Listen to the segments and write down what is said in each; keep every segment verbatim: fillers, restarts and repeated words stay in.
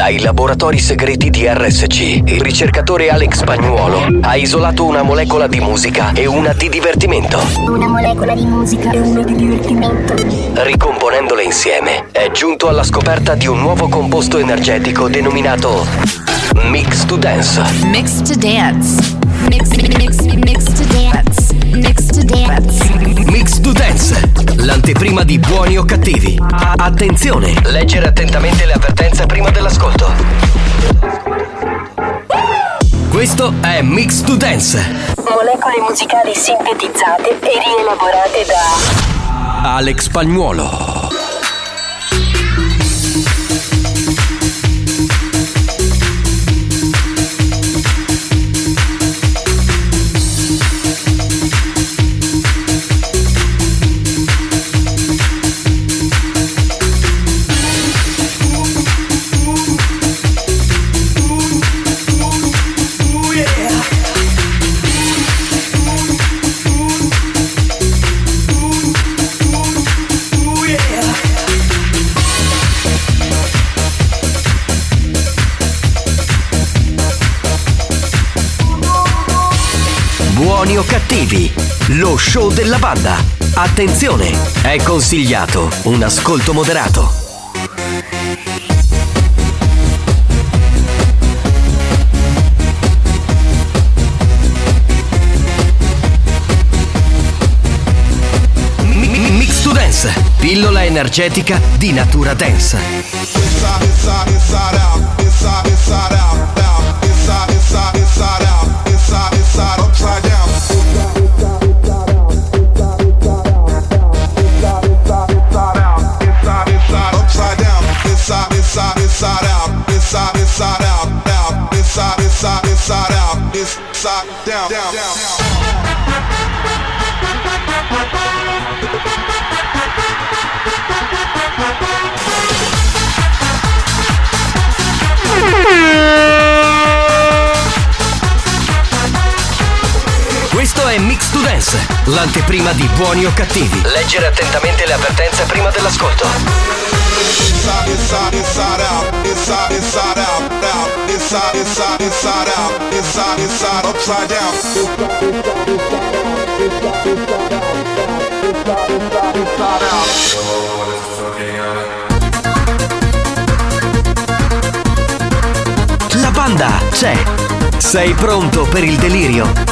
Dai laboratori segreti di R S C, il ricercatore Alex Spagnuolo ha isolato una molecola di musica e una di divertimento. Una molecola di musica e una di divertimento. Ricomponendole insieme, è giunto alla scoperta di un nuovo composto energetico denominato Mix to Dance. Mix to Dance. Mix, mix, mix to Dance. Mix to Dance. Mix to Dance, l'anteprima di Buoni o Cattivi. Attenzione, leggere attentamente le avvertenze prima dell'ascolto. Questo è Mix to Dance. Molecole musicali sintetizzate e rielaborate da Alex Spagnuolo. Buoni o Cattivi, lo show della banda. Attenzione, è consigliato un ascolto moderato. Mix to Dance, pillola energetica di natura dance. Inside, inside, inside out, inside, inside out, out, inside, inside, inside out, inside, inside, upside down. Inside, inside, inside out, inside, inside out, out, inside, inside, inside out, inside, down, down, down. Questo è Mix to Dance, l'anteprima di Buoni o Cattivi. Leggere attentamente le avvertenze prima dell'ascolto. Inside, inside, inside out, inside, inside out, out, inside, inside, inside out, inside, inside, upside down. La banda c'è. Sei pronto per il delirio?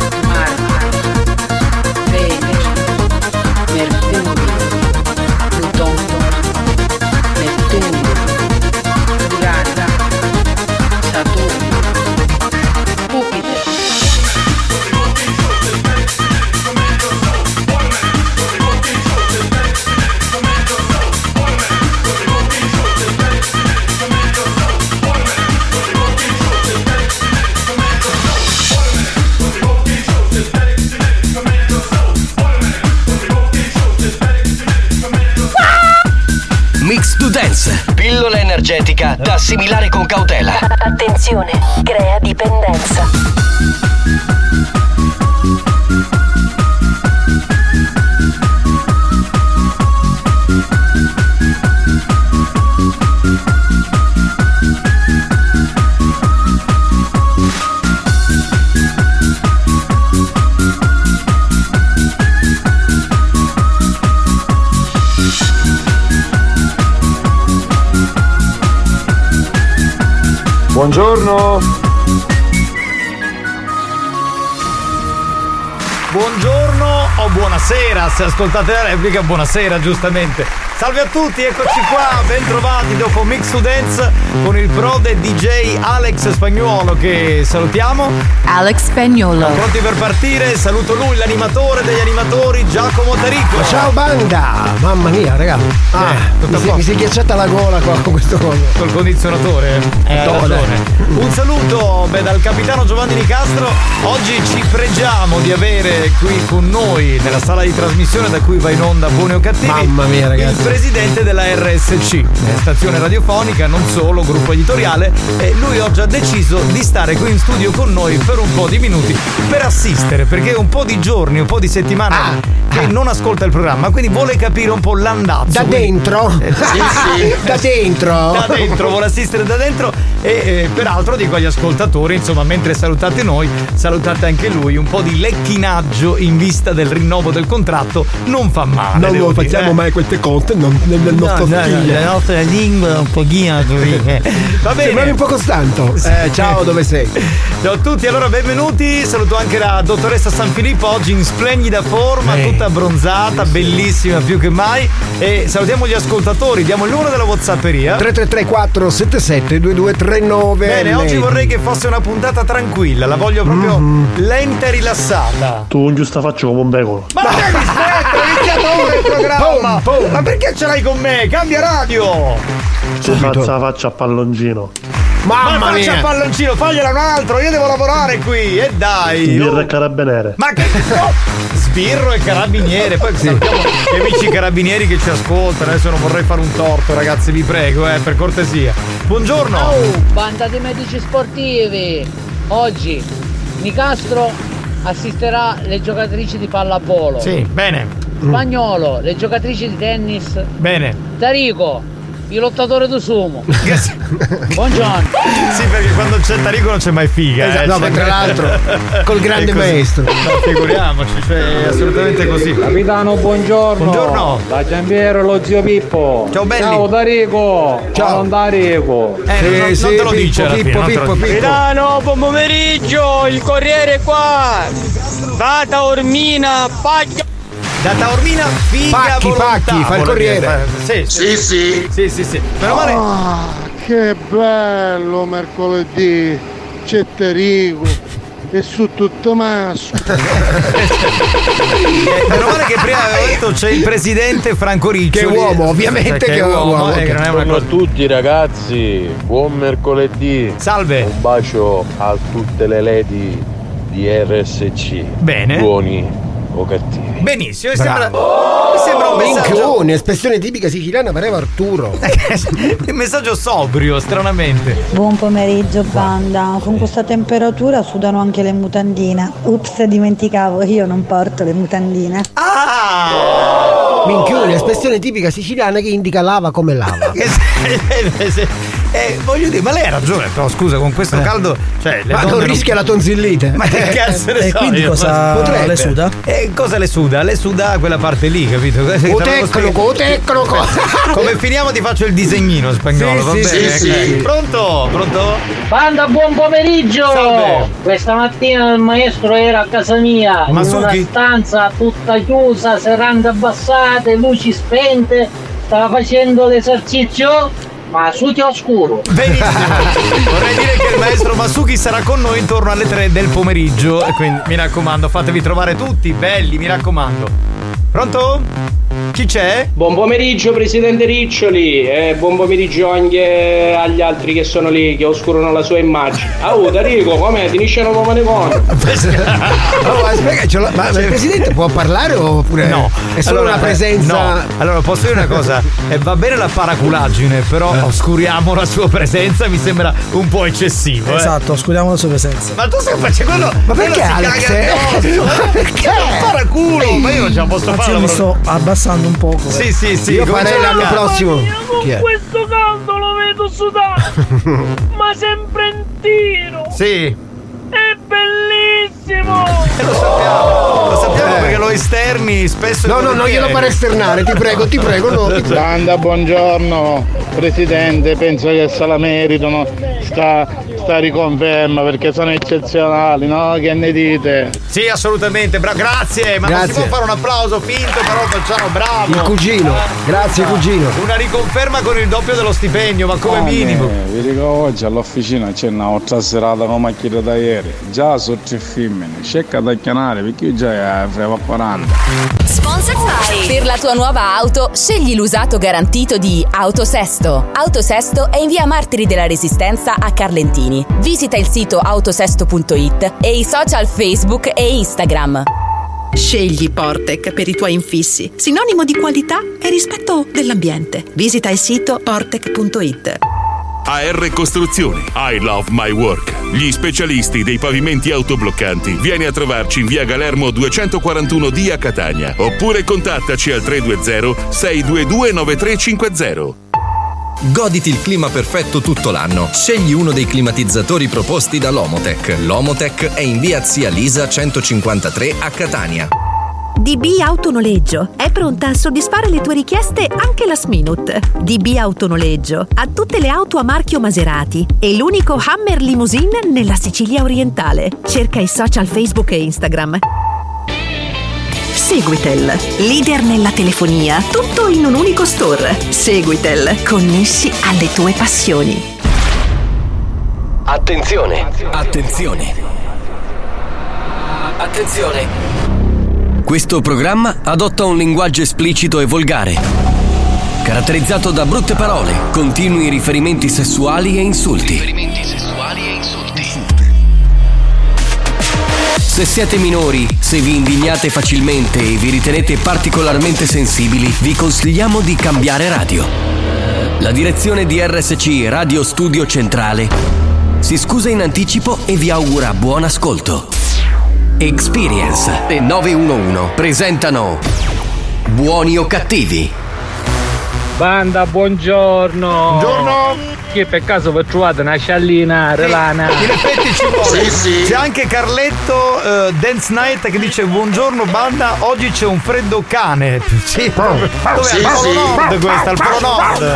Mix to Dance, pillola energetica da assimilare con cautela. Attenzione, crea dipendenza. Buongiorno. Buongiorno o buonasera, se ascoltate la replica, buonasera giustamente. Salve a tutti, eccoci qua, bentrovati dopo Mix to Dance con il prode D J Alex Spagnuolo, che salutiamo. Alex Spagnuolo. Pronti per partire? Saluto lui, l'animatore degli animatori, Giacomo Taricco. Ciao banda! Mamma mia, raga. Ah, eh, mi, si, mi si è ghiacciata la gola qua con questo coso. Col condizionatore? Eh, hai ragione. Un saluto beh, dal capitano Giovanni Nicastro. Oggi ci pregiamo di avere qui con noi nella sala di trasmissione da cui va in onda Buoni o Cattivi. Mamma mia, ragazzi. Il presidente della R S C, stazione radiofonica, non solo, gruppo editoriale, e lui oggi ha deciso di stare qui in studio con noi per un po' di minuti per assistere, perché è un po' di giorni, un po' di settimane ah, che ah. non ascolta il programma, quindi vuole capire un po' l'andazzo. Da quindi, dentro? Eh, sì, sì. Da dentro? Da dentro, vuole assistere da dentro e eh, peraltro dico agli ascoltatori, insomma, mentre salutate noi, salutate anche lui, un po' di lecchinaggio in vista del rinnovo del contratto non fa male. Non lo facciamo eh. mai queste cose non, nel, nel nostro no, no, no, la nostra lingua è un pochino così. Va bene. Sembravi un po' Costanto. Eh, ciao, dove sei? Ciao a tutti, allora benvenuti. Saluto anche la dottoressa San Filippo, oggi in splendida forma, eh. tutta abbronzata, bellissima più che mai. E salutiamo gli ascoltatori, diamo il numero della WhatsApperia tre tre tre quattro sette sette due due tre nove. Bene, oggi vorrei che fosse una puntata tranquilla, la voglio proprio mm-hmm. lenta e rilassata. Tu un giusta faccio come un pecoro. Ma che rispetto, è iniziato ora il programma. Boom, boom. Ma perché ce l'hai con me? Cambia radio. Faccia faccia a palloncino. Mamma Ma faccia a palloncino, fagliela un altro, io devo lavorare qui. E dai. Sbirro oh. e carabiniere. Ma che no? Sbirro e carabiniere. Poi sì. salutiamo gli amici carabinieri che ci ascoltano. Adesso non vorrei fare un torto, ragazzi, vi prego, eh, per cortesia. Buongiorno. Oh, banda di medici sportivi. Oggi Nicastro assisterà le giocatrici di pallavolo. Sì, bene. Spagnolo, le giocatrici di tennis. Bene. Tarico, il lottatore di sumo. Buongiorno. Sì, perché quando c'è Tarico non c'è mai figa. Esatto, eh, no, ma tra l'altro col grande maestro. No, figuriamoci, cioè è assolutamente così. Capitano, buongiorno. Buongiorno. Da Giampiero, lo zio Pippo. Ciao belli. Ciao Tarico. Ciao non Tarico. Eh, sì, non, sì, non te lo Pippo, dice alla Pippo, fine, Pippo, Pippo, Pippo. Capitano, buon pomeriggio, il Corriere qua. Data Ormina, paglia. Da Taormina, figa Pacchi, volontà, Pacchi, fa il Corriere. Sì, sì, sì. Sì, sì, sì. Meno male. Ah, che bello mercoledì. C'è Tarico. E su tutto masso. Meno male che prima avevo detto c'è il presidente Franco Riccioli. Che uomo, ovviamente che, che è uomo. uomo eh, che non è una Buongiorno cosa... a tutti ragazzi, buon mercoledì. Salve. Un bacio a tutte le lady di R S C. Bene. Buoni o cattivi. Benissimo, mi sembra, mi sembra un messaggio. Minchione, espressione tipica siciliana, pareva Arturo. Un messaggio sobrio, stranamente. Buon pomeriggio banda. Con questa temperatura sudano anche le mutandine. Ups, dimenticavo, io non porto le mutandine. Ah! Minchione, espressione tipica siciliana che indica lava come lava. Eh, voglio dire, ma lei ha ragione, però scusa, con questo eh. caldo, cioè, le ma donne non rischia non... la tonsillite. Ma che cazzo ne e so quindi io? cosa Potrebbe. le suda? Eh, cosa le suda? Le suda quella parte lì, capito? O tecnico, o tecnico. Come finiamo ti faccio il disegnino spagnolo, sì, va sì, bene? Sì, eh. sì. Pronto? Pronto? Banda, buon pomeriggio. Salve. Questa mattina il maestro era a casa mia, Masuki? in una stanza tutta chiusa, serrande abbassate, luci spente, stava facendo l'esercizio ma sotto oscuro. Benissimo. Vorrei dire che il maestro Masuki sarà con noi intorno alle tre del pomeriggio e quindi mi raccomando, fatevi trovare tutti belli, mi raccomando. Pronto? Chi c'è? Buon pomeriggio presidente Riccioli e buon pomeriggio anche agli altri che sono lì che oscurano la sua immagine. Ah, oh, Tarico, com'è? Finiscono come ne vuoi? Oh, aspetta, ma il presidente può parlare oppure no? È solo allora, una presenza. No. Allora posso dire una cosa, eh, va bene la paraculaggine, però eh. oscuriamo la sua presenza, mi sembra un po' eccessivo. Esatto, eh. oscuriamo la sua presenza. Ma tu stai facendo quello? Ma perché Alex? Eh? Perché? Paraculo! Ma io non ce la posso Anzi, fare. Io mi sto abbassando un poco. Sì, sì, sì. Io farei l'anno prossimo. Con questo caldo lo vedo sudare. Ma sempre in tiro. Sì. È bellissimo! Eh, lo sappiamo, lo sappiamo eh. perché lo esterni spesso. No, no, non glielo fare esternare, ti prego, ti prego, no. Ti prego. Banda, buongiorno, presidente, penso che se la meritano. Sta, sta riconferma perché sono eccezionali, no? Che ne dite? Sì, assolutamente, bra- grazie, ma grazie. non si può fare un applauso finto, però facciamo bravo. Il cugino, grazie no. cugino. Una riconferma con il doppio dello stipendio, ma come oh, minimo. Eh, vi dico oggi all'officina c'è un'altra serata come macchina da ieri. Già sono tre femmine, cerca da chiamare perché io già freva quaranta. Sponsored by. Per la tua nuova auto scegli l'usato garantito di Autosesto. Autosesto è in via Martiri della Resistenza a Carlentini. Visita il sito autosesto punto it e i social Facebook e Instagram. Scegli Portec per i tuoi infissi, sinonimo di qualità e rispetto dell'ambiente. Visita il sito portec punto it. A R Costruzioni, I Love My Work. Gli specialisti dei pavimenti autobloccanti. Vieni a trovarci in via Galermo duecentoquarantuno D a Catania. Oppure contattaci al tre due zero sei due due nove tre cinque zero. Goditi il clima perfetto tutto l'anno. Scegli uno dei climatizzatori proposti da Lomotec. Lomotec è in via Zia Lisa centocinquantatré a Catania. D B Autonoleggio è pronta a soddisfare le tue richieste anche last minute. D B Autonoleggio ha tutte le auto a marchio Maserati e l'unico Hummer Limousine nella Sicilia orientale. Cerca i social Facebook e Instagram. Seguitel, leader nella telefonia, tutto in un unico store. Seguitel, connessi alle tue passioni. Attenzione, attenzione. Attenzione. Questo programma adotta un linguaggio esplicito e volgare, caratterizzato da brutte parole, continui riferimenti sessuali e insulti. Riferimenti sessuali e insulti. Se siete minori, se vi indignate facilmente e vi ritenete particolarmente sensibili, vi consigliamo di cambiare radio. La direzione di R S C Radio Studio Centrale si scusa in anticipo e vi augura buon ascolto. Experience e nove uno uno presentano Buoni o Cattivi. Banda, buongiorno. Buongiorno. Che per caso vi trovate una sciallina relana? In effetti ci vuole. Sì, sì. C'è anche Carletto uh, Dance Night che dice buongiorno banda, oggi c'è un freddo cane. Sì, dov'è? Sì, al Polo sì. Nord questa, al Polo Nord.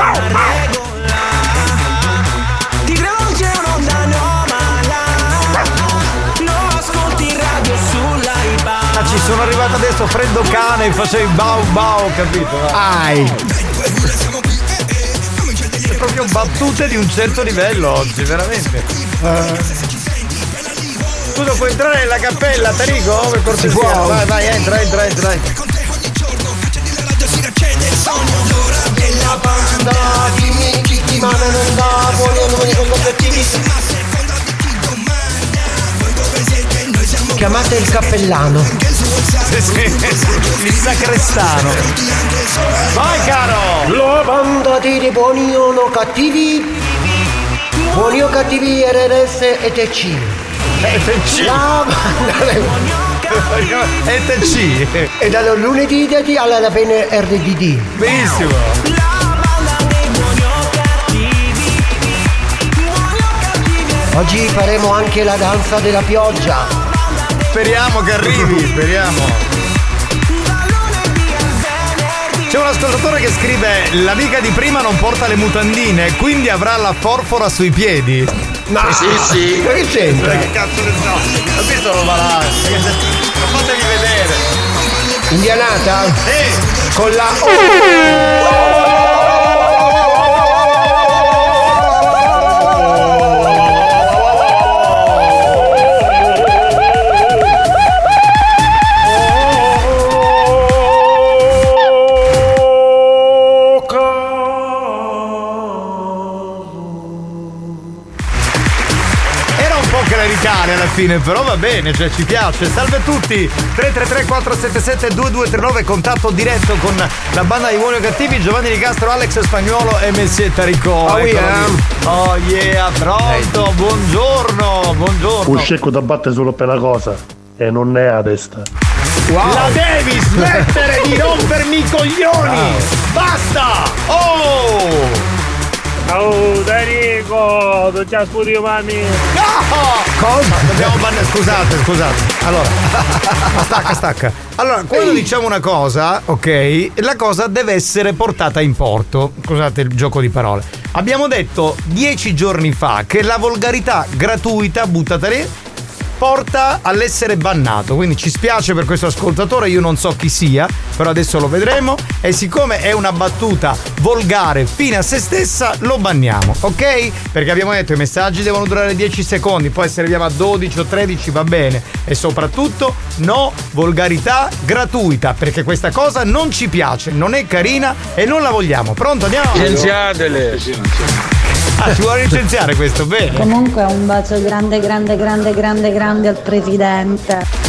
Ti rivolge un'onda anomala. Non ascolti radio sull'Aiba. Ah, ci sono arrivato adesso freddo cane e facevi bau bau, capito? Ai. Proprio battute di un certo livello oggi, veramente. Uh. Scusa, puoi entrare nella cappella, Tarico? Per cortesia. Si può. Vai, vai, entra, entra, entra. Della banda, dimmi chi ti manda non da, vogliono venire con gli obiettivi. Chiamate il cappellano. Sì, sì, il sacrestano. Vai, caro! La banda di buoni o no cattivi. Buoni o cattivi R R S e T C. E T C. La banda E T C. E dallo lunedì alla venerdì. Benissimo. Oggi faremo anche la danza della pioggia. Speriamo che arrivi, speriamo. C'è un ascoltatore che scrive: l'amica di prima non porta le mutandine, quindi avrà la forfora sui piedi. No, sì, sì. Ma che c'entra? Che cazzo ne so? Ho visto roba là. Lo fatevi vedere. Indianata? Sì. Con la alla fine, però va bene, cioè ci piace. Salve a tutti. Tre tre tre quattro sette sette due due tre nove, contatto diretto con la banda di Buoni o Cattivi, Giovanni Di Castro, Alex Spagnuolo e Messie Tarico. Oh yeah. Oh yeah, pronto, buongiorno, buongiorno. Un scecco da battere solo per una cosa e non è a testa. Wow. La devi smettere di rompermi i coglioni. Wow. Basta. Oh. Oh, Darico, tu già sputi umani. No! Cosa? Dobbiamo bannare. Scusate, scusate. Allora, stacca, stacca. Allora, quando diciamo una cosa, ok, la cosa deve essere portata in porto. Scusate il gioco di parole. Abbiamo detto dieci giorni fa che la volgarità gratuita, buttata lì, porta all'essere bannato. Quindi ci spiace per questo ascoltatore, io non so chi sia, però adesso lo vedremo. E siccome è una battuta volgare fine a se stessa, lo banniamo, ok? Perché abbiamo detto i messaggi devono durare dieci secondi, poi se arriviamo a dodici o tredici va bene. E soprattutto no volgarità gratuita, perché questa cosa non ci piace, non è carina e non la vogliamo. Pronto, andiamo? Licenziatele. Ah, ci vuole licenziare questo, bene. Comunque un bacio grande grande grande grande grande al presidente.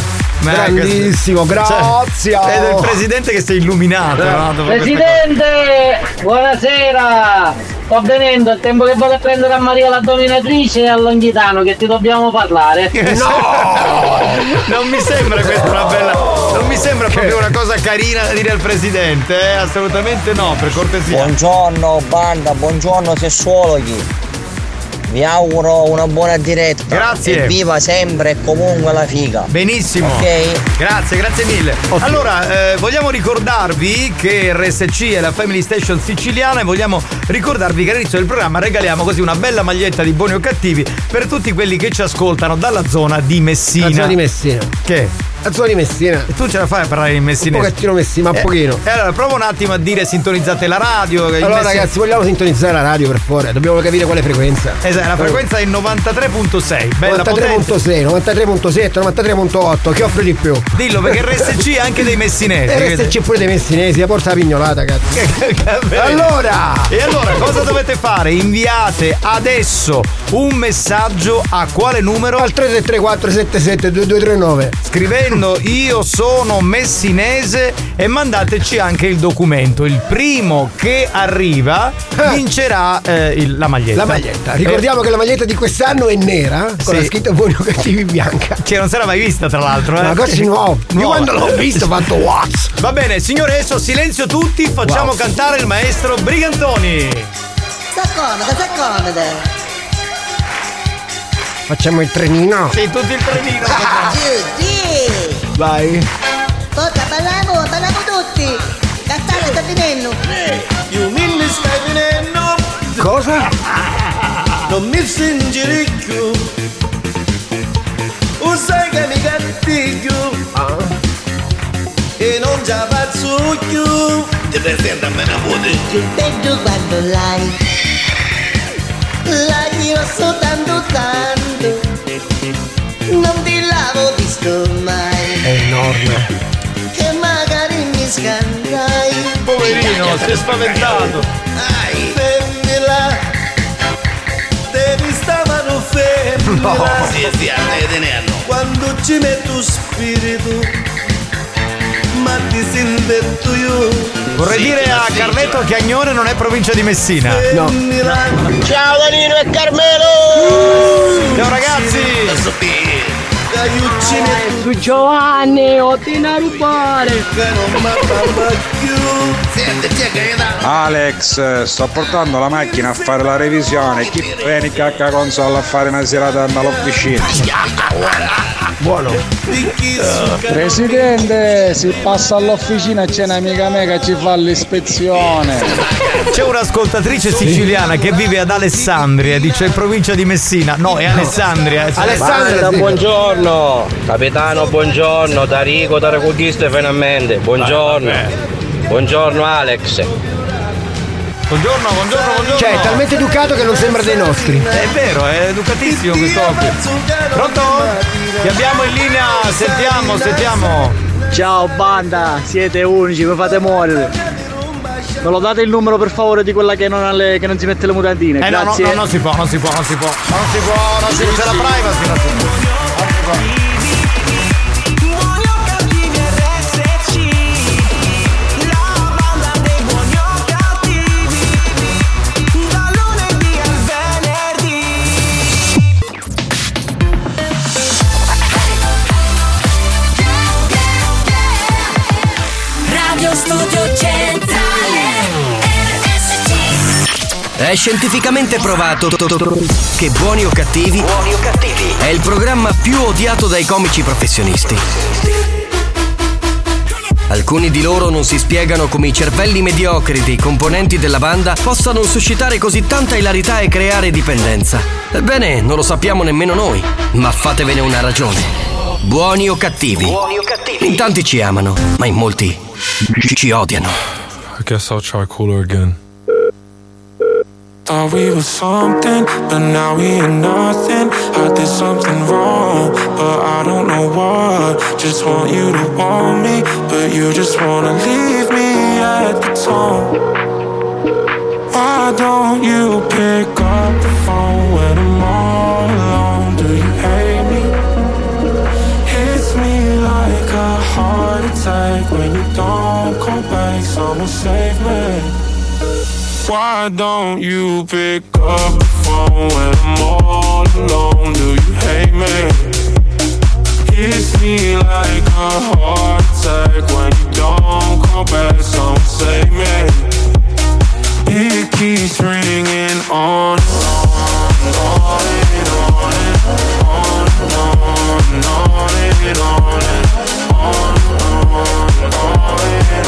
Grandissimo, grazie. Cioè, è del presidente che si è illuminato. Eh. No? Presidente, buonasera. Sto venendo, è tempo che vado a prendere a Maria la dominatrice e a Longhitano che ti dobbiamo parlare. No! Non mi sembra questa una bella. Non mi sembra proprio una cosa carina da dire al presidente, eh? Assolutamente no, per cortesia. Buongiorno banda, buongiorno sessuologhi. Vi auguro una buona diretta. Grazie. E viva sempre e comunque la figa. Benissimo. Ok. Grazie, grazie mille. Okay. Allora, eh, vogliamo ricordarvi che R S C è la Family Station siciliana e vogliamo ricordarvi che all'inizio del programma regaliamo così una bella maglietta di Buoni o Cattivi per tutti quelli che ci ascoltano dalla zona di Messina. La zona di Messina. Che? La zona di Messina. E tu ce la fai a parlare in messinese? Un pochettino Messina, ma eh, pochino. E allora prova un attimo a dire sintonizzate la radio. Allora Messin- ragazzi, vogliamo sintonizzare la radio per favore. Dobbiamo capire quale frequenza. Esatto, la frequenza è il novantatré virgola sei. Bella novantatré virgola sei, novantatré virgola sette, novantatré virgola otto. Che offre di più? Dillo perché R S C è anche dei messinesi. R S C pure dei messinesi, la porta la pignolata, cazzo. Allora! E allora cosa dovete fare? Inviate adesso un messaggio a quale numero? Al tre tre tre quattro sette sette due due tre nove. Scrivendo io sono messinese e mandateci anche il documento. Il primo che arriva vincerà eh, il, la maglietta. La maglietta. Ricordiamo eh. che la maglietta di quest'anno è nera con sì. la scritta Buoni o Cattivi bianca. Che non si era mai vista tra l'altro. Eh? Una cosa nuova. Io quando l'ho vista ho fatto what? Va bene, signore, adesso silenzio tutti, facciamo wow. cantare il maestro Brigantoni. S'accomoda, s'accomoda. Facciamo il trenino? Sì, tutti il trenino. Sì, sì. Vai. Forza, parliamo, parliamo tutti. Cattare sta finendo. Io mi stai finendo. Cosa? Non mi stringere più. O sai che mi cattiglio. Ah. E non già faccio più. Ti presenta a me una voce. Più peggio quando l'hai. L'hai io soltanto tanto. Non ti l'avevo visto mai. È enorme. Che magari mi scandai. Poverino, si è spaventato. Ai, femmina. Te mi stavano femmina. No. Sì, sì, a te te ne hanno. Quando ci metto spirito. Ma ti sento io. Vorrei sì, dire a Carletto che Agnone non è provincia di Messina. No. Ciao Danilo e Carmelo. Ciao ragazzi. Su Giovanni, ho a rubare. Alex, sto portando la macchina a fare la revisione. Chi viene cacca console a fare una serata all'officina? Buono. Presidente, si passa all'officina e c'è un'amica mia che ci fa l'ispezione. C'è un'ascoltatrice siciliana che vive ad Alessandria, dice in provincia di Messina. No, è Alessandria. Cioè. Alessandria, buongiorno. Capitano, buongiorno. Tarico, Taracuchista finalmente. Buongiorno. Buongiorno Alex. Buongiorno, buongiorno, buongiorno. Cioè, è talmente educato che non sembra dei nostri. È vero, è educatissimo quest'occhio. Pronto? Ti abbiamo in linea, sentiamo, sentiamo. Ciao banda, siete unici, mi fate morire. Me lo date il numero per favore di quella che non, ha le, che non si mette le mutandine? Eh Grazie. no, no, no, non si può, non si può, non si può. Non si può, non si può, c'è la privacy, non si può. Non si può. Studio centrale R S C. È scientificamente provato che Buoni o Cattivi, Buoni o Cattivi è il programma più odiato dai comici professionisti. Alcuni di loro non si spiegano come i cervelli mediocri dei componenti della banda possano suscitare così tanta ilarità e creare dipendenza. Ebbene, non lo sappiamo nemmeno noi, ma fatevene una ragione. Buoni o Cattivi. Buoni o Cattivi. In tanti ci amano, ma in molti ci odiano. I guess I'll try cooler again. Thought we were something, but now we are nothing. I did something wrong, but I don't know what. Just want you to want me, but you just wanna leave me at the tone. Why don't you pick up the phone when I'm all alone? Do you hate me? Hits me like Why don't you pick up the phone when I'm all alone? Do you hate me? Hits me like a heart attack when you don't call back. Someone save me. It keeps ringing on and on and on and on and on and on and on and on and on and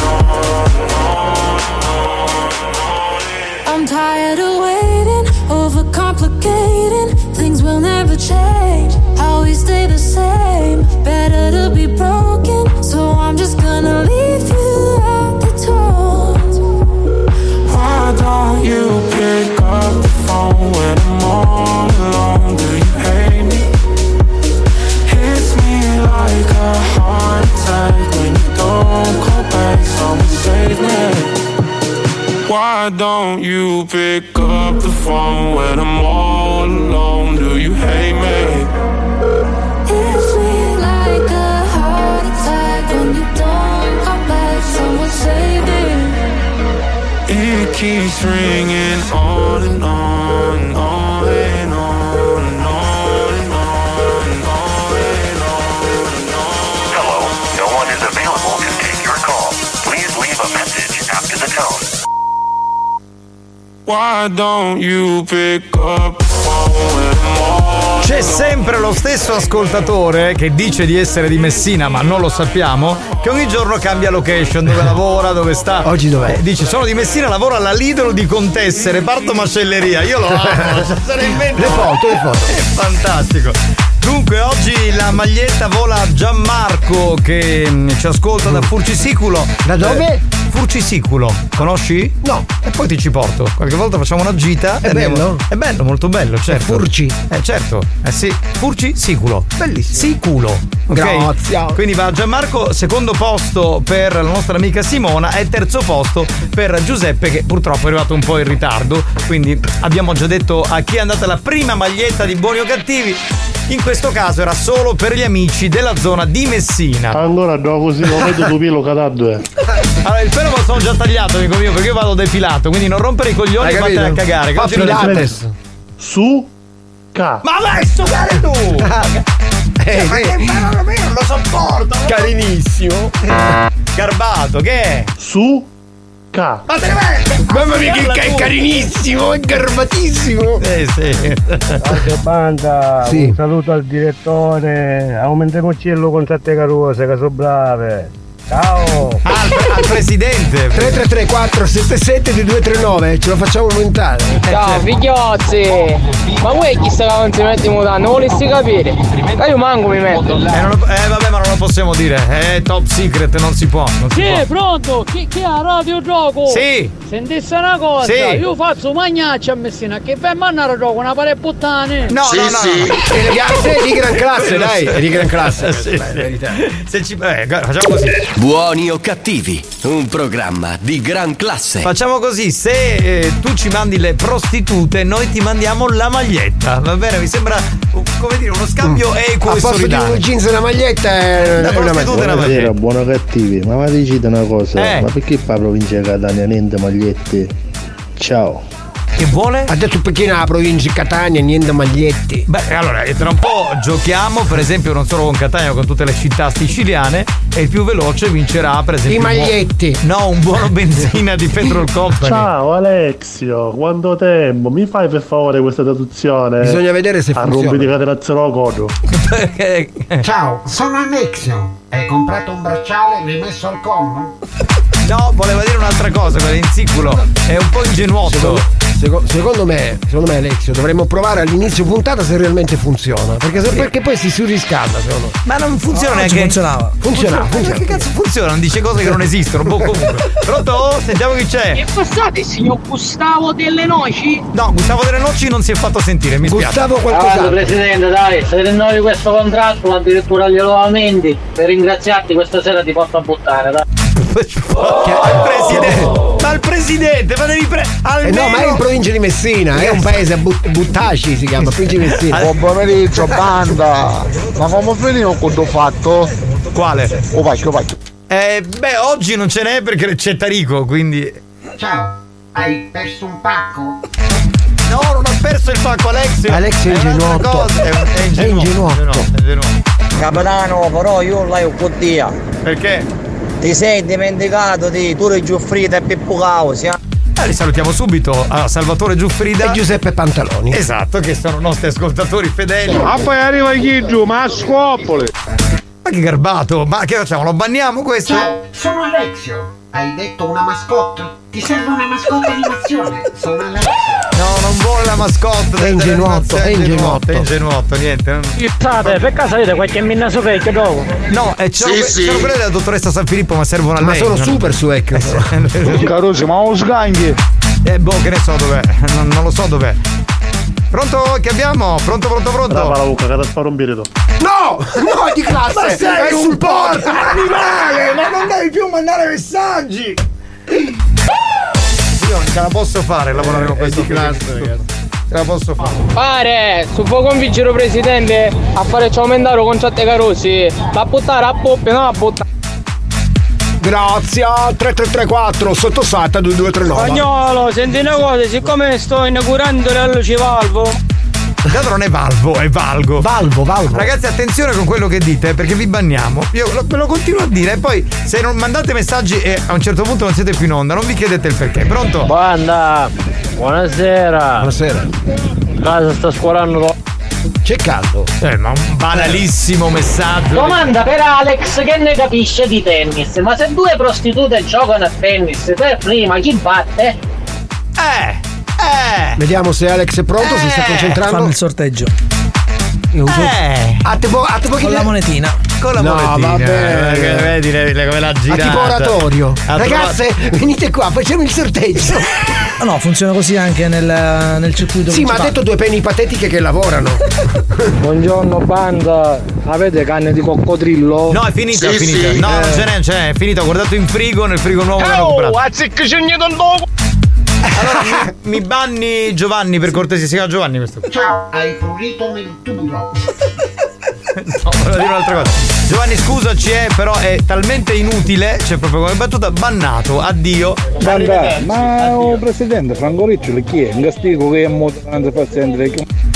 on. I'm tired of waiting, overcomplicating. Things will never change, always stay the same. Better to be broken, so I'm just gonna leave you at the door. Why don't you pick up the phone when I'm all alone? Do you hate me? Hits me like a heart attack when you don't call back. Someone save me. Why don't you pick up the phone when I'm all alone? Do you hate me? Hits me like a heart attack when you don't come back. Someone save me. It keeps ringing on and on and on and on and on and on and on and on and on. Hello, no one is available to take your call. Please leave a message after the tone. Why don't you pick up the phone when I'm all C'è sempre lo stesso ascoltatore che dice di essere di Messina, ma non lo sappiamo, che ogni giorno cambia location, dove lavora, dove sta. Oggi dov'è? Eh, dice sono di Messina, lavoro alla Lidl di Contesse, reparto macelleria. Io lo amo. Le foto, le foto. È fantastico. Dunque oggi la maglietta vola a Gianmarco che mh, ci ascolta da Furcisiculo. Da dove? Eh, Furcisiculo, conosci? No. E poi ti ci porto. Qualche volta facciamo una gita. È e andiamo- bello? È bello, molto bello, certo. Furci. Eh certo. Eh sì. Furcisiculo. Bellissimo. Siculo. Ok? Grazie. Quindi va a Gianmarco, secondo posto per la nostra amica Simona e terzo posto per Giuseppe che purtroppo è arrivato un po' in ritardo. Quindi abbiamo già detto a chi è andata la prima maglietta di Buoni o Cattivi. In questo caso era solo per gli amici della zona di Messina. Ancora do così, lo vedo tu pelo cadadue. Allora il pelo me lo sono già tagliato, amico mio, perché io vado depilato, quindi non rompere i coglioni Hai e vattene a capito? cagare. Fa Continua a- Pilates. Su ca. Ma vai stucare tu! Eh, Ma che bello mio, non lo sopporto! Carinissimo. Garbato, che è? Su ca. Ma te ne vai! Mamma mia, che ca- è carinissimo, è garbatissimo. Eh sì. Ciao banda, Sì. un saluto al direttore, aumentiamo il cielo con sette carose che sono brave. Ciao! Ah, al, al presidente! tre tre tre quattro sette sette due tre nove, ce lo facciamo aumentare. Ciao figliozzi! Ma voi chi sta non si mette in mutande? Volessi capire? Ma io manco mi metto! Eh, non lo- eh, vabbè, ma non lo possiamo dire. È top secret, non si può. Non si Sì, può. pronto? Chi, chi ha radio gioco? Sì. Sentisse una cosa, Sì. io faccio magnaccia a Messina, che per mannare gioco una pare puttane! No, no, no, no. Sei di gran classe, dai, è di gran classe. Sì, Beh, sì. verità. Se ci, eh, guarda, facciamo così. Buoni o cattivi, un programma di gran classe. Facciamo così, se eh, tu ci mandi le prostitute, noi ti mandiamo la maglietta. Va bene? Mi sembra uh, come dire uno scambio equo A e posto di solidale. un jeans e una maglietta è La è una prostituta maglietta. è una Buonasera, maglietta. buono cattivi. Ma mi dicete una cosa, Eh. ma perché fa provincia di Catania niente magliette? Ciao. Che vuole? Ha detto perché nella provincia di Catania niente maglietti. Beh, allora, eh, tra un po' giochiamo, per esempio, non solo con Catania, ma con tutte le città siciliane. E il più veloce vincerà, per esempio. I un buon- maglietti. No, un buono benzina di Petrol Company. Ciao Alexio, quanto tempo? Mi fai per favore questa traduzione? Bisogna vedere se A funziona. rompi di catenazzo codo. Perché- Ciao, sono Alexio. Hai comprato un bracciale e l'hai messo al collo? No, voleva dire un'altra cosa, quella in siculo. È un po' ingenuotto. Secondo, seco- secondo me, secondo me Alexio, dovremmo provare all'inizio puntata se realmente funziona. Perché, se, perché poi si surriscalda, secondo me. Ma non funziona No, neanche. funzionava. Funzionava, Ma funziona. che cazzo funziona? Non dice cose che non esistono. Boh, comunque. Pronto? Sentiamo chi c'è. E passate, signor Gustavo delle Noci? No, Gustavo delle Noci non si è fatto sentire, mi spiace. Gustavo Allora, qualcos'altro. presidente, dai, se rinnovi questo contratto, addirittura glielo aumenti. Per ringraziarti questa sera ti porto a buttare, dai. Al presidente. Ma al presidente, ma devi pre. Eh Almeno. no, ma è in provincia di Messina, è un paese a but- Buttaci si chiama, provincia di Messina. Buon pomeriggio banda! Ma come finito quando ho fatto? Quale? Oh vai, oh vai. Eh, beh, oggi non ce n'è perché c'è Tarico, quindi. Ciao, hai perso un pacco? No, non ho perso il pacco, Alexio. Alexio è ingenuotto. È, è, è È ingenuotto. Capitano, però io l'hai un cottia. Perché? Ti sei dimenticato di Turo Giuffrida e Pippo Causi, eh? Eh, li salutiamo subito a Salvatore Giuffrida e Giuseppe Pantaloni. Esatto, che sono nostri ascoltatori fedeli. Ah, poi arriva chi giù, ma a scopole. Ma che garbato, ma che facciamo? Lo banniamo questo? Ciao, sono Alexio. Hai detto una mascotte? Ti serve una mascotte animazione? Sono Alexio. No, non vuole la mascotte. È ingenuotto, è ingenuotto. È ingenuotto, niente. State, per caso avete qualche minnaso vecchio dopo? No, e c'è Sì, sì. quelle della dottoressa San Filippo, ma servono a Ma lei. sono non- super su Ecco. Carusi, ma lo sganghi. Eh, boh, che ne so dov'è. Non, non lo so dov'è. Pronto? Che abbiamo? Pronto, pronto, pronto? Brava la buca, che ti sparo un birito. No! No, di classe! Ma sei è un sul porto! porco animale! Ma non devi più mandare messaggi! Io non ce la posso fare lavorare con questo classe, ragazzi. Ce la posso fare. Pare, se può convincere il presidente a fare ciò aumentare con certe carosi, la buttare a poppe, non a buttare. Grazie, tre tre tre quattro sottosata due due tre nove. Spagnolo, senti una cosa, siccome sto inaugurando le luci Valvo. Intanto non è Valvo, è Valgo. Valvo, Valvo. Ragazzi, attenzione con quello che dite, perché vi banniamo. Io lo- ve lo continuo a dire. E poi, se non mandate messaggi e a un certo punto non siete più in onda, non vi chiedete il perché. Pronto? Banda, buonasera. Buonasera. Casa sta scuolando. C'è caldo. Eh, ma un banalissimo messaggio. Domanda per Alex che ne capisce di tennis. Ma se due prostitute giocano a tennis per prima, chi batte? Eh! Eh! Vediamo se Alex è pronto, si sta concentrando. Fanno il sorteggio. Eh! A te po- a te po- Con la monetina. Con la No, monetina. vabbè. Eh, vedi le- le- come l'ha A girata. tipo oratorio. Ha Ragazze, venite qua, facciamo il sorteggio. Ah no, funziona così anche nel, nel circuito Sì, ma ha principale. detto due penny patetiche che lavorano. Buongiorno banda, avete canne di coccodrillo? No, è finita, Sì, è finita. sì. No, non Eh. ce n'è, non ce n'è, è finita. Ho guardato in frigo, nel frigo nuovo che hanno Oh, comprato. azzicca c'è niente dopo. Allora, mi, mi banni Giovanni per cortesia, si chiama Giovanni questo. Ciao, hai fruito nel tubo. No, volevo dire un'altra cosa. Giovanni, scusaci, eh, però è talmente inutile, cioè proprio come battuta, bannato, addio. Banda, ma il presidente Franco Riccioli chi è? Un castigo che è molto non fa sentire.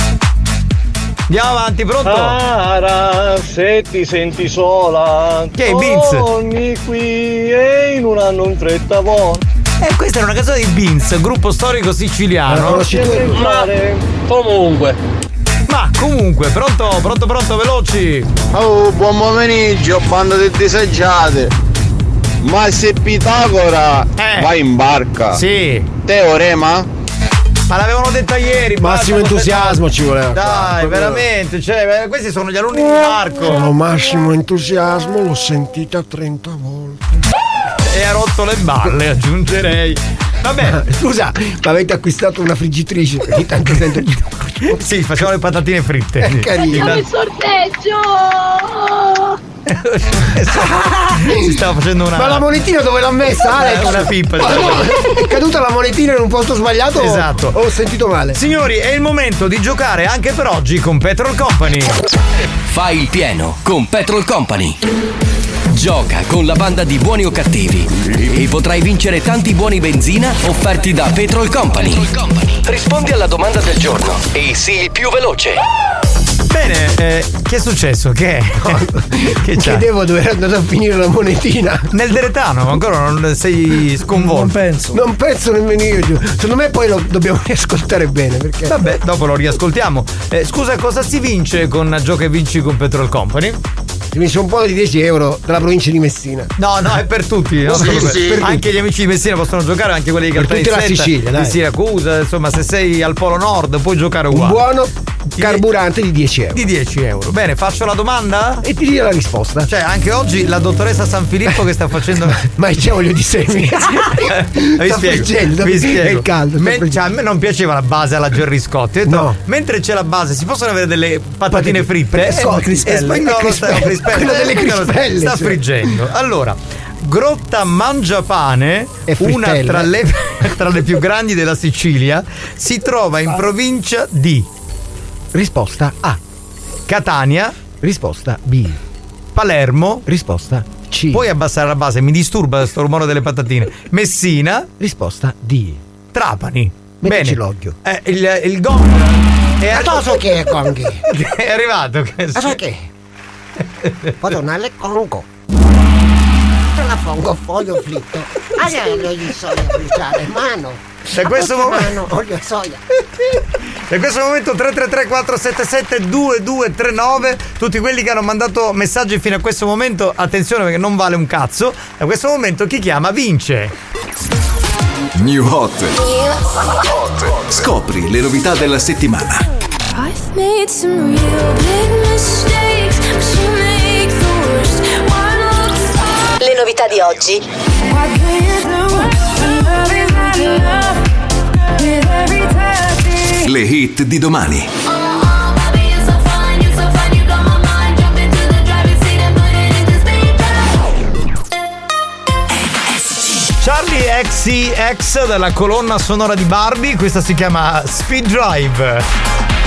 Andiamo avanti, pronto? Cara, se ti senti sola, Che è, Beans? torni qui e in un anno in fretta volta. Eh, questa era una canzone di Beans, gruppo storico siciliano. Ma comunque. Ma comunque, pronto, pronto, pronto, veloci. Oh, buon pomeriggio, banda di disagiate. Ma se Pitagora Eh. va in barca, Sì. teorema? Ma l'avevano detta ieri. Massimo basta, entusiasmo ci voleva. Dai, veramente, cioè, eh, questi sono gli alunni di Marco. Sono massimo entusiasmo, l'ho sentita trenta volte. E ha rotto le balle, aggiungerei. Vabbè. Scusa, ma avete acquistato una friggitrice? Ogni tanto sento. Sì, facciamo le patatine fritte. È carino. Facciamo il sorteggio! Si stava facendo una. Ma la monetina dove l'ha messa, Alex? Una pippa. Ma no, è caduta la monetina in un posto sbagliato? Esatto. Ho sentito male. Signori, è il momento di giocare anche per oggi con Petrol Company. Fai il pieno con Petrol Company. Gioca con la banda di Buoni o Cattivi e potrai vincere tanti buoni benzina offerti da Petrol Company. Rispondi alla domanda del giorno e sii il più veloce. Bene, eh, che è successo? Che è? Che c'è? Chiedevo dove era andata a finire la monetina. Nel Deretano, ancora non sei sconvolto. Non penso. Non penso nemmeno io. Gio. Secondo me poi lo dobbiamo riascoltare bene perché. Vabbè, dopo lo riascoltiamo. Eh, scusa, cosa si vince con Gioca e Vinci con Petrol Company? Si vince un po' di dieci euro dalla provincia di Messina. No, no, è per tutti. No? Sì, Solo per- sì. Per anche tutti. gli amici di Messina possono giocare, anche quelli di Per tutta la Caltanissetta, Sicilia, dai. di Siracusa, insomma, se sei al Polo Nord puoi giocare Un uguale. buono carburante di dieci euro. Di dieci euro. Bene, faccio la domanda? E ti dia la risposta. Cioè, anche oggi la dottoressa San Filippo che sta facendo. Ma c'è olio di semi. vi Sta spiego, friggendo, vi è spiego. il caldo, sta Men- friggendo. cioè, a me non piaceva la base alla Gerry Scotti. Ho detto, No. mentre c'è la base, si possono avere delle patatine fritte. Eh, Scotti, e crispelle. spagnolo Eh, sta, crispelle. crispelle. Quello delle Eh, spagnolo crispelle, sta cioè. friggendo. Allora, Grotta Mangiapane, E una frittelle. tra le, tra le più grandi della Sicilia, si trova in provincia di Risposta A. Catania, Risposta B. Palermo. Risposta C. Puoi abbassare la base, mi disturba sto rumore delle patatine. Messina. Risposta D. Trapani. Mettici Bene. l'occhio. Eh, il, il gong è Ma cosa che è gong? è arrivato. Che Ma sai che? Vado alle congo. La fongo foglio fritto. Allora gli soia bruciare mano. Da questo momento mano, olio soia. In questo momento tre tre tre quattro sette sette due due tre nove. Tutti quelli che hanno mandato messaggi fino a questo momento, attenzione perché non vale un cazzo. A questo momento chi chiama vince. New Hot. Scopri le novità della settimana. I've made some real big mistakes, but you make the worst one look fine. Le novità di oggi. What can you do when love is not enough? With every touch. Le hit di domani. Charlie X C X dalla colonna sonora di Barbie, questa si chiama Speed Drive.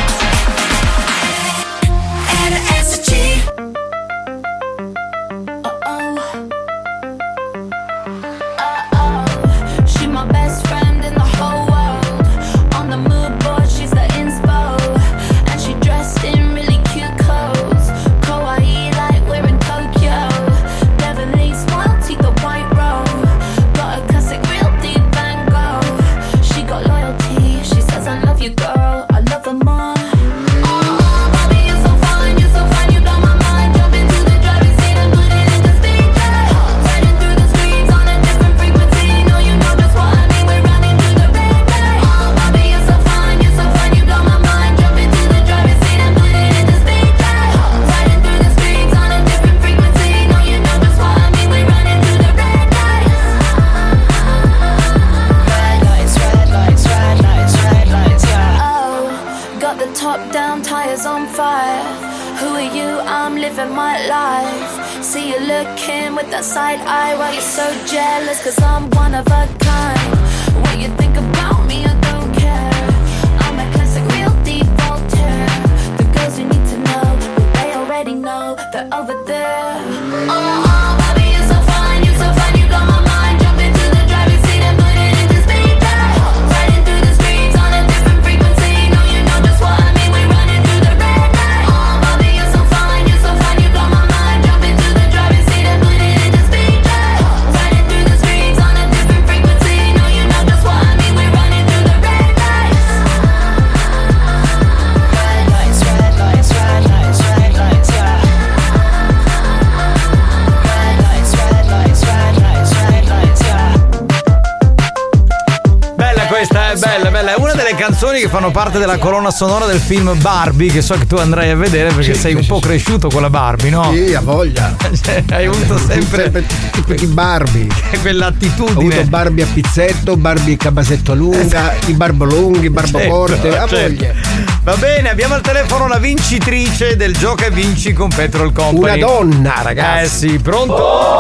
Canzoni che fanno parte della colonna sonora del film Barbie, che so che tu andrai a vedere perché sì, sei sì, un sì, po' sì. cresciuto con la Barbie, no? Sì, a voglia. Cioè, hai avuto sempre i Barbie. Quell'attitudine. Ho avuto Barbie a pizzetto, Barbie cabasetto lunga, i barbo lunghi, barbo Certo, corte, a certo. voglia. Va bene, abbiamo al telefono la vincitrice del Gioca e Vinci con Petrol Company. Una donna, ragazzi. Eh sì, pronto?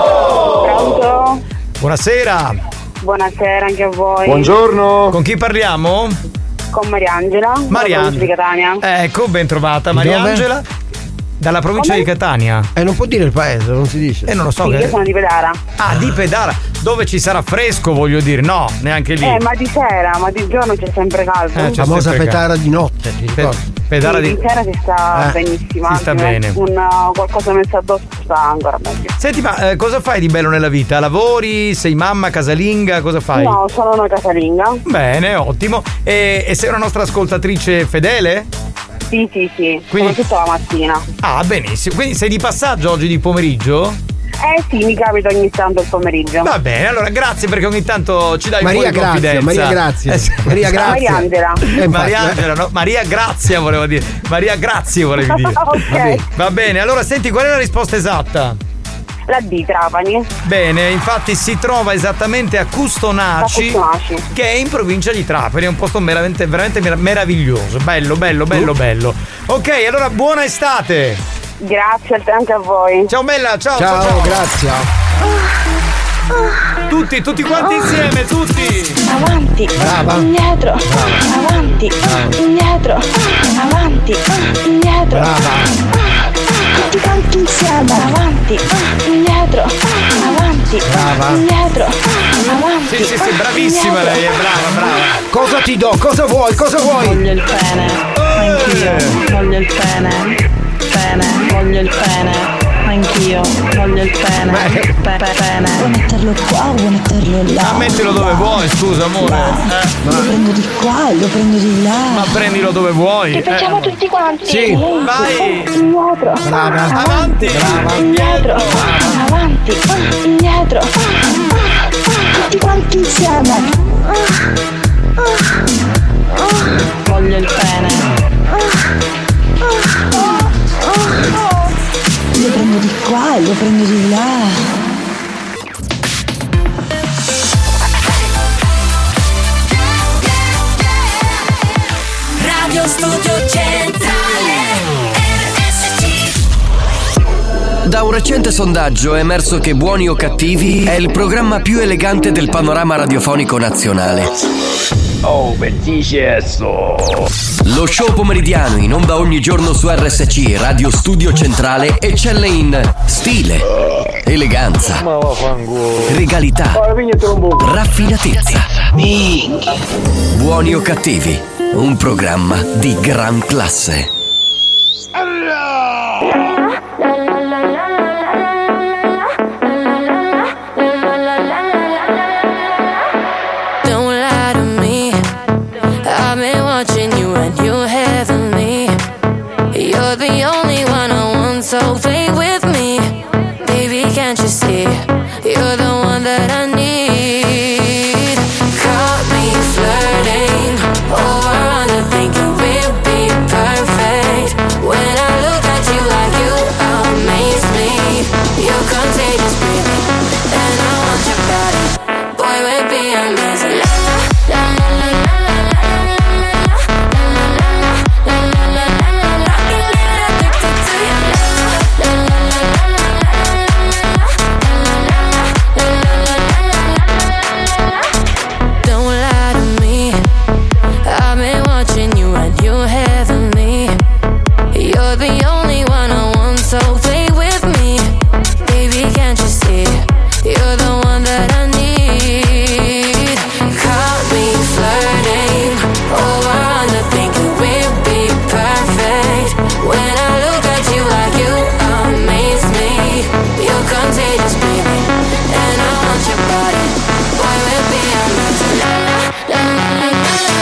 Pronto? Buonasera. Buonasera anche a voi. Buongiorno. Con chi parliamo? Con Mariangela. Mariangela. Di Catania. Ecco, ben trovata Mariangela. Dalla provincia Come? di Catania. E eh, non può dire il paese, non si dice. E eh, non lo so. Sì, che... io sono di Pedara. Ah, di Pedara. Dove ci sarà fresco, voglio dire. No, neanche lì. Eh, ma di sera, ma di giorno c'è sempre caldo. Eh, c'è famosa sempre Pedara caldo. di notte, ti ricordi? Pedara sì, di... di sera si sta Eh, benissimo. si sta anzi, bene. Un, uh, qualcosa messo addosso sta ancora meglio. Senti, ma eh, cosa fai di bello nella vita? Lavori? Sei mamma, casalinga? Cosa fai? No, sono una casalinga. Bene, ottimo. E, e sei una nostra ascoltatrice fedele? Sì, sì, sì. Quindi... Soprattutto la mattina. Ah, benissimo. Quindi sei di passaggio oggi di pomeriggio? Eh sì, mi capita ogni tanto il pomeriggio. Va bene, allora grazie perché ogni tanto ci dai Maria un po' di Grazia, confidenza. Maria Grazia. Eh, sì. Maria Grazia. Mariangela. Eh, Mariangela, no? Maria Grazia volevo dire. Maria Grazie volevi dire. Ok. Va bene. Va bene, allora senti, qual è la risposta esatta? La D, Trapani. Bene, infatti si trova esattamente a Custonaci, A Custonaci. che è in provincia di Trapani, è un posto veramente, veramente mer- meraviglioso, bello, bello, bello, Uh. bello. Ok, allora buona estate. Grazie anche a voi. Ciao bella, ciao, Ciao, ciao, ciao. grazie. Tutti, tutti quanti insieme, tutti. Avanti, Brava. indietro, avanti, indietro, avanti, indietro. Brava. Tutti quanti insieme, avanti, indietro, avanti, avanti, Brava. indietro, avanti. Sì, sì, sì, bravissima indietro. lei, è brava, brava. Cosa ti do? Cosa vuoi? Cosa vuoi? Voglio il pene, anch'io, voglio il pene, pene, voglio il pene, anch'io, voglio il pene, pe- pe- pene. Vuoi metterlo qua o vuoi metterlo là? Ma mettilo dove vuoi, scusa amore. Eh. Lo prendo di qua e lo prendo di là. Ma prendilo dove vuoi. Li facciamo Eh. tutti quanti. Sì. Vai. Indietro. Brava. Avanti. Brava. Indietro. Avanti. Ah, indietro. Ah, ah. Tutti quanti insieme. Ah, ah, ah. Voglio il pene. Ah, ah, ah, ah. Lo prendo di qua e lo prendo di là. Radio Studio Centrale R S C. Da un recente sondaggio è emerso che Buoni o Cattivi è il programma più elegante del panorama radiofonico nazionale. Oh, benissimo. Lo show pomeridiano in onda ogni giorno su R S C Radio Studio Centrale eccelle in stile, eleganza, regalità, raffinatezza. Buoni o Cattivi, un programma di gran classe. Don't lie to me. I've been watching you and you're heavenly. You're the only one I want, so play with me. Baby, can't you see? You're the one that I need. Caught me flirting over under thinking we'll be perfect. When I look at you like you amaze me. You're contagious, baby, and I want your body. Boy, baby, I'm amazing. La la la la la la la la la la la la la la. I can get addicted to you. La la la la la la la la la. Don't lie to me. I've been watching you and you're heavenly. You're the only one I want, so play with me. Baby, can't you see? You're the one that I need. Caught me flirting over under thinking we'll be perfect. When I look at you like you amaze me. You're contagious, baby, and I want your body. Boy, we'll be amazing. La la la la la la.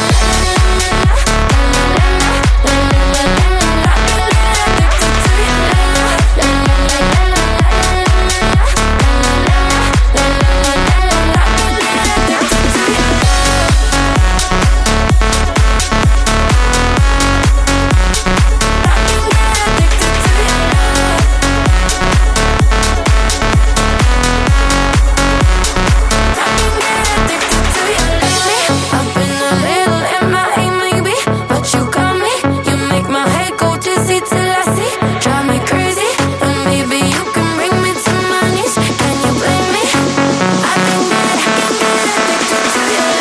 I've been a little M I A maybe, but you got me. You make my head go dizzy till I see. Drive me crazy, and maybe you can bring me to my knees. Can you blame me? I can get, I can get addicted to your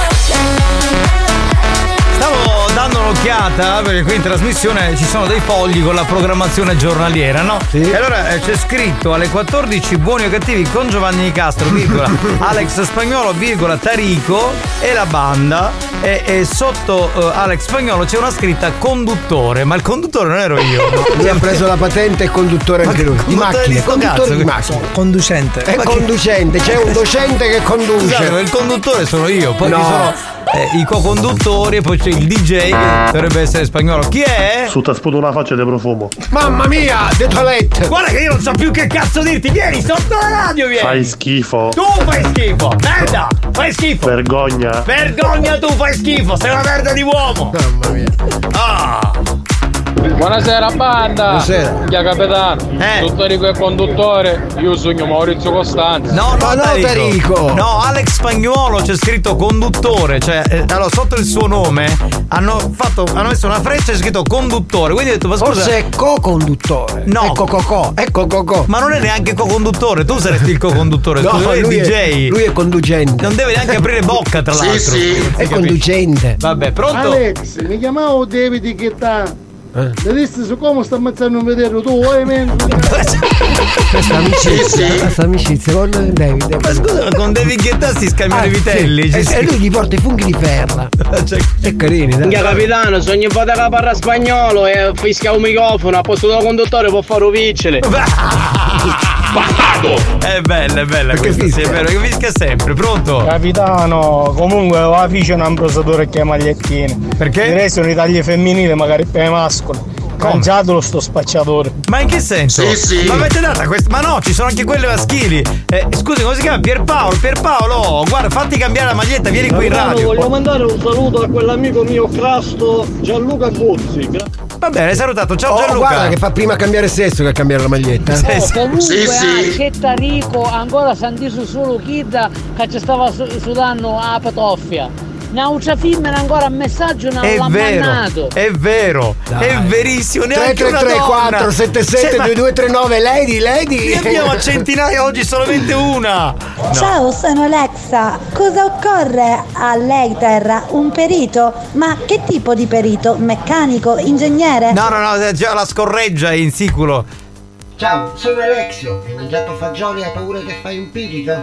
love. Stavo dando un'occhiata perché qui in trasmissione ci sono dei fogli con la programmazione giornaliera, no? Sì. E allora eh, c'è scritto alle quattordici Buoni o Cattivi con Giovanni Nicastro, virgola, Alex Spagnolo, virgola, Tarico e la banda. E, e sotto uh, Alex Spagnolo c'è una scritta conduttore, ma il conduttore non ero io. Lui ha preso la patente e conduttore anche lui. Di macchine, conduttore di macchine. Conducente. È conducente, c'è un docente che conduce. Scusate, ma il conduttore sono io, poi No. ci sono eh, i co-conduttori e poi c'è il D J che dovrebbe essere spagnolo. Chi è? Su ti sputo una faccia di profumo. Mamma mia, de toilette. Guarda che io non so più che cazzo dirti, vieni sotto la radio, vieni. Fai schifo. Tu fai schifo, merda, fai schifo. Vergogna. Vergogna, tu fai schifo, sei una merda di uomo. Mamma mia. Ah. Buonasera banda. Buonasera. Chi è capitano? Eh. Tuttarico e conduttore. Io sogno Maurizio Costanzo. No, no, Ma no, Tarico. Tarico. No, Alex Spagnolo c'è scritto conduttore, cioè eh, allora sotto il suo nome hanno fatto hanno messo una freccia e c'è scritto conduttore. Quindi ho detto, ma scusa, Forse è co-conduttore. No. Ecco cocò, ecco cocò. ma non è neanche co-conduttore, tu saresti il co-conduttore, No, scusa, lui è lui il D J. è, lui è conducente. Non deve neanche aprire bocca, tra Sì, l'altro. sì. È conducente. Vabbè, pronto? Alex, mi chiamavo David Guetta. Eh? L'hai visto su come sta ammazzando un vedere tu, vuoi meno? Questa amicizia, questa amicizia con David. Ma scusa, con David Guetta si scambiano i vitelli. Sì. E, e lui gli porta i funghi di perla. Cioè, è carini, dai. Minchia capitano, sogno fate la parla spagnolo e fischia un microfono, a posto del conduttore può fare vincere. È bella, è bella. Perché questa, sì, è vero, che fischia sempre, pronto? Capitano, comunque la fice è un ambrosadore che ha magliettine. Perché? Direi sono i tagli femminili, magari per i mascoli. Cangiatelo sto spacciatore. Ma in che senso? Sì, sì. Ma avete data questa? Ma no, ci sono anche quelle maschili. Eh, scusi, come si chiama? Pierpaolo, Pierpaolo, guarda, fatti cambiare la maglietta, vieni qui in radio. Voglio mandare un saluto a quell'amico mio Crasto, Gianluca Guzzi. Va bene, salutato, ciao oh, Gianluca. Guarda che fa prima cambiare sesso che cambiare la maglietta. Oh, sì, comunque sì, sì. Che Tarico ancora sentito solo Kid che ci stava sudando a patoffia. Un'altra film ancora a messaggio non è l'ha vero, mandato. È vero, Dai. è verissimo. tre tre tre quattro sette sette due due tre nove Lady, Lady. Ne abbiamo a centinaia, oggi solamente una. No. Ciao, sono Lexa. Cosa occorre all'Eiter? Un perito? Ma che tipo di perito? Meccanico? Ingegnere? No, no, no, già la scorreggia è in siculo. Ciao, sono Alexio. Hai mangiato fagioli e hai paura che fai un pirito?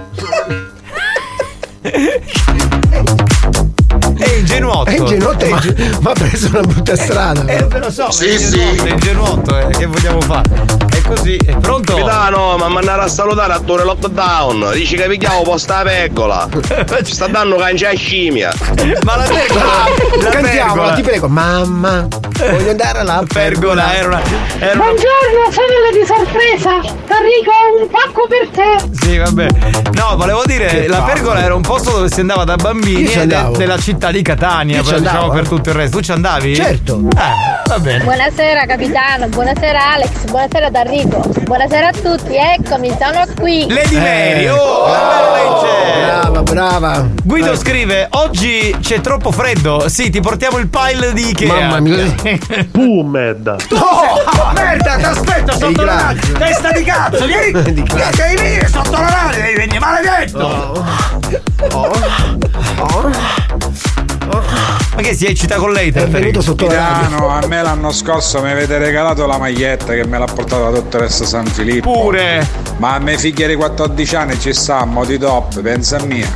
È ingenuotto. È ingenuotto, ma, ma ha preso una brutta strada. Eh, eh, lo so, Sì, è ingenuotto, sì. è ingenuotto, eh, che vogliamo fare? È così, è pronto? Capitano, ma mandare a salutare attore lockdown. Dici che picchiamo posta la peccola. Ci sta dando cancia a scimmia. Ma la pergola, la Cantiamola, pergola. ti prego. Mamma, voglio andare alla pergola. Era una, era una... Buongiorno, sono la di sorpresa. Enrico, un pacco per te. Sì, vabbè. No, volevo dire, la pergola era un posto dove si andava da bambini Io ci ed è andavo. della città di Catania, Io ci per, diciamo, andavo, per eh. tutto il resto. Tu ci andavi? Certo. Eh, va bene. Buonasera capitano, buonasera Alex, buonasera D'Arrigo, buonasera a tutti, eccomi, sono qui. Lady Mary, Eh, oh, brava, lei c'è. Brava, brava. Guido Eh. scrive: oggi c'è troppo freddo. Sì, ti portiamo il pile di Ikea. Mamma mia. Puh, merda. Oh, merda, ti aspetto sotto la nave. Di Testa di cazzo, vieni. Di cazzo. Devi venire sotto la nave, devi venire, maledetto. Oh. Oh. Ma che si eccita con lei? È venuto sotto la radio. Capitano, a me l'anno scorso mi avete regalato la maglietta che me l'ha portata la dottoressa San Filippo. Pure. Ma a me figlia di quattordici anni ci sta a mo' di top, pensa a mia.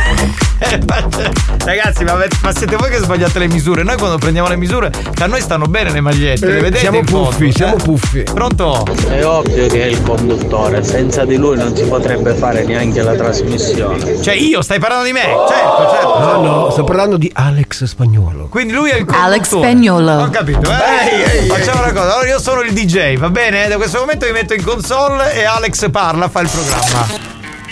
Ragazzi, ma, ma siete voi che sbagliate le misure? Noi quando prendiamo le misure, a noi stanno bene le magliette, le Eh, vedete? siamo in foto, puffi, eh? siamo puffi. Pronto? È ovvio che è il conduttore, senza di lui non si potrebbe fare neanche la trasmissione. Cioè io, stai parlando di me? Certo, certo. No, no, sto parlando di Alex Spagnuolo. Quindi lui è il conduttore. Alex Spagnuolo. Ho capito, eh? Ehi, ehi, Facciamo una cosa, allora io sono il D J, va bene? Da questo momento mi metto in console e Alex parla, fa il programma.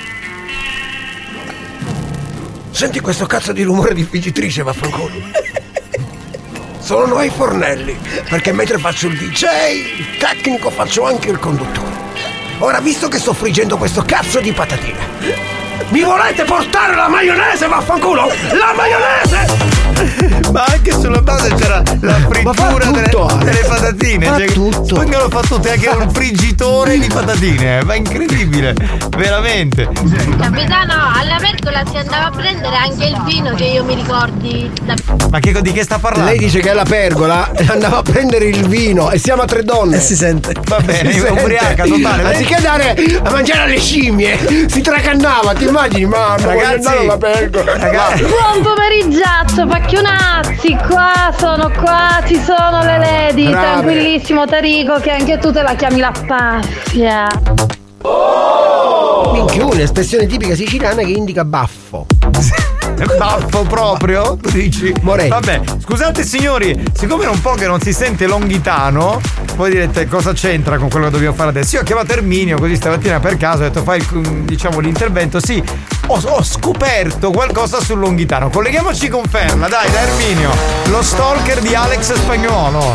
Senti questo cazzo di rumore di friggitrice, vaffanculo. Sono noi fornelli, perché mentre faccio il D J, il tecnico, faccio anche il conduttore. Ora, visto che sto friggendo questo cazzo di patatine, mi volete portare la maionese, vaffanculo? La maionese! Ma anche sulla base c'era la frittura delle, tutto, delle patatine. Fa cioè, tutto. Spagnolo fa tutto, è anche un friggitore di patatine. Ma incredibile, veramente. Capitano, alla pergola si andava a prendere anche il vino che io mi ricordi. Da... Ma che, di che sta parlando? Lei dice che è la pergola, andava a prendere il vino e siamo a tre donne. E si sente. Va bene, Si è ubriaca sente. totale. Anziché andare a mangiare alle scimmie, si tracannava, ti immagini? Mamma, voglio Ragazzi, andare alla pergola. ragazzi. Buon pomeriggiazzo, pacchionazzi, qua sono qua, ci sono le lady, Brave. tranquillissimo Tarico che anche tu te la chiami la paffia. Minchione, espressione tipica siciliana che indica baffo. Baffo proprio? Tu dici? Moretti. Vabbè, scusate signori, siccome era un po' che non si sente longhitano, voi direte cosa c'entra con quello che dobbiamo fare adesso? Io ho chiamato Erminio così stamattina per caso, ho detto fai il, diciamo l'intervento, sì, ho, ho scoperto qualcosa sul longhitano. Colleghiamoci con Ferla, dai, da Erminio, lo stalker di Alex Spagnuolo.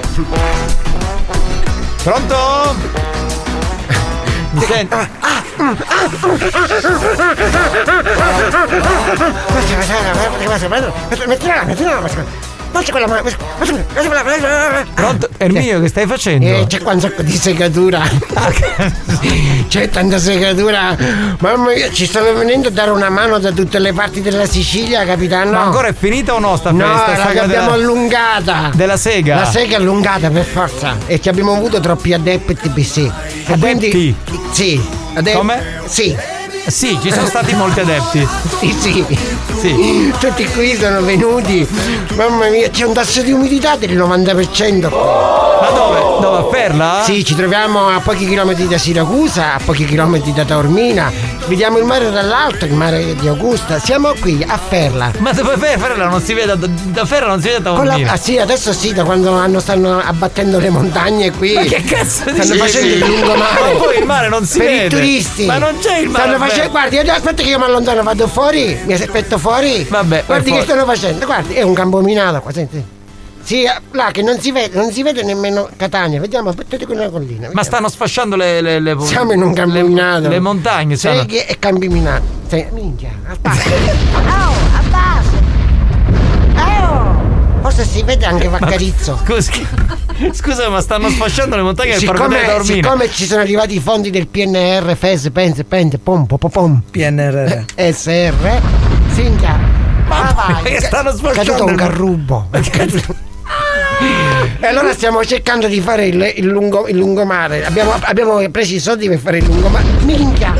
Pronto? Mi senti? Faccio quella mano. Pronto? Erminio, che stai facendo? Eh, c'è qua un sacco di segatura. C'è tanta segatura. Mamma mia, ci stanno venendo a dare una mano da tutte le parti della Sicilia, capitano. Ma ancora è finita o no sta no, festa? No, la abbiamo della... allungata. Della sega? La sega è allungata per forza. E ci abbiamo avuto troppi adepti P C. Adepti? Quindi, sì. Adep- Come? Sì. Sì, ci sono stati molti adepti. Sì, sì. Sì. Tutti qui sono venuti. Mamma mia, c'è un tasso di umidità del novanta per cento. Ma dove? Dove? A Ferla? Sì, ci troviamo a pochi chilometri da Siracusa, a pochi chilometri da Taormina. Vediamo il mare dall'alto, il mare di Augusta. Siamo qui a Ferla. Ma dove Ferla non si vede? Da, da Ferla non si vede da Taormina? La, ah sì, adesso sì, da quando hanno, stanno abbattendo le montagne qui. Ma che cazzo stanno dici? facendo il lungomare. Ma poi il mare non si per vede. Per i turisti. Ma non c'è il mare. Stanno facendo, guardi, aspetta che io mi allontano, vado fuori, mi aspetto fuori. Vabbè, guardi che stanno facendo, guardi, è un campo minato qua, senti. Sì, là che non si vede, non si vede nemmeno Catania, vediamo, aspettate con una collina. Vediamo. Ma stanno sfasciando le, le, le siamo in un campo minato. Le montagne, stanno. Seghe e campi minati. Sì, minchia, aspetta. Oh, abbassa. Oh. Forse si vede anche Vaccarizzo. Scusi, scusa, ma stanno sfasciando le montagne del parco della Taormina. Siccome ci sono arrivati i fondi del P N R, F E S, Pense, Pente, Pom, Pom, Pom, P N R R, S R, Sinca. Ma vai, che stanno sfasciando? È caduto un carrubo. E allora stiamo cercando di fare il, il, lungo, il lungomare. Abbiamo, abbiamo preso i soldi per fare il lungomare. Minchia!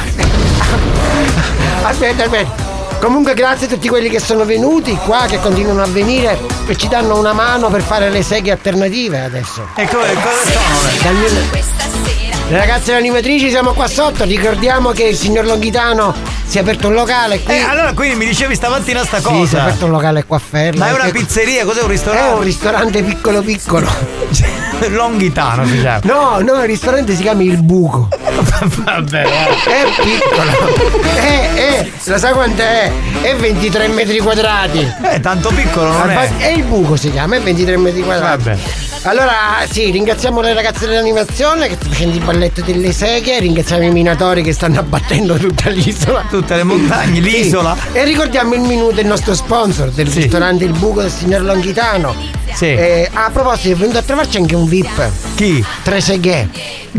Aspetta, aspetta. Comunque grazie a tutti quelli che sono venuti qua, che continuano a venire e ci danno una mano per fare le seghe alternative adesso. E come, cosa sono? Le ragazze animatrici siamo qua sotto, ricordiamo che il signor Longhitano si è aperto un locale qui. Eh, allora quindi mi dicevi stamattina sta cosa. Sì, si è aperto un locale qua a Ferla. Ma è una pizzeria, cos'è un ristorante? È un ristorante piccolo piccolo. Longhitano si chiama. No, no, il ristorante si chiama Il Buco. Vabbè. È piccolo. È, è, lo sai quant'è? È ventitré metri quadrati. Eh, tanto piccolo non è. È il Buco si chiama, è ventitré metri quadrati. Vabbè. Allora, sì, ringraziamo le ragazze dell'animazione che stanno facendo il balletto delle seghe, ringraziamo i minatori che stanno abbattendo tutta l'isola. Tutte le montagne, l'isola. Sì. E ricordiamo il menù del nostro sponsor, del sì. ristorante Il Buco del signor Longhitano. Sì. Eh, a proposito, è venuto a trovarci anche un V I P. Chi? Tre seghe.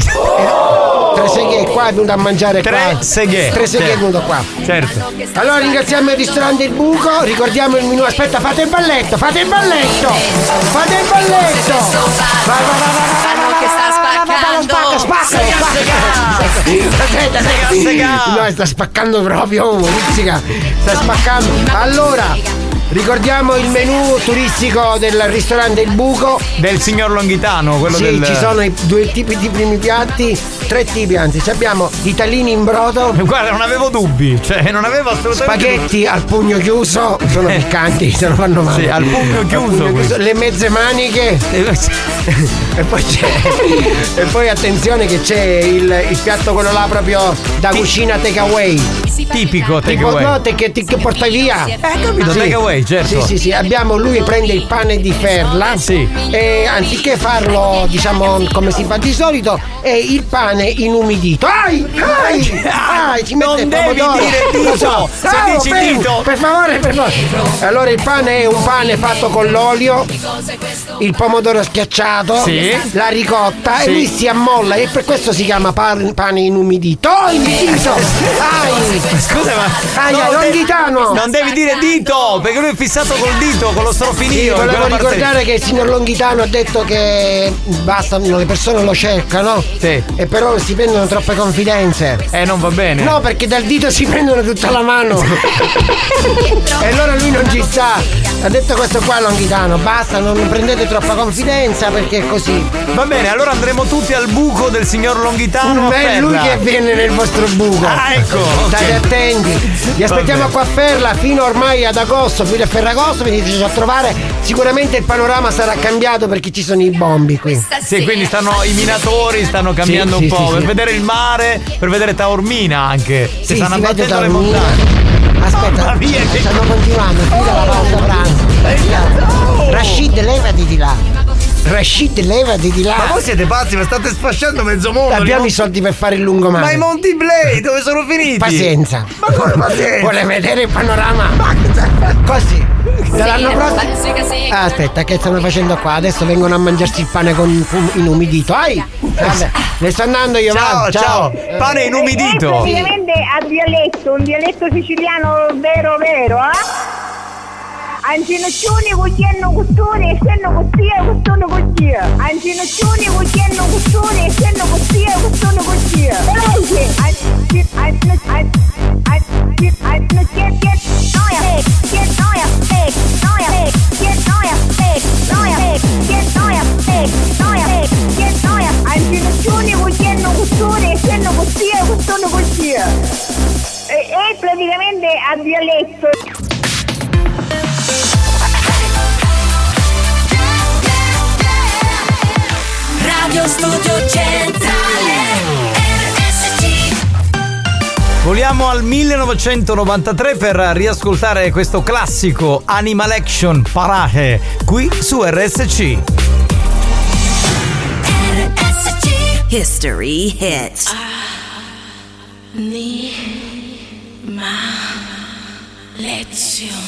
Oh! Tre seghe qua, è venuto a mangiare Tre qua. seghe. Tre seghe certo. è venuto qua. Certo. Allora ringraziamo il ristorante Il Buco, ricordiamo il menù. Aspetta, fate il balletto, fate il balletto! Fate il balletto! Vai, vai, vai, vai, vai, che sta spaccando! Spacca, spacca! Aspetta, no, sta spaccando proprio, Rizzica. Sta spaccando. Allora, ricordiamo il menù turistico del ristorante Il Buco del signor Longhitano, quello sì, del... ci sono i due tipi di primi piatti, tre tipi anzi. Ci abbiamo i talini in brodo. Guarda, non avevo dubbi, cioè non avevo assolutamente spaghetti al pugno chiuso, sono piccanti, se non fanno male. Sì, al pugno chiuso, al pugno chiuso. Le mezze maniche. E poi c'è e poi attenzione che c'è il, il piatto quello là proprio da Ti... cucina take away. Tipico take tipo, away. No, te, che ti che portai via. Eh, capito, sì. take away, certo. Sì, sì, sì. Abbiamo, lui prende il pane di Ferla. Sì. E anziché farlo, diciamo, come si fa di solito, è il pane inumidito. Ai! Ai! Ai! Ci mette non devi pomodoro. dire dito! So. Se oh, dici per, dito! Per favore, per favore. Allora il pane è un pane fatto con l'olio, il pomodoro schiacciato, sì. la ricotta, sì. e lui si ammolla e per questo si chiama pane, pane inumidito. Oh, inumidito! Ai! Scusa, ma Ai, non, Longhitano! Non devi dire dito, perché lui è fissato col dito, con lo strofinio. Sì, volevo ricordare che il signor Longhitano ha detto che basta, le persone lo cercano. Sì. E però si prendono troppe confidenze. Eh, non va bene. No, perché dal dito si prendono tutta la mano. E allora lui non ci sta. Ha detto questo qua Longhitano, basta, non prendete troppa confidenza perché è così. Va bene, allora andremo tutti al buco del signor Longhitano. È lui che viene nel vostro buco. Ah, ecco. State okay. attenti. Vi aspettiamo qua a Ferla fino ormai ad agosto, fino a Ferragosto, veniteci a trovare. Sicuramente il panorama sarà cambiato perché ci sono i bombi qui. Sì, quindi stanno i minatori, stanno cambiando sì, un sì, po' sì, per sì. vedere il mare, per vedere Taormina anche. Sì, stanno si vede abbattendo le montagne. Aspetta, via, che... stanno continuando, fino alla pausa pranzo. Rashid, levati di là. Rashid, levati di là. Ma voi siete pazzi, ma state sfasciando mezzo mondo. Abbiamo Mon- i soldi per fare il lungomare. Ma i Monti Blade dove sono finiti? Pazienza. Ma come pazienza? Vuole vedere il panorama? Così. Dall'anno prossimo. Ah, aspetta, che stanno facendo qua? Adesso vengono a mangiarsi il pane con fum- inumidito. Ai! Vabbè, ne sto andando io, ciao, va. ciao. Pane inumidito. È praticamente a dialetto, un dialetto siciliano vero vero, eh? Ancinoccioni cucchiano costone e senno costia costone costia. Ancinoccioni cucchiano costone e senno costia costone costia. Veloce! Anci anci anci anci get get noia fake get noia fake noia fake get noia fake noia fake get noia fake noia fake get noia. Ancinoccioni cucchiano costone e senno costia costone costia. È praticamente a dialetto. Radio Studio Centrale R S C. Voliamo al millenovecentonovantatré per riascoltare questo classico Animal Action Paraje qui su R S C. R S C History Hit. Anima lezione.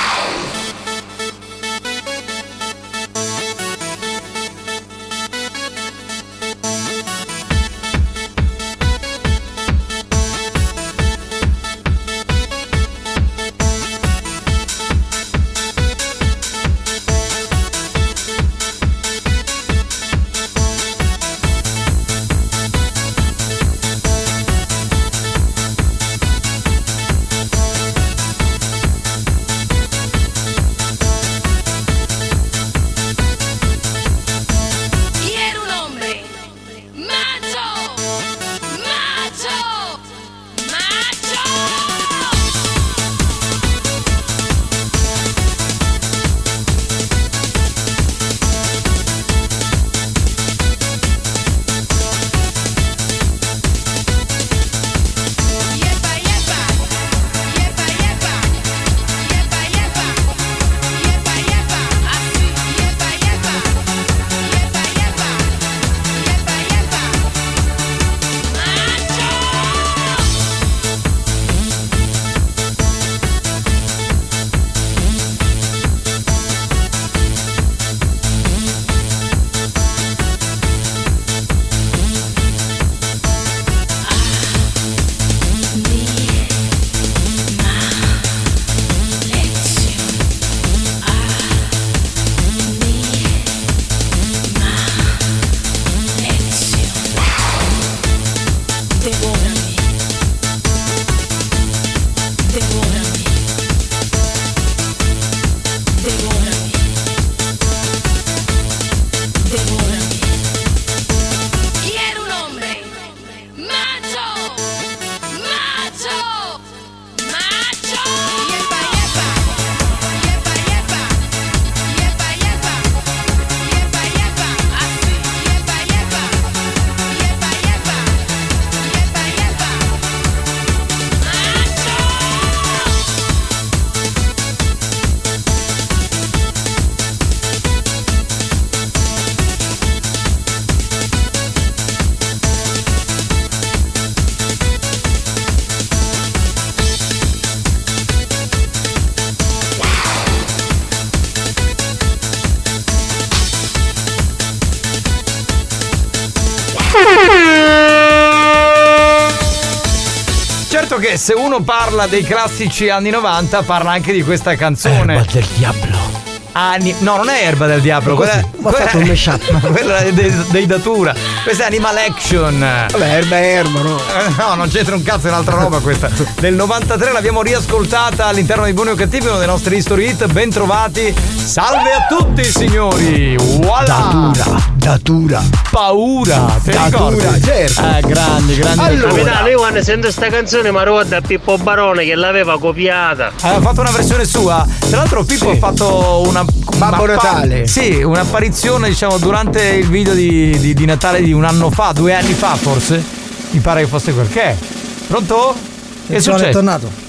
Certo che se uno parla dei classici anni novanta parla anche di questa canzone. Erba del Diablo. Ani- no, non è Erba del Diablo, quella, Ma ha fatto un mashup. quella è dei, dei Datura. Questa è Animal Action. Vabbè, Erba è Erba, no? Eh, no, non c'entra un cazzo, è un'altra roba questa. Del novantatré l'abbiamo riascoltata all'interno di Buoni o Cattivi, uno dei nostri history hit. Ben trovati. Salve a tutti, signori. Voilà. Datura, datura. Paura. Ti Datura, ricordi? certo. Eh, grandi, grandi. Allora, capitano, io quando sento sta canzone mi ricorda Pippo Barone che l'aveva copiata. Aveva fatto una versione sua. Tra l'altro Pippo Sì. ha fatto una Babbo una- Natale. Sì, un'apparizione, diciamo, durante il video di, di, di Natale di un anno fa, due anni fa forse. Mi pare che fosse quel che è. Pronto? Che è Attenzione, successo? è tornato.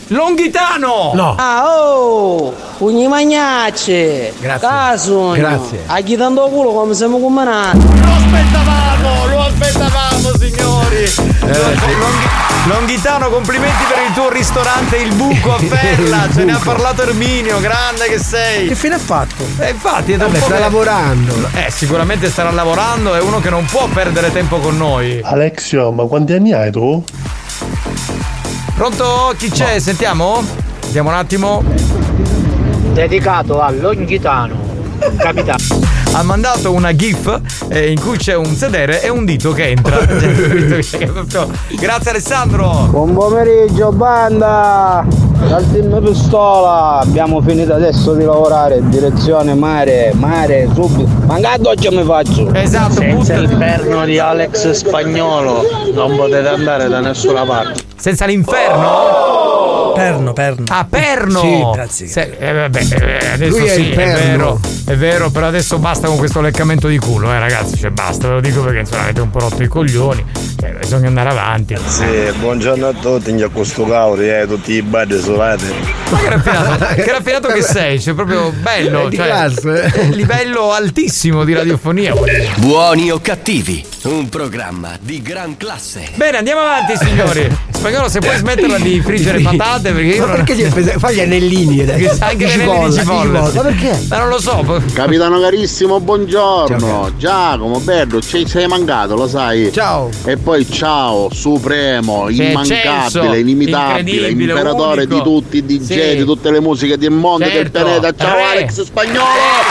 Longhitano! No. Ah, oh! Pugni magnacce! Grazie. Caso! Grazie. A chi tanto culo come siamo combinati! Lo aspettavamo! Lo aspettavamo, signori! Eh, sì. Longhitano, complimenti per il tuo ristorante Il Buco a Ferla. Ce ne ha parlato Erminio, grande che sei. Che fine ha fatto? Eh, infatti è da un Vabbè, po' sta che- lavorando. Eh, sicuramente starà lavorando, è uno che non può perdere tempo con noi. Alexio, ma quanti anni hai tu? Pronto? Chi c'è? Sentiamo? Vediamo un attimo. Dedicato a Longhitano, capitano. Ha mandato una gif eh, in cui c'è un sedere e un dito che entra. Grazie Alessandro. Buon pomeriggio banda, dal team Pistola. Abbiamo finito adesso di lavorare in direzione mare, mare, subito. Mancato oggi mi faccio. Esatto. Senza il perno di Alex Spagnolo non potete andare da nessuna parte. Senza l'inferno? Perno, perno. Ah, perno! Sì, grazie. Se, eh, vabbè, eh, adesso Lui è sì, il è perno. vero, è vero, però adesso basta con questo leccamento di culo, eh ragazzi, cioè basta, ve lo dico perché insomma avete un po' rotto i coglioni, cioè bisogna andare avanti. Sì, buongiorno a tutti, in questo cauri, eh, tutti i bad solati. Ma che raffinato, che raffinato che sei, cioè proprio bello, Di cioè, classe. livello altissimo di radiofonia. Buoni o cattivi, un programma di gran classe. Bene, andiamo avanti signori. Spagnolo, se puoi smetterla di friggere patate perché io Ma non... perché ti pesa- fai gli anellini adesso? Anche Di le anelli di cipolla. Ma perché? Ma non lo so. Capitano carissimo, buongiorno. Giacomo, bello, ci sei mancato, lo sai. Ciao. E poi ciao, supremo, Sei eccelso, immancabile, inimitabile, incredibile, imperatore unico. di tutti i D J, Sì. di tutte le musiche del mondo e del Certo. pianeta. Ciao Re. Alex Spagnolo.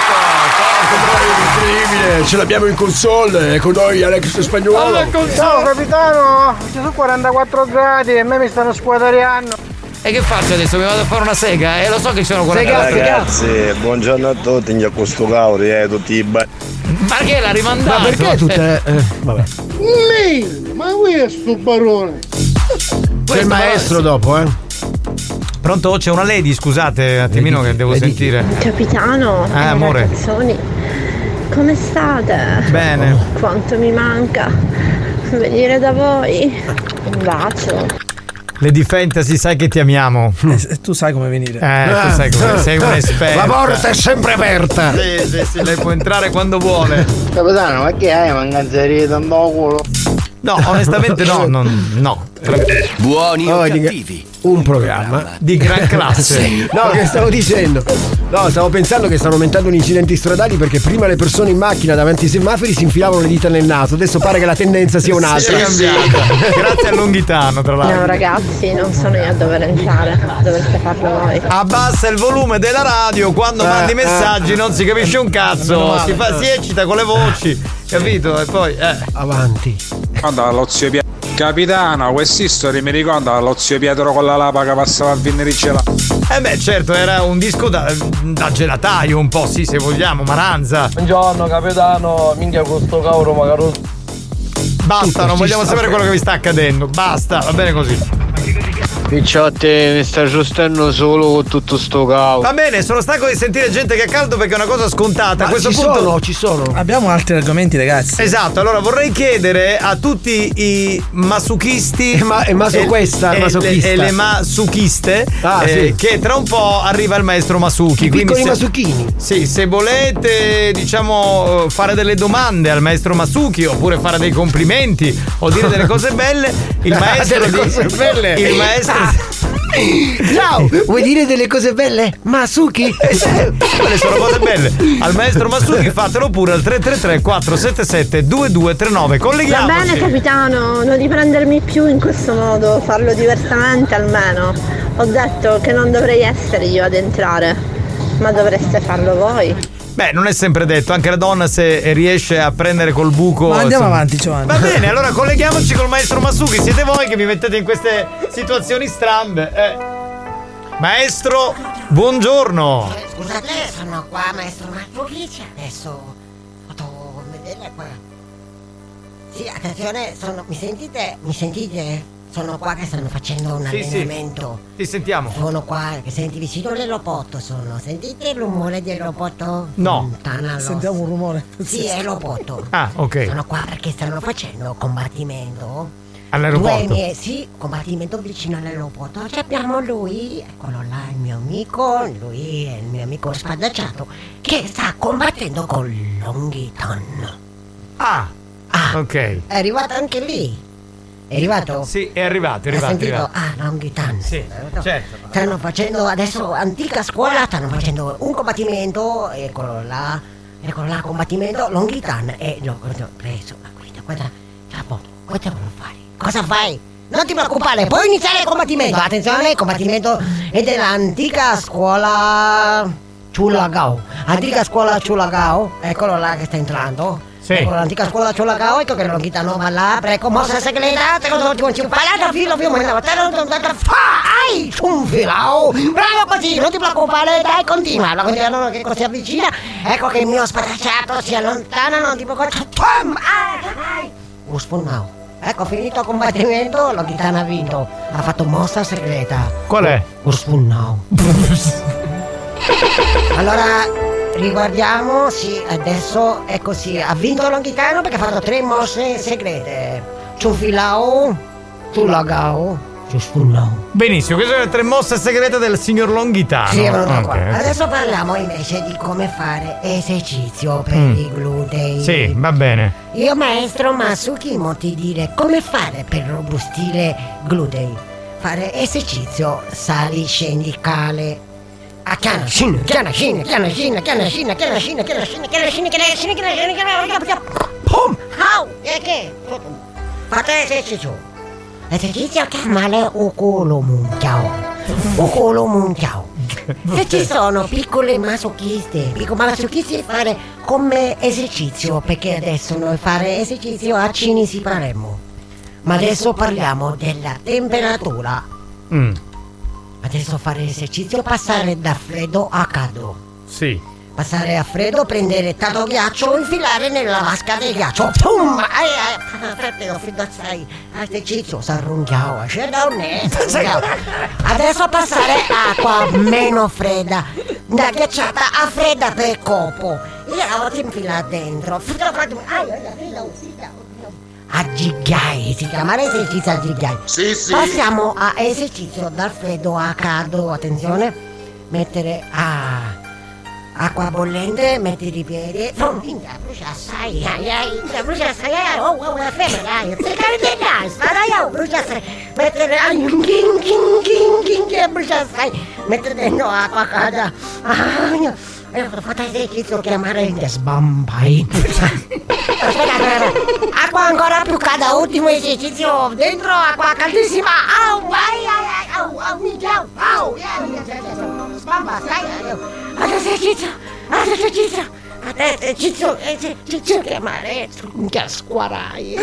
Incredibile, ce l'abbiamo in console, con noi Alex Spagnolo. Ciao capitano, ci sono quarantaquattro gradi e a me mi stanno squadariando. E che faccio adesso? Mi vado a fare una sega? E eh, lo so che ci sono quaranta Ragazzi, buongiorno a tutti, in questo cauri, eh, tutti i bad. Ma che l'ha rimandato? Ma perché tutte. Eh, vabbè. Lì, ma questo barone. C'è il maestro dopo, eh. Pronto? C'è una lady, scusate, un attimino che devo sentire. Capitano, Eh, amore. ragazzoni, come state? Bene. Quanto mi manca venire da voi. Un bacio. Lady Fantasy, sai che ti amiamo. Eh, tu sai come venire. Eh, tu sai come sei un'esperta. La porta è sempre aperta. Sì, sì, sì, lei può entrare quando vuole. Capitano, ma che hai manganzeria tanto culo? No, onestamente no, non, no. Buoni o Oh, di- cattivi, Un programma. Di gran classe. No, che stavo dicendo? No, stavo pensando che stanno aumentando gli incidenti stradali perché prima le persone in macchina davanti ai semafori si infilavano le dita nel naso. Adesso pare che la tendenza sia un'altra. È cambiata. Grazie a Longhitano, tra l'altro. No ragazzi, non sono io a dover entrare, dovreste farlo voi. Abbassa il volume della radio, quando Eh, mandi eh, messaggi non si capisce un cazzo, si, fa, si eccita con le voci, capito? E poi, eh. Avanti. Guarda lo zio Pietro. Capitano, questa storia mi ricorda lo zio Pietro con la lapa che passava a vendere il gelato. Eh beh, certo, era un disco da, da gelataio un po', sì, se vogliamo, Maranza. Buongiorno capitano, minchia questo cavolo magari. Basta, non vogliamo sapere quello che vi sta accadendo, basta, va bene così. Picciotti, mi sta giustando solo con tutto sto cavolo. Va bene, sono stanco di sentire gente che ha caldo perché è una cosa scontata. A Ma questo ci punto sono, ci sono. Abbiamo altri argomenti, ragazzi. Esatto, allora vorrei chiedere a tutti i masuchisti E ma- e masoquesta, e, masochista. e, e le masuchiste Ah, eh, sì. che tra un po' arriva il maestro Masuki. I piccoli se, masuchini. Sì, se volete, diciamo, fare delle domande al maestro Masuki oppure fare dei complimenti o dire delle cose belle, il maestro Delle di, cose belle. il maestro Ciao, vuoi dire delle cose belle? Masuki? Quelle sono cose belle. Al maestro Masuki fatelo pure al tre tre tre quattro sette sette due due tre nove. Va Colleghiamoci. bene capitano, non riprendermi più in questo modo, farlo diversamente almeno. Ho detto che non dovrei essere io ad entrare, ma dovreste farlo voi. Beh, non è sempre detto, anche la donna se riesce a prendere col buco. Ma andiamo insomma. avanti, Giovanni. Va bene, allora colleghiamoci col maestro Masuki. Siete voi che mi mettete in queste situazioni strambe. Eh. Maestro, buongiorno. Scusate, sono qua, maestro Marcovici, adesso vado a vedere qua. Sì, attenzione, sono, mi sentite? Mi sentite? Sono qua che stanno facendo un Sì, sì. allenamento. Ti sentiamo. Sono qua, che senti vicino all'aeroporto sono. Sentite il rumore dell'aeroporto? No. Lontana all'osso. Sentiamo un rumore. Sì, è l'aeroporto. Ah, ok. Sono qua perché stanno facendo combattimento All'aeroporto? Due miei, sì, combattimento vicino all'aeroporto. Ci abbiamo lui, eccolo là, il mio amico, lui è il mio amico spadacciato, che sta combattendo con Longitan. Ah, ah, ok. È arrivato anche lì. È arrivato? Sì, è arrivato, è arrivato. Ha sentito? È arrivato. Ah, Longitan. Sì, certo. Stanno facendo adesso, antica scuola, stanno facendo un combattimento, eccolo là, eccolo là, combattimento, Longitan, e l'ho preso, ma guarda, guarda, capo, guarda come lo fai. Cosa fai? Non ti preoccupare, puoi iniziare il combattimento. Attenzione, il combattimento è dell'antica scuola Chulagao. Antica scuola Chulagao, eccolo là che sta entrando. Sì. Ecco l'antica scuola Chulagao, ecco che Longitan va là, prego, mossa segreta, te lo ti palata filo filo, ma te lo fai, un filao. Bravo così, non ti preoccupare, dai, continua. La continuano che si avvicina, ecco che il mio spadacciato si allontana, non ti preoccupare. Uspunnao. Ecco, finito il combattimento, Longitan ha vinto. Ha fatto mossa segreta. Qual è? Uspunnao. Allora, riguardiamo, sì, adesso è così. Ha vinto Longitan perché ha fatto tre mosse segrete. Ciufilao, Ciulagao, Ciuspunnao. Benissimo, queste sono le tre mosse segrete del signor Longhitano. Sì, è venuto qua. Ok. Adesso parliamo invece di come fare esercizio per Mm. i glutei. Sì, va bene. Io, maestro Masuki, mo ti dire come fare per robustire glutei. Fare esercizio, sali, scendi, cale. A chiana, scina, chiana, scina, chiana, scina, chiana, scina, chiana, scina, chiana, scina, chiana, scina, chiana, scina, chiana, scina, chiana, scina, pum, au, e che? Fate esercizio. Esercizio che male o culo munchiao. O culo munchiao. Se ci sono piccole masochiste, piccole masochiste fare come esercizio, perché adesso noi fare esercizio a Cinisi faremo. Ma adesso parliamo della temperatura. Mm. Adesso fare esercizio, passare da freddo a caldo. Sì. Passare a freddo, prendere tanto ghiaccio, infilare nella vasca del ghiaccio. Pum! Ai ai, freddo, freddo assai. Esercizio, s'arrungiao, scenda un Adesso passare acqua meno fredda, da ghiacciata a fredda per corpo. E la ti infila dentro. Ai ai, fredda, uscita. Aggigai, si chiama esercizio aggigai. Sì, sì. Passiamo a esercizio dal freddo a caldo, attenzione, mettere a acqua bollente, metti i piedi, oh, minchia, brucia assai, ai ai, brucia assai, ai, oh, oh, la femmina, ai, cercare di dai, spara, oh, brucia assai, mettere, ai, ging, ging, ging, ging, brucia assai, mettere dentro acqua calda, ah, e fate esercizio chiamare il sbambai. Aspetta, acqua ancora più calda, ultimo esercizio, dentro acqua caldissima, au, ai, ai, ai, au, au, minchia, au, sbamba, stai, ad esercizio, ad esercizio, ad esercizio, esercizio chiamare, minchia, squarai.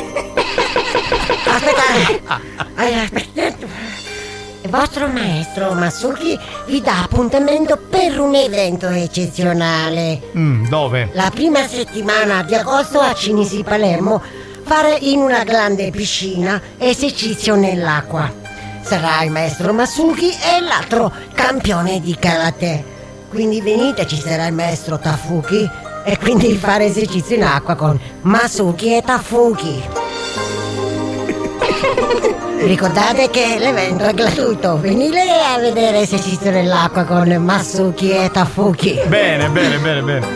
Aspetta, aspetta. Il vostro maestro Masuki vi dà appuntamento per un evento eccezionale. Mm, dove? La prima settimana di agosto a Cinisi Palermo, fare in una grande piscina esercizio nell'acqua. Sarà il maestro Masuki e l'altro campione di karate. Quindi venite, ci sarà il maestro Tafuki e quindi fare esercizio in acqua con Masuki e Tafuki. Ricordate che l'evento è gratuito, venite a vedere esercizio nell'acqua con Masuki e Tafuki. Bene, bene, bene, bene.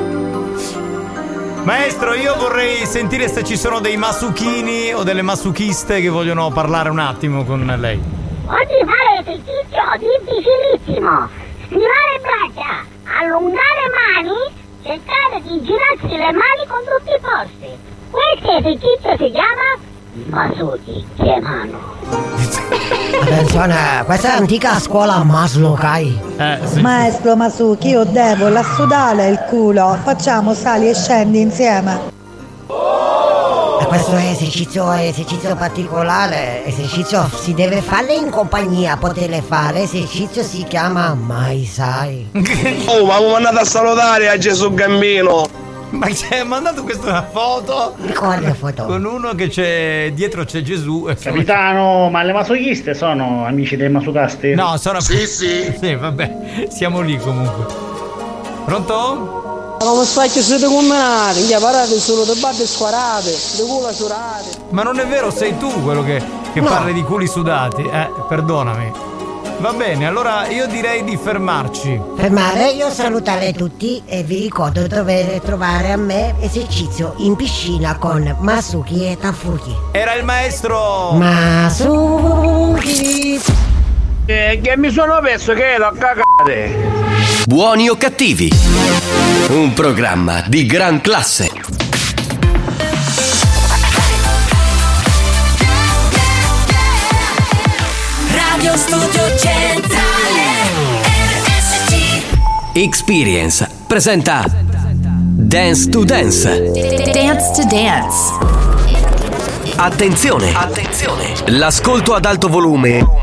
Maestro, io vorrei sentire se ci sono dei masuchini o delle masukiste che vogliono parlare un attimo con lei. Oggi fare esercizio difficilissimo. Stirare braccia, allungare mani, cercare di girarsi le mani con tutti i posti. Questo esercizio si chiama Masuki che mano. Attenzione, questa è l'antica scuola Maslokai. Eh, sì. Maestro Masuki, io devo la sudale il culo. Facciamo sali e scendi insieme. E questo è esercizio, è esercizio particolare. Esercizio si deve fare in compagnia, poterle fare. Esercizio si chiama Mai Sai. Oh, ma mi mandate a salutare a Gesù Gambino. Ma ci hai mandato questa una foto? Quale foto? Con uno che c'è dietro c'è Gesù. Capitano, ma le masochiste sono amici dei masocasti? No, sono. Sì, sì. Sì, vabbè, siamo lì comunque. Pronto? Come spacchio siete combinati, gli parate solo di batte squarate, di culo ciurate. Ma non è vero, sei tu quello che, che No. parli di culi sudati, eh, perdonami. Va bene, allora io direi di fermarci. Fermare, io salutare tutti e vi ricordo dovete trovare a me esercizio in piscina con Masuki e Tafuki. Era il maestro Masuki. Eh, che mi sono perso che l'ho cagate. Buoni o cattivi? Un programma di gran classe. Radio Studio Centrale R S C. Experience presenta Dance to Dance. Dance to Dance. Attenzione, attenzione. L'ascolto ad alto volume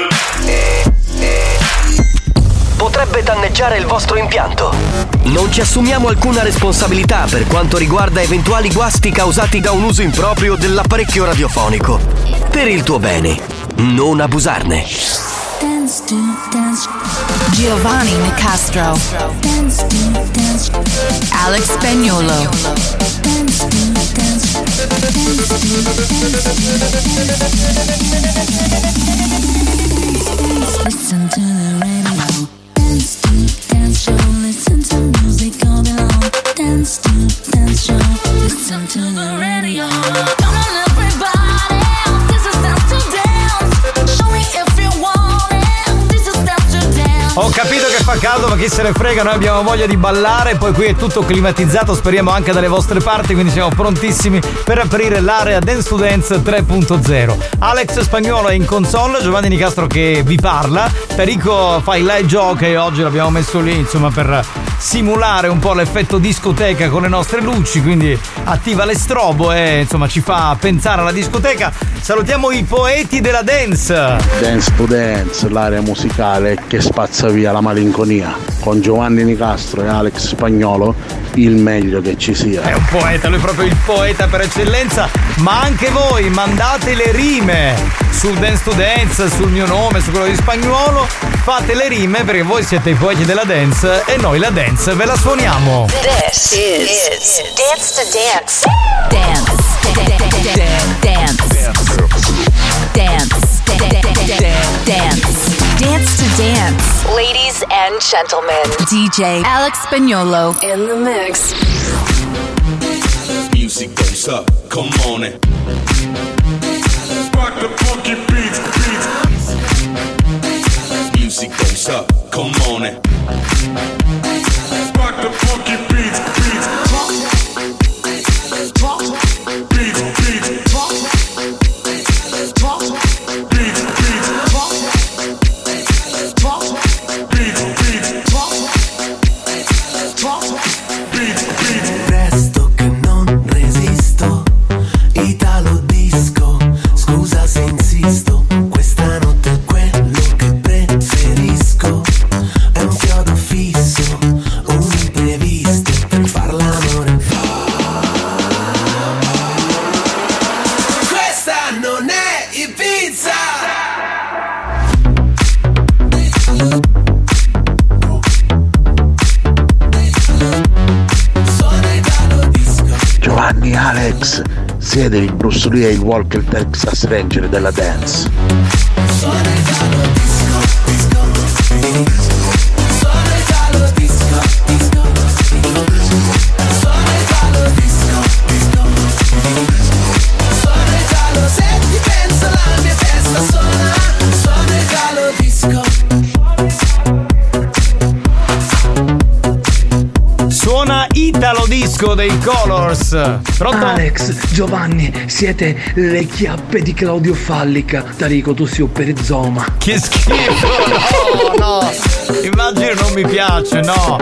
potrebbe danneggiare il vostro impianto. Non ci assumiamo alcuna responsabilità per quanto riguarda eventuali guasti causati da un uso improprio dell'apparecchio radiofonico. Per il tuo bene, non abusarne. Dance to Dance. Giovanni Nicastro. Dance to Dance. Alex Spagnuolo. Dance to Dance. Dance to Dance. Listen to the radio. Dance to Dance show. Listen to music all day long. Dance to Dance show. Listen to the radio. Come on everybody. This is Dance to Dance. Show me if you want it. This is Dance to Dance. Ho capito che fa caldo, ma chi se ne frega, noi abbiamo voglia di ballare, poi qui è tutto climatizzato, speriamo anche dalle vostre parti, quindi siamo prontissimi per aprire l'area Dance to Dance tre punto zero. Alex Spagnuolo è in console, Giovanni Nicastro che vi parla, Perico fa il live jockey, oggi l'abbiamo messo lì, insomma, per simulare un po' l'effetto discoteca con le nostre luci, quindi attiva le strobo e insomma ci fa pensare alla discoteca. Salutiamo i poeti della dance. Dance to Dance, l'area musicale che spazza via la malinconia. Con Giovanni Nicastro e Alex Spagnuolo, il meglio che ci sia. È un poeta, lui è proprio il poeta per eccellenza. Ma anche voi mandate le rime su Dance to Dance, sul mio nome, su quello di Spagnuolo. Fate le rime perché voi siete i poeti della dance e noi la dance ve la suoniamo. This is Dance to Dance. Dance. Dance. Dance. Dance. Dance to Dance. Ladies and gentlemen, D J Alex Spagnuolo in the mix. Music goes up, come on it. Rock the funky beats, beats. Music goes up, come on it. Rock the funky beats, beats. Beats, beats. Presto che non resisto, Italo disco, scusa se insisto, questa notte è quello che preferisco, è un chiodo fisso, un imprevisto per far l'amore. Questa non è Ibiza! Giovanni Alex, siete il Bruce Lee e il Walker Texas Ranger della dance. Se ti penso la mia testa suona, suona Italo disco. Suona Italo Disco dei Colors. Pronto? Alex, Giovanni, siete le chiappe di Claudio Fallica. Tarico, tu sei un perizoma. Che schifo! No, no! Immagino non mi piace, no!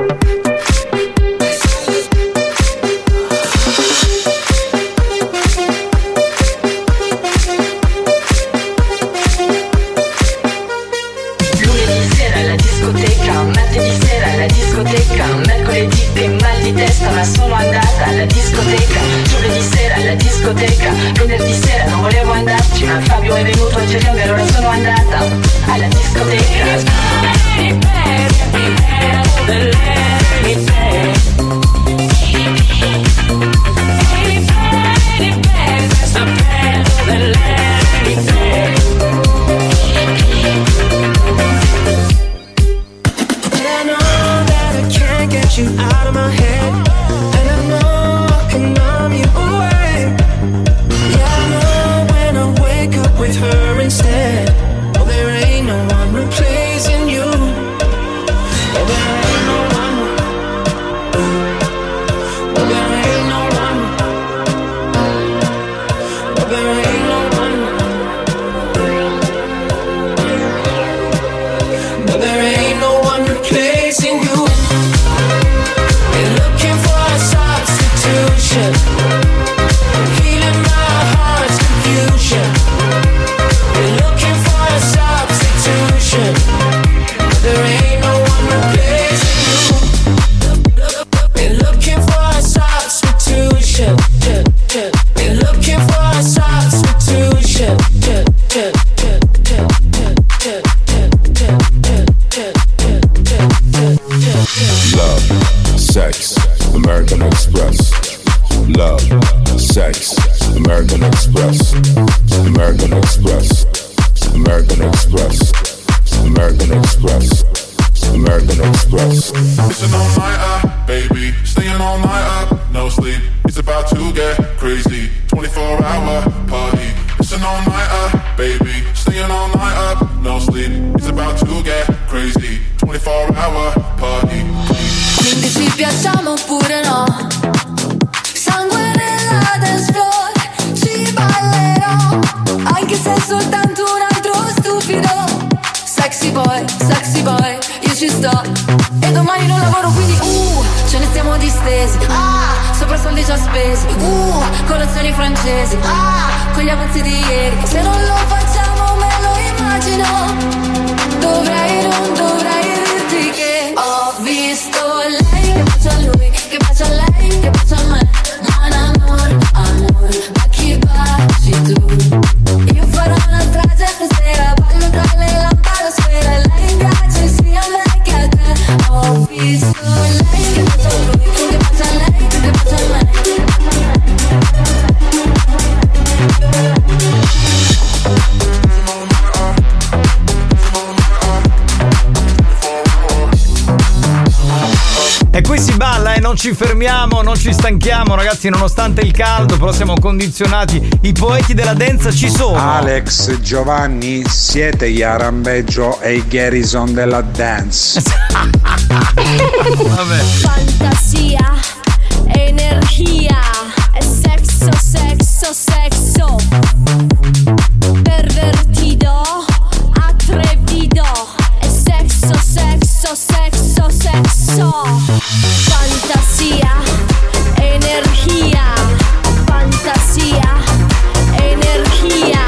Lunedì sera alla discoteca, martedì sera alla discoteca, mercoledì dei mal di testa ma sono andata alla discoteca, giovedì sera alla discoteca, venerdì sera non volevo andarci ma Fabio è venuto a cercarmi allora sono andata alla discoteca. Healing my heart's confusion. We're looking for a substitution. There ain't no one replacing you. We're looking for a substitution. We're looking for a substitution. Love, sex, American Express. Love, sex, American Express. American Express. American Express. American Express. American Express. Listen all night up, baby. Staying all night up, no sleep. It's about to get crazy. twenty-four hour party. Listen all night up, baby. Staying all night up, no sleep. It's about to get crazy. twenty-four hour party. Quindi ci piacciamo oppure no? Sangue nella dance floor, ci ballerò, anche se è soltanto un altro stupido. Sexy boy, sexy boy, io ci sto. E domani non lavoro quindi uh, ce ne stiamo distesi. Ah, sopra soldi già spesi. Uh, colazioni francesi. Ah, con gli avanzi di ieri. Se non lo facciamo me lo immagino. Dovrei, non dovrei dirti che ho visto lei che bacia a lui, che bacia a lei, che bacia a me. Mon amor, amor, a chi baci tu? Io farò una strage stasera, ballo tra le lampadosfere. Lei piace sia a me che a te. Ho visto lei che bacia a lui, che bacia a lei, che bacia a me. E qui si balla e non ci fermiamo, non ci stanchiamo ragazzi, nonostante il caldo, però siamo condizionati, i poeti della dance ci sono. Alex, Giovanni, siete gli Arambeggio e i Garrison della dance. Vabbè. Fantasia, energia, e sexo, sexo, sexo. Pervertido, atrevido, e sexo, sexo, sexo, sexo. Fantasia, energia, fantasia, energia.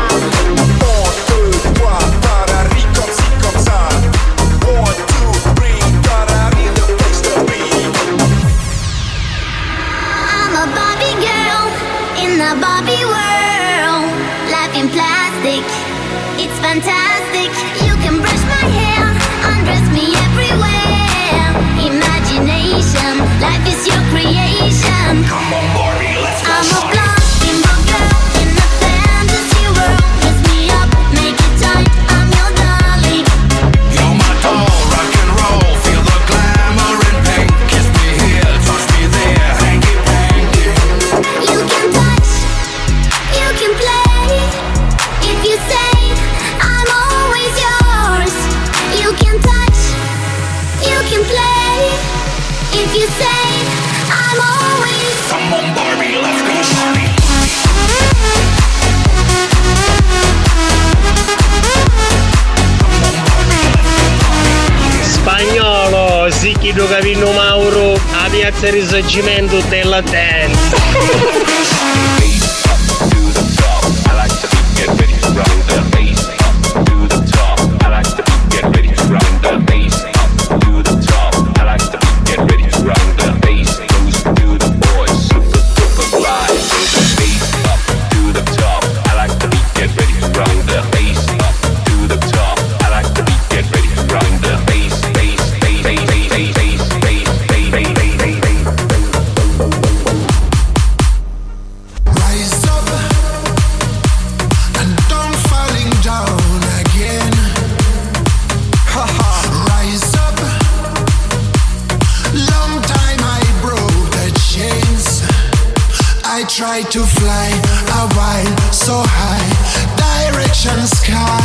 I'm a Barbie girl in the Barbie world. Life in plastic, it's fantastic. You can brush my hair, undress me everywhere. Imagination, life is your creation. Come on, Barbie, let's go. I'm a blonde bimbo girl in a fantasy world. Dress me up, make it tight, I'm your darling. You're my doll, rock and roll. Feel the glamour and pink. Kiss me here, touch me there. Hanky panky. You can touch, you can play. If you say I'm always yours. You can touch, you can play. If you say I'm always. Come on, Barbie, let's go party. Spagnolo, si chiedo capino Mauro, a piazza di Risorgimento della dance. Try to fly a while so high, direction sky.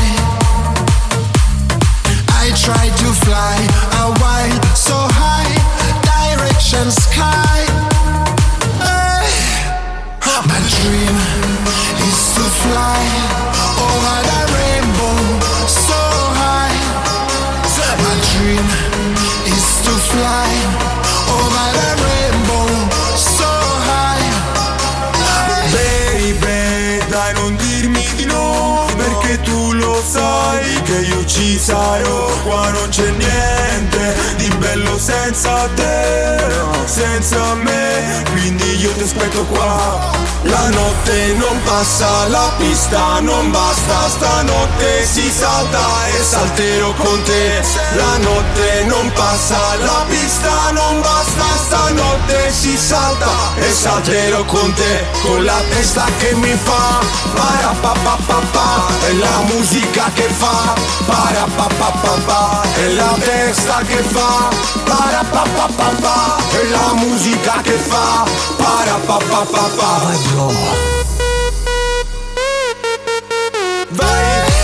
I try to fly a while so high, direction sky. Hey. My dream is to fly over the rainbow so high. My dream is to fly over the rainbow so high. sarò, qua non c'è niente di bello senza te, senza me, quindi io ti aspetto qua. La notte non passa, la pista non basta, stanotte si salta e salterò con te. La notte non passa, la pista non basta, stanotte si salta e salterò con te. Con la testa che mi fa para pa pa pa pa, è la musica che fa para pa pa pa pa, è la testa che fa para pa pa pa pa, è la musica che fa para pa pa pa pa. Vai bro, vai.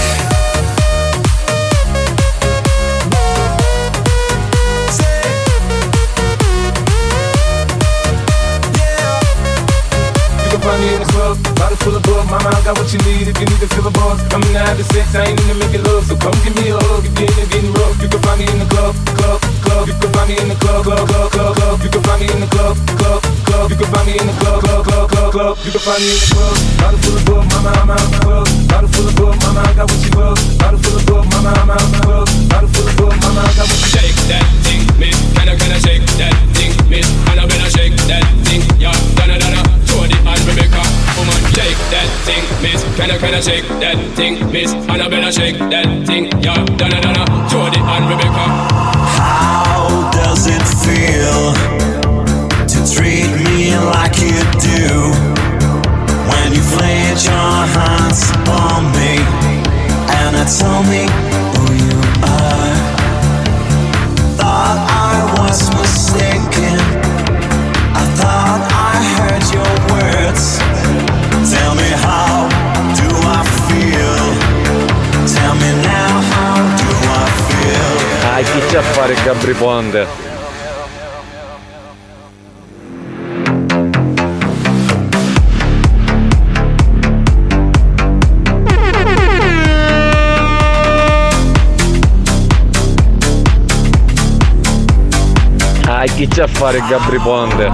Find me in the club, bottle full of bug. Mama, I got what you need if you need to feel the buzz. I'm in the habit of sex, I ain't into making love, so come give me a hug if you're in it getting rough. You can find me in the club, club, club. You can find me in the club, club, club, club, club. You can find me in the club, club, club. You can find me in the club, club, club, club, club. You can find me in the club, bottle full of bug. Mama, I'm out in the club, bottle full of bug. Mama, I got what you love. Bottle full of bug. Mama, I'm out in the club, bottle full of bug. Mama, I got what you shake that thing, miss. Can I, can I shake that thing, miss? And I better shake that thing, yeah. Donna, Donna, Jody and Rebecca. Woman, shake that thing, miss. Can I, can I shake that thing, miss? And I better shake that thing, yeah. Donna, Donna, Jody and Rebecca. How does it feel to treat me like you do? When you laid your hands on me and I told me who you are. Thought I was mistaken, I thought I heard your words. Tell me, how do I feel? Tell me now, how do I feel? Ah, chi c'è a fare Gabri Ponte? Ah, chi c'è a fare Gabri Ponte?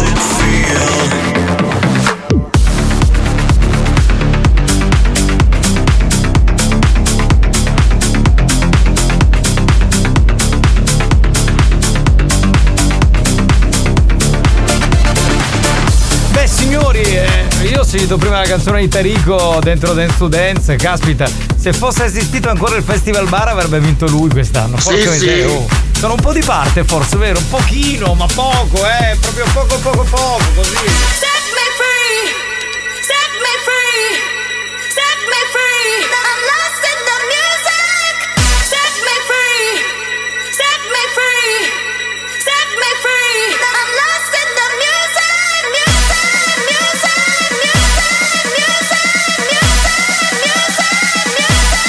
Beh signori, eh, io ho sentito prima la canzone di Tarico dentro Dance to Dance, caspita, se fosse esistito ancora il Festival Bar avrebbe vinto lui quest'anno. Sì, Porca sì. miseria, oh. Sono un po' di parte forse, vero? Un pochino, ma poco, eh, proprio poco poco poco, così. Set me free, set me free, set me free. I'm lost in the music. Set me free, set me free, set me free. I'm lost in the music, music, music, music, music, music, music,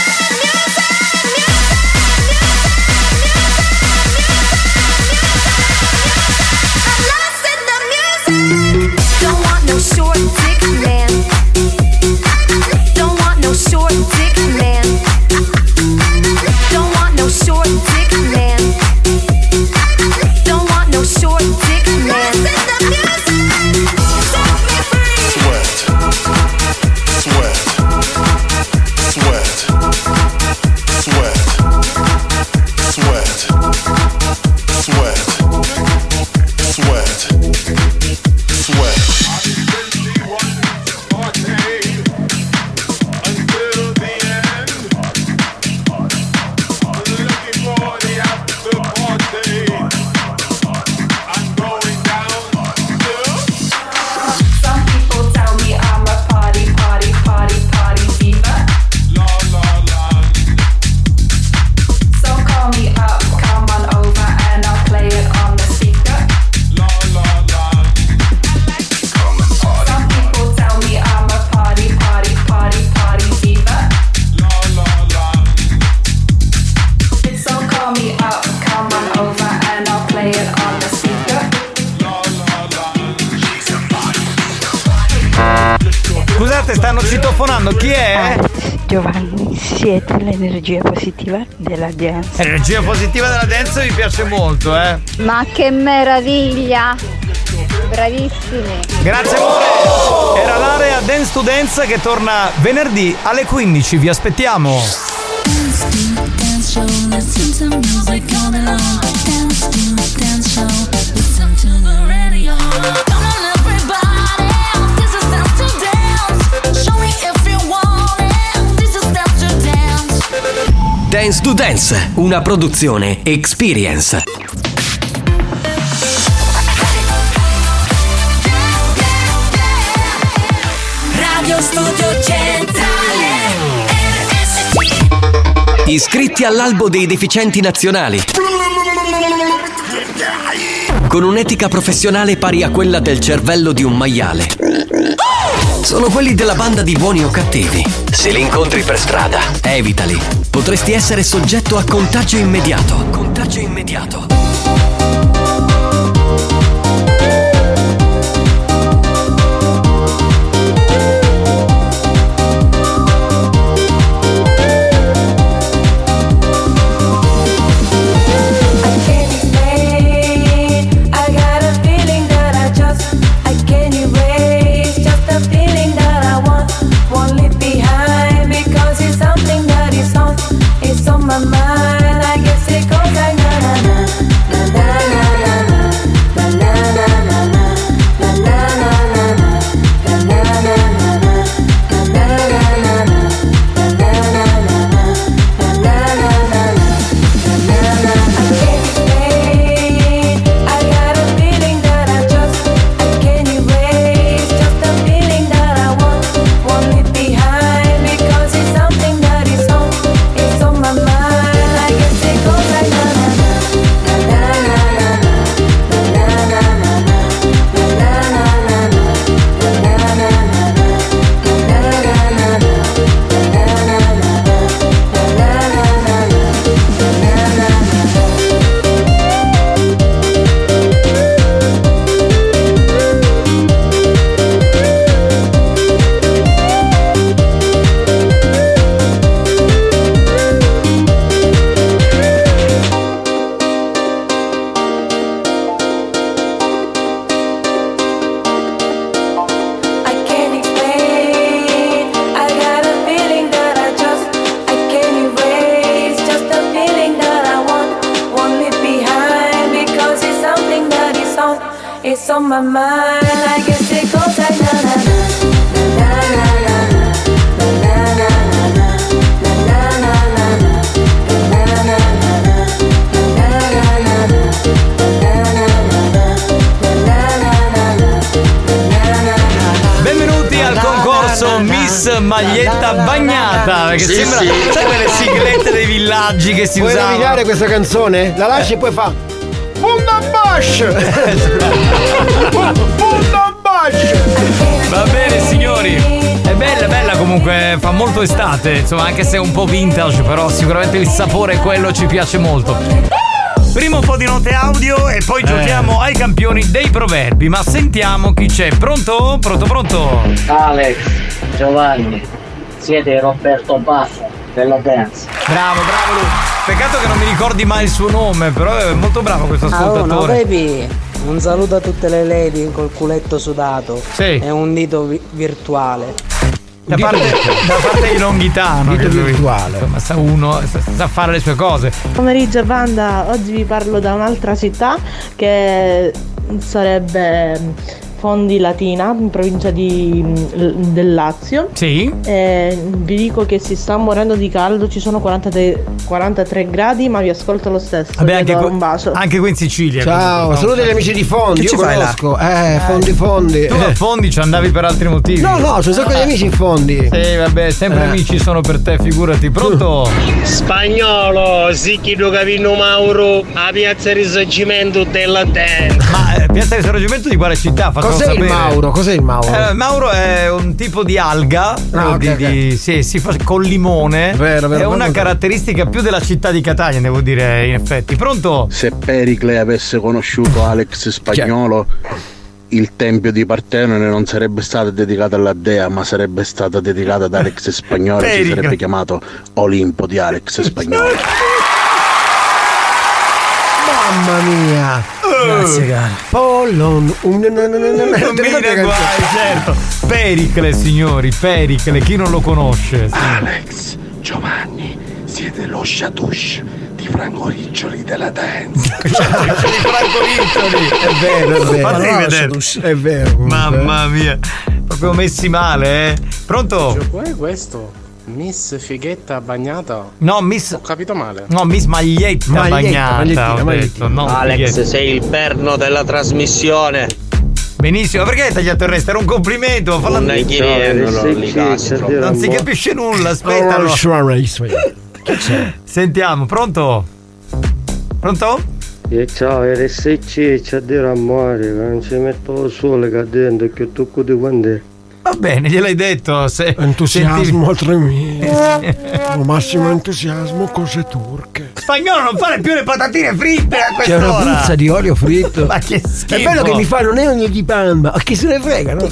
Don't want no short dick man. Don't want no short dick man. Don't want no short dick man. Don't want no short dick man. Sweat, sweat, sweat, sweat, sweat, sweat, sweat, sweat. Some people tell me I'm a party, party, party, party diva. So call me up, come on over and I'll play it on the speaker. Some people tell me I'm a party, party, party, party diva. So call me up, come on over and I'll play it on the speaker. Scusate, stanno citofonando, chi è? Giovanni, siete l'energia positiva della dance. Energia positiva della dance mi piace molto, eh. Ma che meraviglia! Bravissimi! Grazie amore! Era l'area Dance to Dance che torna venerdì alle quindici, vi aspettiamo! Dance to dance, show, listen to music all day long. Dance to the dance show, listen to the radio. Come on everybody, this is dance to dance. Show me if you want it, this is dance to dance. Dance to Dance, una produzione Experience. Radio Studio Centrale R S C. Iscritti all'albo dei deficienti nazionali. Con un'etica professionale pari a quella del cervello di un maiale. Sono quelli della banda di Buoni o Cattivi. Se li incontri per strada, evitali. Potresti essere soggetto a contagio immediato. Contagio immediato. My mind, I guess it goes like na na na na na na na na na. It's on my mind, I guess it goes like na na na na na na na na Benvenuti al concorso Miss Maglietta Bagnata, perché Sì, sembra, sì. sai quelle siglette dei villaggi che si Puoi usavano? nominare questa canzone? La lasci e poi fa Bundabash! Bundabash! Va bene signori, è bella, bella comunque, fa molto estate, insomma, anche se è un po' vintage, però sicuramente il sapore è quello, ci piace molto. Prima un po' di note audio e poi Eh. giochiamo ai campioni dei proverbi, ma sentiamo chi c'è. Pronto? Pronto, pronto? Alex, Giovanni, siete Roberto Baffa della dance. Bravo, bravo lui. Peccato che non mi ricordi mai il suo nome, però è molto bravo questo Ah, oh, no, ascoltatore. baby. Un saluto a tutte le lady col culetto sudato. Sì. È un dito vi- virtuale. Da parte, da parte di Longhitano, Dito che lui, virtuale. insomma, sa uno, sa, sa fare le sue cose. Pomeriggio banda, oggi vi parlo da un'altra città che sarebbe Fondi Latina, in provincia di, del Lazio. Sì. E vi dico che si sta morendo di caldo, ci sono quarantatré, quarantatré gradi, ma vi ascolto lo stesso. Vabbè, Vi anche, do que- un bacio. anche qui in Sicilia. Ciao, così, saluti no? gli amici di Fondi, Che io ci fai là? conosco. Eh, Fondi Fondi. Tu a Fondi ci andavi per altri motivi. No, no, c'ho un sacco di amici in Fondi. Sì, vabbè, sempre Eh. amici sono per te, figurati. Pronto? Spagnolo, si chiedo Cavino Mauro, a piazza Risorgimento della Dance. Ma eh, piazza di Risorgimento di quale città? Faccelo Cos'è il sapere. Mauro? Cos'è il Mauro? Eh, Mauro è un tipo di alga Ah, ok, di, ok. di- sì, si fa con limone. Vero, vero, è una vero. caratteristica più della città di Catania, devo dire, in effetti. Pronto? Se Pericle avesse conosciuto Alex Spagnolo, il tempio di Partenone non sarebbe stato dedicato alla dea, ma sarebbe stato dedicato ad Alex Spagnolo e si Pericle. sarebbe chiamato Olimpo di Alex Spagnolo. Mamma mia. Grazie, cara. Pollon. Un... Non mi ne guai, certo. Pericle, signori, Pericle, chi non lo conosce? Sì. Alex, Giovanni, siete lo Shatush di Franco Riccioli della dance. di Franco Riccioli. È vero, è vero. Fatti No, vedere. è vero. comunque. Mamma mia. Proprio messi male, eh. Pronto? Qual è questo? Miss Fighetta bagnata? No, Miss. Ho capito male. No, Miss Maglietta, Maglietta, bagnata. magliettina, Ho magliettina. detto, non Alex, fighetta. sei il perno della trasmissione. Benissimo, perché hai tagliato il resto? Era un complimento. Fallo Un ghiriello, lì, castro. Non si capisce nulla, aspetta. Oh, Sentiamo, pronto? Pronto? E ciao R S C, c'è a dire amore, che non ci metto il sole qua dentro, che tocco di quando. Va bene, gliel'hai detto. Se Entusiasmo sentivi- tremendo. Massimo entusiasmo, cose turche. Spagnolo, non fare più le patatine fritte a C'è quest'ora. una puzza di olio fritto. Ma che schifo. È bello che mi fa, non è ogni di palma. Ma chi se ne frega, no?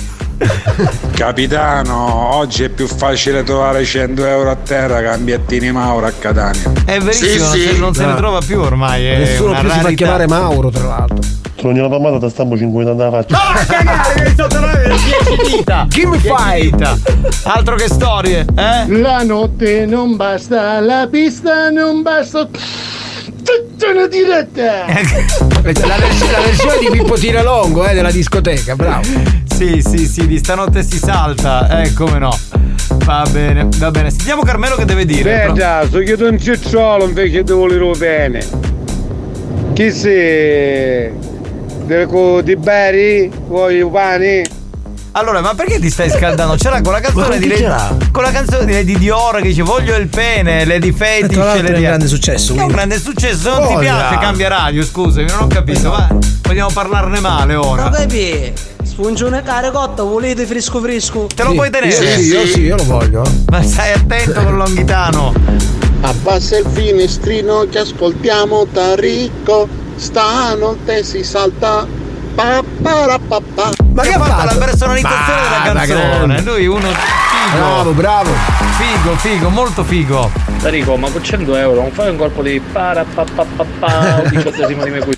Capitano, oggi è più facile trovare cento euro a terra che ambiettini Mauro a Catania. È verissimo, Sì, non, sì. se, non se ne No. trova più ormai. È Nessuno una più si fa rarità. chiamare Mauro, tra l'altro. Sogno la tomata da stampo cinquanta da faccia. Ah, cagare, vieni sotto la dieci dita. Chi mi dieci fai? dita. Altro che storie, eh? La notte non basta, la pista non basta. Tutta una diretta! La, vers- la versione di Pippo Tiralongo, eh, della discoteca, bravo. Sì, sì, sì, di stanotte si salta, eh, come no. Va bene, va bene. Sentiamo Carmelo che deve dire. Veda, so che tu un cicciolo invece di volere bene. Chi sei? Del di Bari? Vuoi i pani? Allora, ma perché ti stai scaldando? C'era con la canzone di Lady, con la canzone di Lady Dior che dice voglio il pene, Lady Fetish. Tra l'altro è Lady- un grande successo, È un quindi. grande successo, se non ti Cosa? piace cambia radio, scusami, non ho capito. Ma vogliamo parlarne male ora? Ma baby, spungione caricotta, volete fresco fresco? Te lo puoi tenere? Io sì, io sì, io lo voglio. Ma stai attento con Longhitano. Abbassa il finestrino che ascoltiamo Tarico, stanotte si salta. Pa, pa, pa, pa. Ma che ha fatto la personalizzazione Ma, della ma canzone? grande. Lui uno figo. Bravo, bravo. Figo, figo, molto figo. Tarico, ma con cento euro non fai un colpo di para pa pa pa pa o diciottesimo di me qui.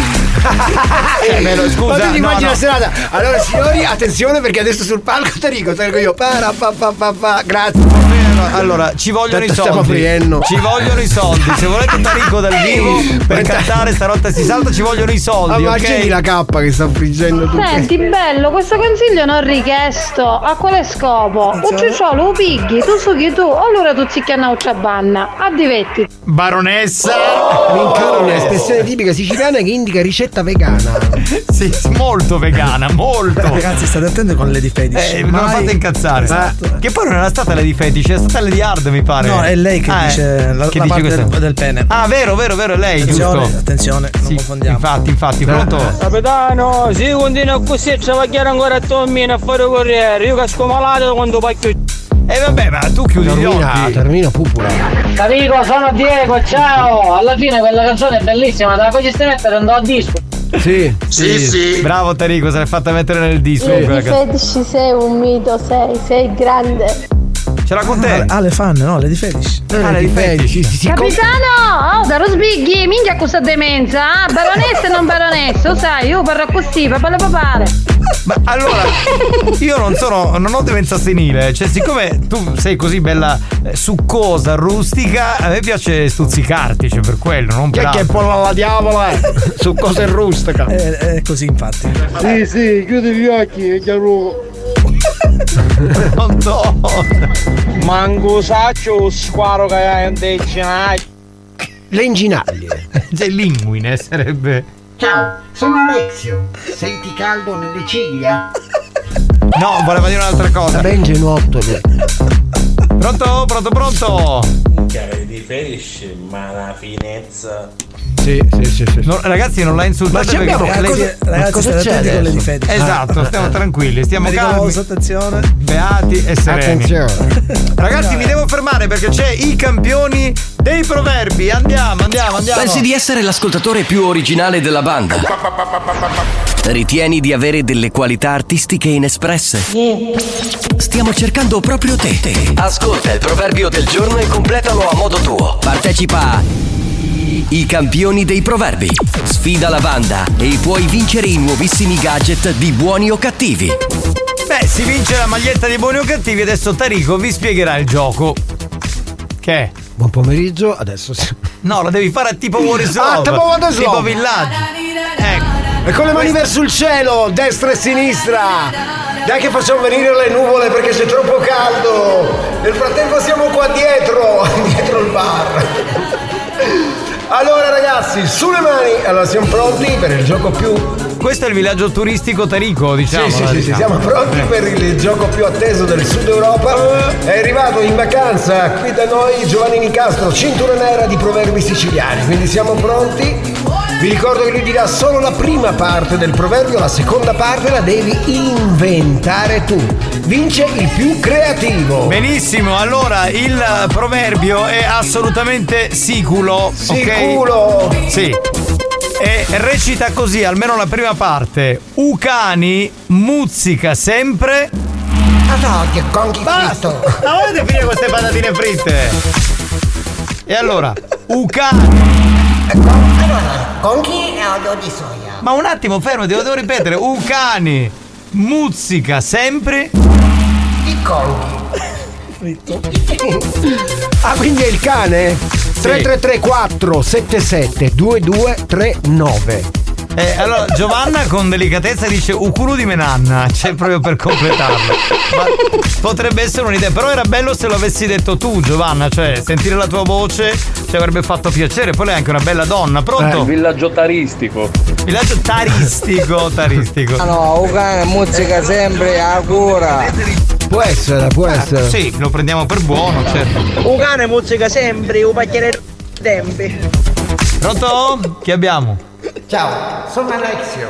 Carmelo, scusa, Ma tu ti no, immagini no. la serata? Allora signori, attenzione perché adesso sul palco Tarico, Tarico io. Para, pa, pa, pa, pa. Grazie. Allora, ci vogliono Tanto i stiamo soldi. aprendo. Ci vogliono i soldi. Se volete Tarico dal vivo per cantare stanotte si salta, ci vogliono i soldi, Immagini ok? la cappa che sta friggendo tutto. Senti bello, questo consiglio non richiesto, a quale scopo? Un cicciolo, un pighi, tu sughi tu, allora tu zicchiana o ciabanna, addivetti. Baronessa! Minchia, un'espressione tipica siciliana che indica ricetta vegana. Sì, sì, molto vegana, molto. Ragazzi, state attenti con Lady Fetish. Eh, non la fate incazzare. Esatto. Che poi non era stata Lady Fetish, è stata Lady Hard, mi pare. No, è lei che Ah, dice eh. la, Che la dice parte del, questo? del pene. Ah, vero, vero, vero, è lei, Attenzione, giusto? attenzione, non Sì, confondiamo. Infatti, infatti, pronto? Capitano, se continua così ci va chiaro ancora a Tommino a fare corriere. Io casco malato quando pacchio. E eh vabbè, ma tu chiudi gli Termina, occhi. termina pupula. Tarico, sono Diego, ciao! Alla fine quella canzone è bellissima, te la potresti mettere andò a disco. Sì, Sì, sì. Bravo Tarico, se l'hai fatta mettere nel disco. quella Lady canzone. Fetish, sei un mito, sei, sei grande. Ce l'ha con te? Ah, le fan, no, Lady Fetish. Ah, Lady Fetish. Capitano! Oh, da Rosbighi, minchia questa demenza, ah, baronessa e non baronessa, lo sai, io parlo così, papà papà. Ma allora, io non sono, non ho demenza senile, cioè siccome tu sei così bella eh, succosa, rustica, a me piace stuzzicarti, cioè per quello, non Chi per è che è altro. pollo alla diavola? Su cose rustica. È, è così, infatti. Sì, sì, chiudi gli occhi e chiaro. Pronto? Manco saccio squaro che hai un decinaio. Le inginaglie. Cioè linguine sarebbe. Ciao, sono Alexio. Senti caldo nelle ciglia? No, voleva dire un'altra cosa. Ben genuotto. Pronto? Pronto, pronto? Chiaro di Fetish, ma la finezza. Sì, sì, sì, sì. No, ragazzi, non la insultate Ma ci perché abbiamo- lei- Cosa- ragazzi, cosa state c'è attenti con adesso? Lady Fetish. Esatto, stiamo tranquilli, stiamo calmi, Pericoloso, attenzione. beati e sereni. Attenzione. Ragazzi, mi devo fermare perché c'è i campioni dei proverbi. Andiamo, andiamo, andiamo. Pensi di essere l'ascoltatore più originale della banda? Ritieni di avere delle qualità artistiche inespresse? Stiamo cercando proprio te. Ascolta il proverbio del giorno e completalo a modo tuo. Partecipa a I campioni dei proverbi. Sfida la banda e puoi vincere i nuovissimi gadget di Buoni o Cattivi. Beh, si vince la maglietta di Buoni o Cattivi. Adesso Tarico vi spiegherà il gioco. Che è? Buon pomeriggio, adesso si... No, lo devi fare tipo What is Love. Ah, tipo What is Tipo Love. Village. Ecco. E con le mani verso il cielo, destra e sinistra. Dai che facciamo venire le nuvole perché c'è troppo caldo. Nel frattempo siamo qua dietro, dietro il bar. Allora ragazzi, sulle mani. Allora siamo pronti per il gioco più... Questo è il villaggio turistico Tarico, diciamo. Sì, sì, sì, diciamo. siamo pronti per il gioco più atteso del Sud Europa. È arrivato in vacanza qui da noi Giovanni Nicastro, cintura nera di proverbi siciliani. Quindi siamo pronti. Vi ricordo che lui dirà solo la prima parte del proverbio, la seconda parte la devi inventare tu. Vince il più creativo. Benissimo, allora il proverbio è assolutamente siculo. Siculo. Ok? Sì. E recita così, almeno la prima parte. Ucani muzzica sempre. Ah no, che conchi Basta! Ma volete finire queste patatine fritte? E allora, Ucani. Conchi e olio di soia. Ma un attimo, fermo, devo, devo ripetere. Ucani muzzica sempre. I conchi. Fritto. Ah, quindi è il cane? tre tre tre quattro sette sette due due tre nove. Eh, allora Giovanna con delicatezza dice Uculu di menanna, c'è proprio per completarlo. Ma potrebbe essere un'idea, però era bello se lo avessi detto tu Giovanna, cioè sentire la tua voce ci avrebbe fatto piacere, poi lei è anche una bella donna, pronto? Eh, il villaggio taristico. Villaggio taristico, taristico. Ah no, Ucane musica sempre a cura. Può essere, può essere. Sì, lo prendiamo per buono, certo. Ucane musica sempre, un pacchiere tempi. Pronto? Chi abbiamo? Ciao, sono Alexio.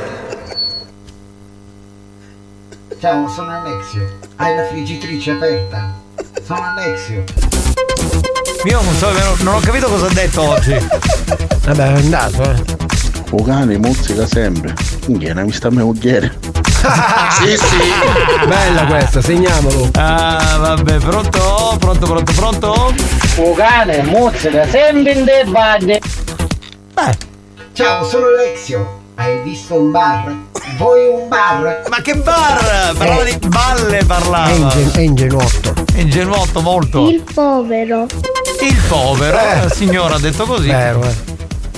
Ciao, sono Alexio. Hai la friggitrice aperta? Sono Alexio. Io non so, non ho capito cosa ha detto oggi. Vabbè, è andato, eh. Ucane muzzica sempre. Viene a vista a me ugliere. Sì, sì. Bella questa, segniamolo. Ah, vabbè, pronto? Pronto, pronto, pronto? Ucane musica sempre in te bagni. Beh. Ciao, sono Alexio. Hai visto un bar? Vuoi un bar? Ma che bar? Parlava Eh. di balle, parlava. È, ingen- è ingenuotto. È ingenuotto molto. Il povero. Il povero, Eh. la signora ha detto così. Vero, eh.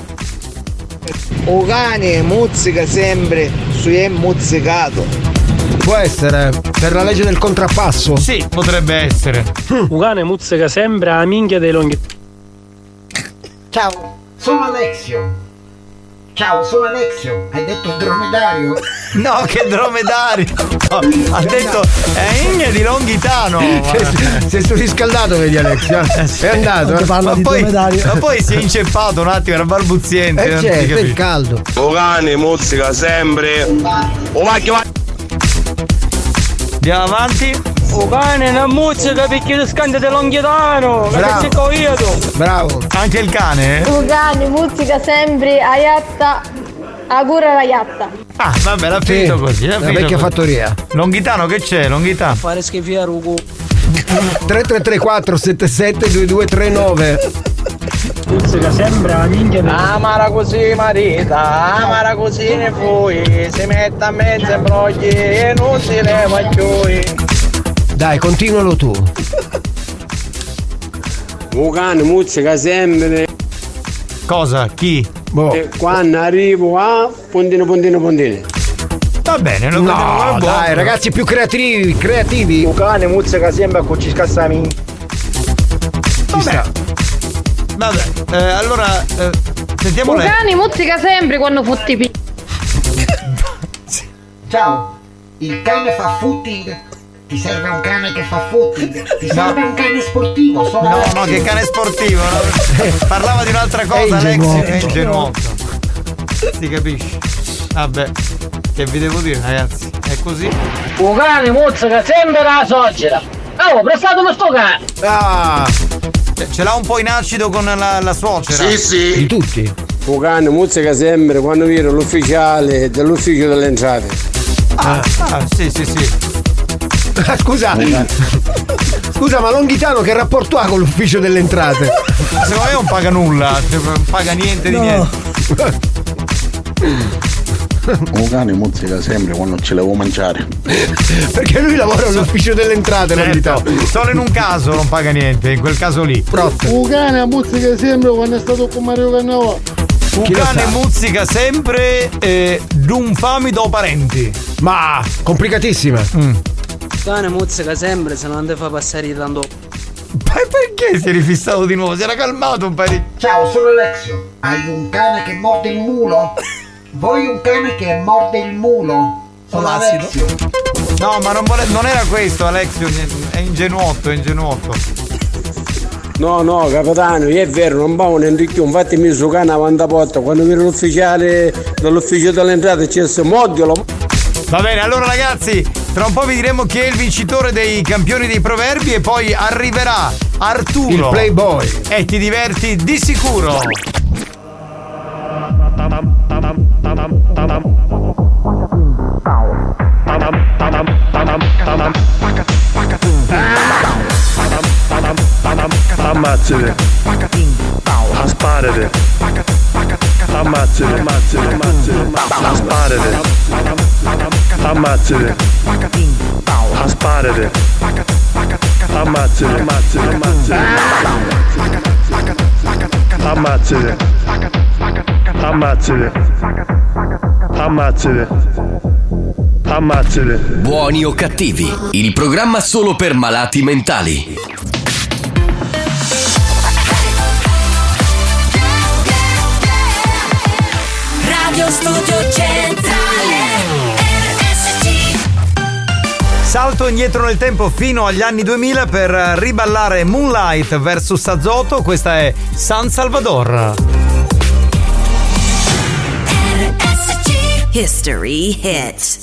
Ucane musica sempre, su è muzzicato. Può essere per la legge del contrappasso? Sì, potrebbe essere. Ucane muzzica sempre a minchia dei longhi. Ciao, sono Alexio. Ciao, sono Alexio. Hai detto dromedario? No, che dromedario! No, ha detto è Igne di Longhitano. Si è surriscaldato, vedi Alexio. È andato. Ma poi, ma poi si è inceppato un attimo, era balbuziente. Eh non certo, si è il capisce. caldo. Ucane muzzica sempre. Oh macchio va. Andiamo avanti. Ucane non musica perché ti scambia di Longhitano. Bravo. Che c'è io tu. Bravo. Anche il cane? eh? Ucani, musica sempre a yatta. Augura la yatta. Ah, vabbè, l'ha finito Sì, così. L'ha la finito vecchia così. fattoria. Longhitano che c'è? Longhitano. Fare schifo a Rugu. tre tre tre quattro sette sette due due tre nove. Musica sempre a minchia. Amara così marita, amara così ne fui. Si mette a mezzo e brogli e non si leva più. Dai, continualo tu. Ucane musica sempre. Cosa? Chi? Boh. E quando arrivo a Pontino Pontino Pontino. Va bene, lo prendiamo come No, buono. dai, ragazzi più creativi, creativi. Ucane musica sempre a cucci scassami. Ci sta. Vabbè, eh, allora eh, sentiamo lei. Ucani musica sempre quando fotti pi. Ciao, il cane fa footing. Ti serve un cane che fa footing? Ti serve un cane sportivo? Sono No, Alexio. no, che cane sportivo. no? Parlava di un'altra cosa, È Alexi. ingenuotto. È ingenuotto. Si capisce. Vabbè, che vi devo dire, ragazzi? È così. Ucani musica sempre la socera. Oh, prestatemi sto cane. Ah, Cioè, ce l'ha un po' in acido con la, la suocera. di tutti. Ucane musica sempre quando viene l'ufficiale dell'ufficio delle entrate. Ah, ah, sì, sì, sì. Scusa. Scusa, ma Longhitano che rapporto ha con l'ufficio delle entrate? Secondo me non paga nulla, cioè, non paga niente di No. niente. Un cane muzzica sempre quando ce l'avevo mangiare. Perché lui lavora all'ufficio delle entrate, certo. Solo in un caso non paga niente, in quel caso lì. Un cane muzzica sempre quando è stato con Mario Cannavò. Un Chi cane muzzica sempre eh, d'un famido parenti. Ma complicatissima. Mm. Cane muzzica sempre se non ti fa passare tanto. Ma perché si è rifissato di nuovo? Si era calmato un po'. Ciao, sono Alexio. Hai un cane che morde il mulo? Vuoi un cane che morde il mulo? Sono Alexio. No, ma non, vole- non era questo, Alexio. È ingenuotto, è ingenuotto. No, no, capitano, è vero, non va un Enrico, infatti mi su cane avanti a porta, quando mi ero l'ufficiale dall'ufficio delle entrate c'è questo modulo. Va bene, allora ragazzi, tra un po' vi diremo chi è il vincitore dei campioni dei proverbi e poi arriverà Arturo, il Playboy, e ti diverti di sicuro. Ammazzate, sparate, ammazzate, ammazzate, ammazzate, sparate, ammazzate, sparate, ammazzate, ammazzate, ammazzate, ammazzate, ammazzate. Buoni o cattivi, il programma solo per malati mentali. Radio Studio Centrale R S C. Salto indietro nel tempo fino agli anni duemila per riballare Moonlight versus Azoto. Questa è San Salvador. R S C History Hit.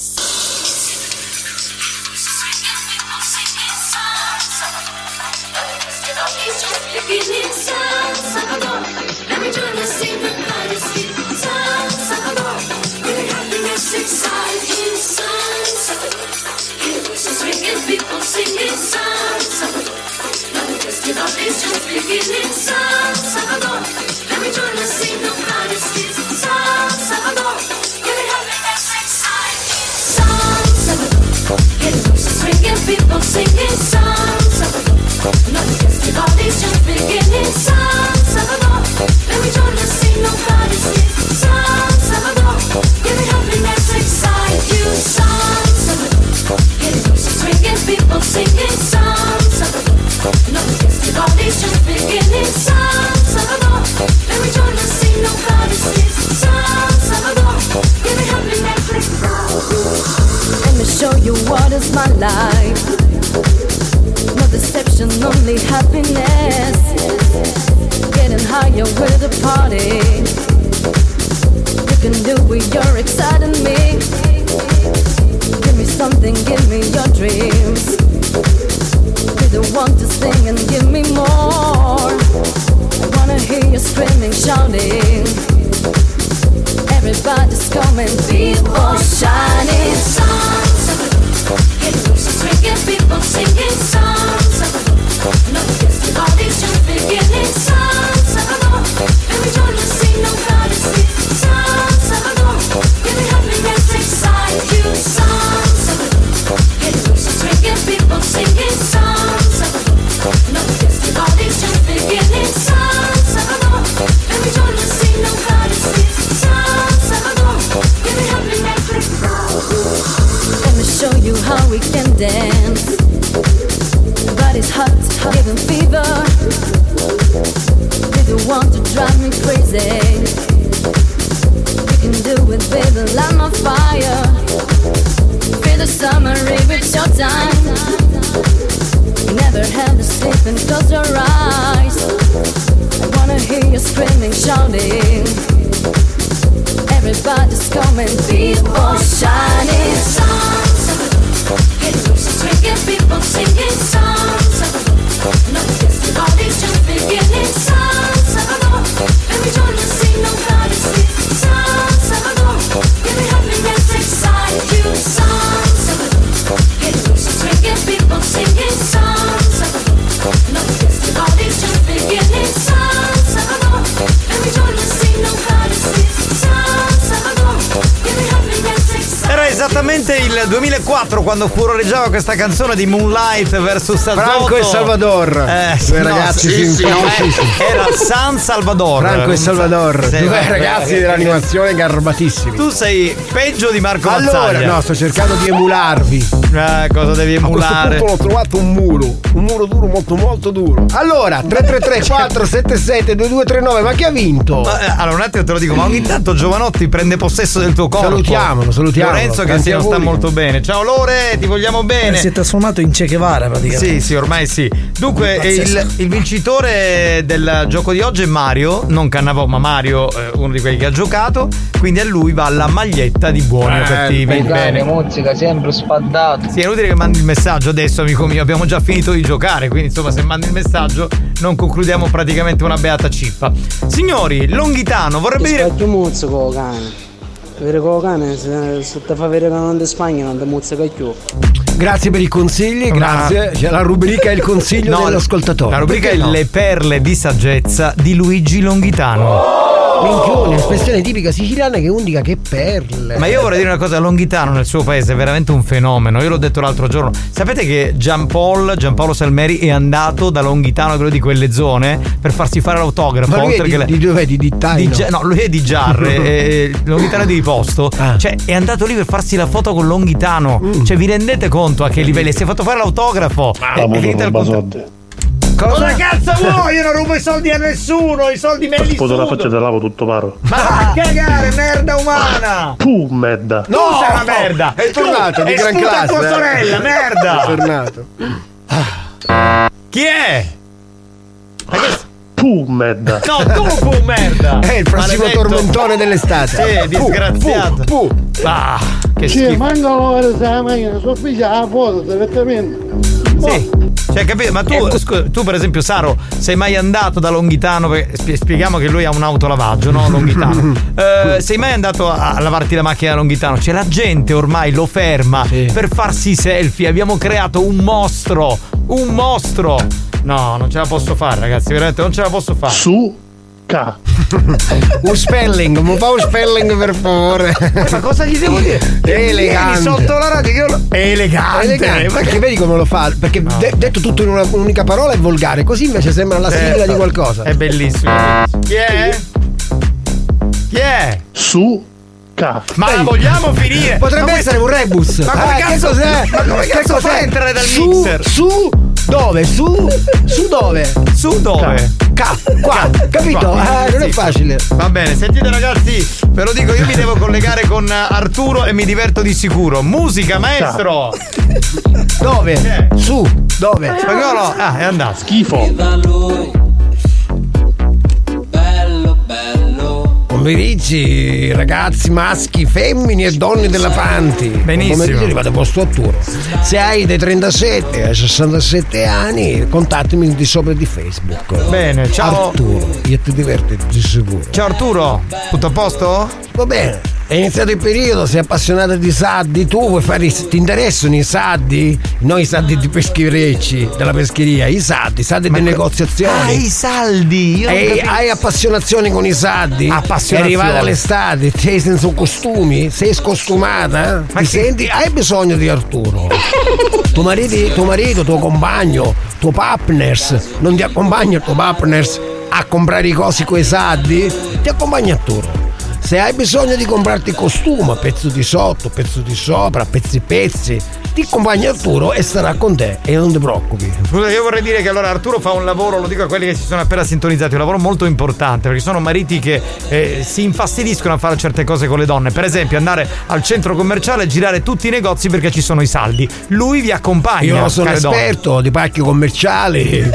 People singing songs, nothing just you know, it's just beginning. San Salvador, let me join us, sing nobody sees. San Salvador, give me happiness inside. San Salvador, get loose and swinging, people singing. San Salvador, nothing just you know, it's just beginning. San Salvador, let me join us, sing nobody sees. San Salvador, give me happiness inside you. San Salvador, get loose and swinging, people singing. San Salvador, nothing just you know, it's just beginning. San Salvador, let me join us, sing nobody sees. San Salvador, give me happiness inside. Let me show you what is my life. No deception, only happiness. Getting higher with the party. You can do it, you're exciting me. Give me something, give me your dreams. Be the one to sing and give me more. I wanna hear you screaming, shouting. Everybody's coming, people shining. San Salvador, get loose and swinging, people singing. San Salvador, nothing just you know, it's just beginning. San Salvador, let me join us, sing nobody sees. San Salvador, give me happiness inside you. San Salvador, get loose and swinging, people singing. San Salvador, nothing just you know, it's just beginning. San Salvador, let me join us, sing nobody sees. San Salvador, give me happiness inside. Let me show you how we can dance. Body's hot, giving fever. Be the one to drive me crazy. You can do it, baby, light my fire. Feel the summer if it's your time. Never have to sleep and close your eyes. I wanna hear you screaming, shouting. Everybody's coming, people shining. San Salvador, get loose and swinging, people singing. San Salvador, nothing just you know, it's just beginning. San Salvador, let me join us, sing nobody sees. San Salvador, give me happiness inside you. San Salvador, get loose and swinging, people singing. San Salvador, nothing just you know, it's just beginning. San Salvador, let me join us, sing nobody sees. San Salvador, give me happiness. esattamente il duemilaquattro quando furoreggiava questa canzone di Moonlight versus Azzotto. Franco e Salvador. Eh, due no, ragazzi sì, sì, simpaticissimi. no, era San Salvador. Franco e Salvador, Sì, due vabbè, ragazzi eh, dell'animazione garbatissimi. Tu sei peggio di Marco Allora, Mazzaglia. no, sto cercando di emularvi. Eh, cosa devi emulare? A questo punto ho trovato un muro, un muro duro molto molto duro. Allora, tre tre tre quattro sette sette due due tre nove, ma chi ha vinto? Ma, eh, allora un attimo te lo dico, ma ogni tanto Giovanotti prende possesso del tuo corpo. Salutiamolo, salutiamolo. Lorenzo che Tanti si non sta auguri. molto bene. Ciao Lore, ti vogliamo bene. Eh, si è trasformato in Che Guevara praticamente. Sì, sì, ormai sì. Dunque, Pazzesco. il, il vincitore del gioco di oggi è Mario, non Cannavò, ma Mario, eh, uno di quelli che ha giocato. Quindi a lui va la maglietta di buoni o cattivi. Bene, musica sempre spadato. Sì, è inutile che mandi il messaggio adesso, amico mio. Abbiamo già finito di giocare, quindi insomma, se mandi il messaggio, non concludiamo praticamente una beata cippa. Signori, Longhitano vorrebbe dire. Spacchio muzzico, cane. Avere con cane, se, se ti fa vedere che non di Spagna, non ti muzzica più. Grazie per i consigli, grazie. C'è la rubrica Il consiglio No, dell'ascoltatore. La rubrica è Perché no? Le perle di saggezza di Luigi Longhitano. Minchione, espressione tipica siciliana che indica che perle. Ma io vorrei dire una cosa, Longhitano nel suo paese è veramente un fenomeno. Io l'ho detto l'altro giorno. Sapete che Giampaolo, Giampaolo Salmeri è andato da Longhitano, quello di quelle zone, per farsi fare l'autografo. Ma lui oltre è di, che le... di dove? Di Dittaino? Di Gia- no, lui è di Giarre, è Longhitano è di Riposto. Ah. Cioè, è andato lì per farsi la foto con Longhitano. Mm. Cioè, vi rendete conto a che livelli? Si è fatto fare l'autografo. Ah, È ma finita il non contatto. soldi. Cosa cazzo vuoi? Io non rubo i soldi a nessuno, i soldi me li Scusa la faccia sudo. te lavo tutto paro. Ma vai a cagare, merda umana! Tu merda. No, tu sei una merda! È tornato Tu, di e gran sputa classe. tua eh. sorella, merda! È tornato. Chi è? Ma che... Tu merda. No, tu pu merda! È il prossimo Maledetto. tormentone dell'estate. Sì, disgraziato. Pu, pu, pu. Ah, che Sì, schifo. mancano le la macchina, sono figlia la foto direttamente. Sì. Cioè, capito? Ma tu, scusa, tu per esempio, Saro, sei mai andato da Longhitano? Perché spie- spieghiamo che lui ha un autolavaggio, no? Longhitano. Eh, sei mai andato a, a lavarti la macchina a Longhitano? C'è la gente ormai lo ferma Sì. per farsi i selfie. Abbiamo creato un mostro. Un mostro. No, non ce la posso fare, ragazzi. Veramente non ce la posso fare. Su ca. Un spelling, mi fa un spelling per favore. Ma cosa gli devo dire? Elegante. Vieni sotto la radio che io lo... Elegante. Elegante. Perché vedi come lo fa? Perché No. de- detto tutto in una, un'unica parola è volgare, così invece sembra la sigla Certo. di qualcosa. È bellissimo. Chi è? Chi è? Su ca. Ma la vogliamo finire? Potrebbe Ma essere un rebus. Ma come Eh, cazzo- che cos'è? ma come Che cazzo cos'è? fa entrare dal su, mixer? Su dove? Su su dove? Su dove? Ca, qua, capito? Qua. Eh, non è Sì. facile. Va bene, sentite ragazzi, ve lo dico, io mi devo collegare con Arturo e mi diverto di sicuro. Musica, maestro! Dove? Che è? Su, dove? Spagnolo, ah, è andato. Schifo. Pomeriggi, ragazzi, maschi, femmine e donne della Panti. Benissimo. Pomeriggio arrivate a posto a Turo. Se hai dai trentasette ai sessantasette anni, contattami di sopra di Facebook. Bene, ciao. Arturo, io ti diverti di sicuro. Ciao Arturo, tutto a posto? Va bene. È iniziato il periodo, sei appassionato di saddi, tu vuoi fare i, ti interessano i saddi? Non i saddi di pescherecci, della pescheria, i saddi, i saddi di negoziazioni. Ah, i saldi! Io non Hai, capisco. hai appassionazioni con i saddi? Appassionazione. È arrivata l'estate, sei senza costumi? Sei scostumata? Ma Ti chi- senti? Hai bisogno di Arturo. tuo, marito, tuo marito, tuo compagno, tuo partners, non ti accompagna il tuo partners a comprare i cosi coi saddi? Ti accompagna Arturo. Se hai bisogno di comprarti costume, pezzo di sotto, pezzo di sopra, pezzi pezzi, ti accompagna Arturo e sarà con te e non ti preoccupi. Scusa, io vorrei dire che allora Arturo fa un lavoro, lo dico a quelli che si sono appena sintonizzati, un lavoro molto importante, perché sono mariti che eh, si infastidiscono a fare certe cose con le donne. Per esempio andare al centro commerciale e girare tutti i negozi perché ci sono i saldi. Lui vi accompagna. Io sono care donne. esperto di parchi commerciali.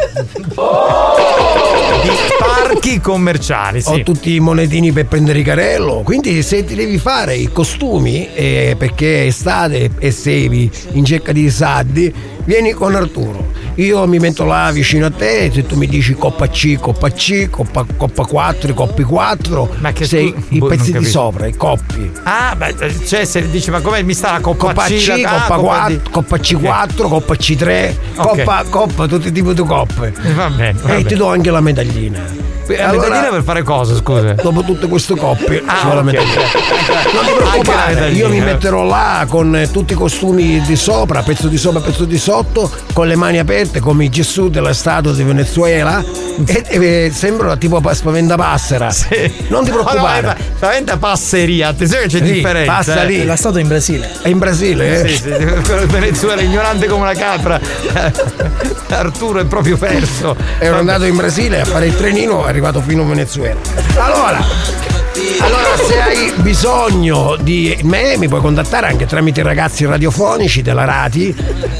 Di parchi commerciali, sì. Ho tutti i monetini per prendere i carello. Quindi se ti devi fare i costumi, eh, perché è estate e sei in cerca di saddi, vieni con Arturo. Io mi metto là vicino a te, se tu mi dici coppa C, coppa C, coppa, coppa quattro, coppi quattro, Ma che sei scu- i boh, pezzi non di capisco. sopra, i coppi. Ah, beh, cioè se dici ma come mi sta la coppa, Coppa C, C, la coppa ah, quattro, di- coppa C quattro, Ok. coppa C tre, Ok. coppa, coppa, tutti i tipi di coppe. Va bene, va E ti bene. do anche la medaglina. La medaglia per fare cosa, scusa? Dopo tutte queste coppie ah, ci vuole okay. la medaglia. Non ti preoccupare, io mi metterò là con tutti i costumi di sopra, pezzo di sopra, pezzo di sotto, con le mani aperte come i Gesù della statua di Venezuela e, e sembra tipo spaventapassera. Sì. Non ti preoccupare. Oh, no, spaventapasseria, attenzione che c'è sì, differenza. Passa eh. lì. La statua in Brasile. È in Brasile, eh? Sì, sì, Venezuela, ignorante come una capra. Arturo è proprio perso. Ero andato in Brasile a fare il trenino, è arrivato fino a Venezuela. Allora, allora se hai bisogno di me mi puoi contattare anche tramite i ragazzi radiofonici della Rati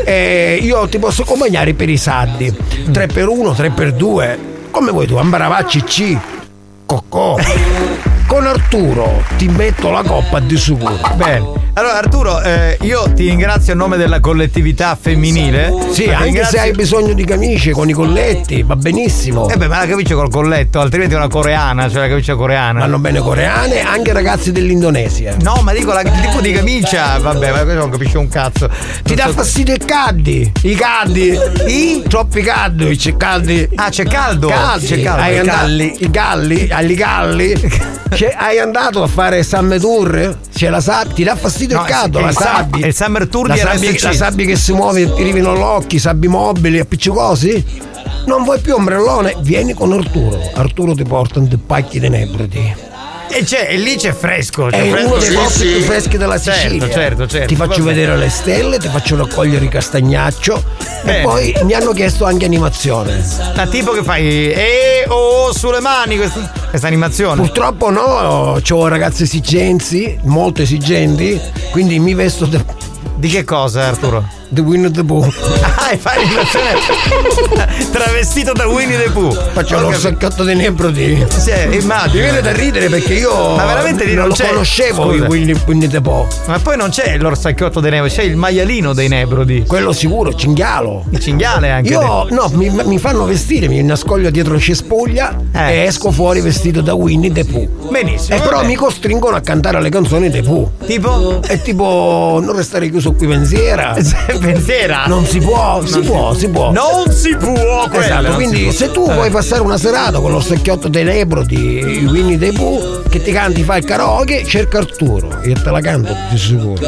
e io ti posso accompagnare per i saddi tre per uno, tre per due, come vuoi tu, Ambaravacci C, Coccò. Con Arturo ti metto la coppa di sicuro. Bene. Allora Arturo, eh, io ti ringrazio a nome della collettività femminile. Sì, anche ringrazio... se hai bisogno di camicie con i colletti, va benissimo. Eh beh, ma la camicia col colletto, altrimenti è una coreana, cioè la camicia coreana. Vanno bene coreane, anche ragazzi dell'Indonesia. No, ma dico la, il tipo di camicia, vabbè, ma questo non capisce un cazzo. Non ti dà so... fastidio i caddi. I caddi. I? Troppi caddi, c'è caldi. Ah, c'è caldo. Caldi. C'è caldo. Hai I andato... galli. I galli, agli galli. Cioè, hai andato a fare Summer Tour? C'è la sabbia, ti dà fastidio no, il caldo, la sabbia. Il Summer Tour la di sabbia, R S C. la sabbia che si muove, ti rivino gli occhi, sabbi mobili, appiccicosi? Non vuoi più ombrellone? Vieni con Arturo. Arturo ti porta in dei pacchi di nebrodi. E c'è, e lì c'è fresco. C'è è fresco. uno dei posti sì, più sì. freschi della Sicilia. Certo, certo, certo. Ti faccio Vabbè. vedere le stelle, ti faccio raccogliere il castagnaccio. Bene. E poi mi hanno chiesto anche animazione. Da tipo che fai e o oh, sulle mani questa, questa animazione? Purtroppo no, c'ho ragazzi esigenti, molto esigenti, quindi mi vesto de... Di che cosa, Arturo? The Winnie the Pooh. Ah, fai l'animazione travestito da Winnie the Pooh. Faccio okay. l'orsacchiotto di nebrodi. Sì, immagino. Mi viene da ridere perché io ma veramente non, non lo c'è. conoscevo Scusa. il Winnie, Winnie the Pooh. Ma poi non c'è l'orsacchiotto dei nebrodi, c'è il maialino dei nebrodi. Quello sicuro, cinghialo. Il cinghiale anche. Io no, mi, mi fanno vestire, mi nascoglio dietro la cespuglia eh. e esco fuori vestito da Winnie the Pooh. Benissimo. E però mi costringono a cantare le canzoni dei Pooh. Tipo? È tipo non restare chiuso qui pensiera. Pensiera? Non si può, si non può, si può. Non si può, esatto, quindi se tu eh. vuoi passare una serata con lo secchiotto dei Nebro di Winnie the Pooh che ti canti, fai il karaoke, cerca Arturo e te la canto di sicuro.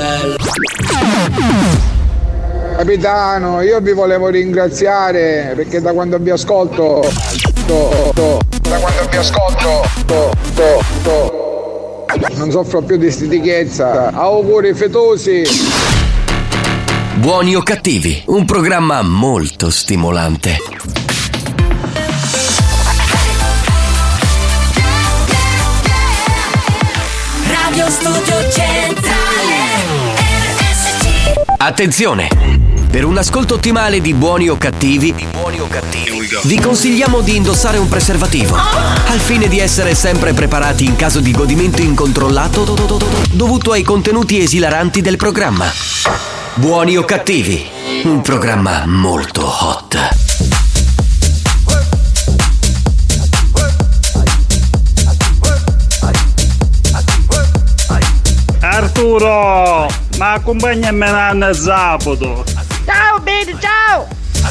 Capitano, io vi volevo ringraziare perché da quando vi ascolto to, to, da quando vi ascolto to, to, to, non soffro più di stitichezza. Auguri fetosi. Buoni o cattivi, un programma molto stimolante. Radio Studio Centrale R S C. Attenzione! Per un ascolto ottimale di Buoni o cattivi, di buoni o cattivi vi consigliamo di indossare un preservativo al fine di essere sempre preparati in caso di godimento incontrollato dovuto ai contenuti esilaranti del programma. Buoni o cattivi, un programma molto hot. Arturo, ma accompagnami a sabato. Ciao baby, ciao.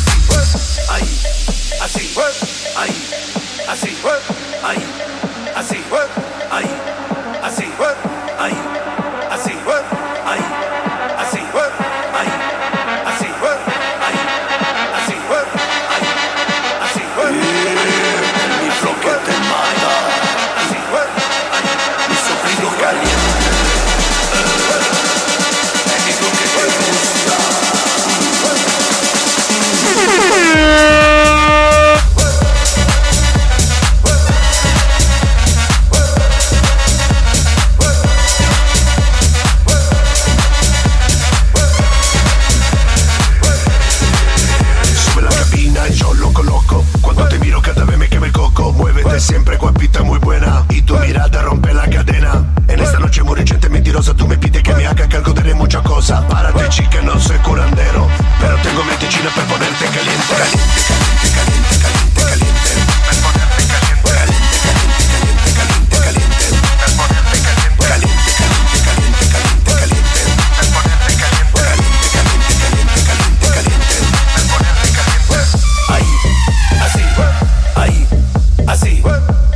Siempre guapita, muy buena. Y tu mirada rompe la cadena. En esta noche muy reciente, mentirosa, tú me pides que me haga que algo de mucha cosa. Párate, chica, no soy curandero, pero tengo medicina para ponerte caliente. Caliente, caliente, caliente, caliente, caliente. Para ponerte caliente. Caliente, caliente, caliente, caliente. Para ponerte caliente. Caliente, caliente, caliente, caliente. Para ponerte caliente. Caliente, caliente, caliente, caliente, caliente. Para ponerte caliente. Ahí, así, ahí. Así,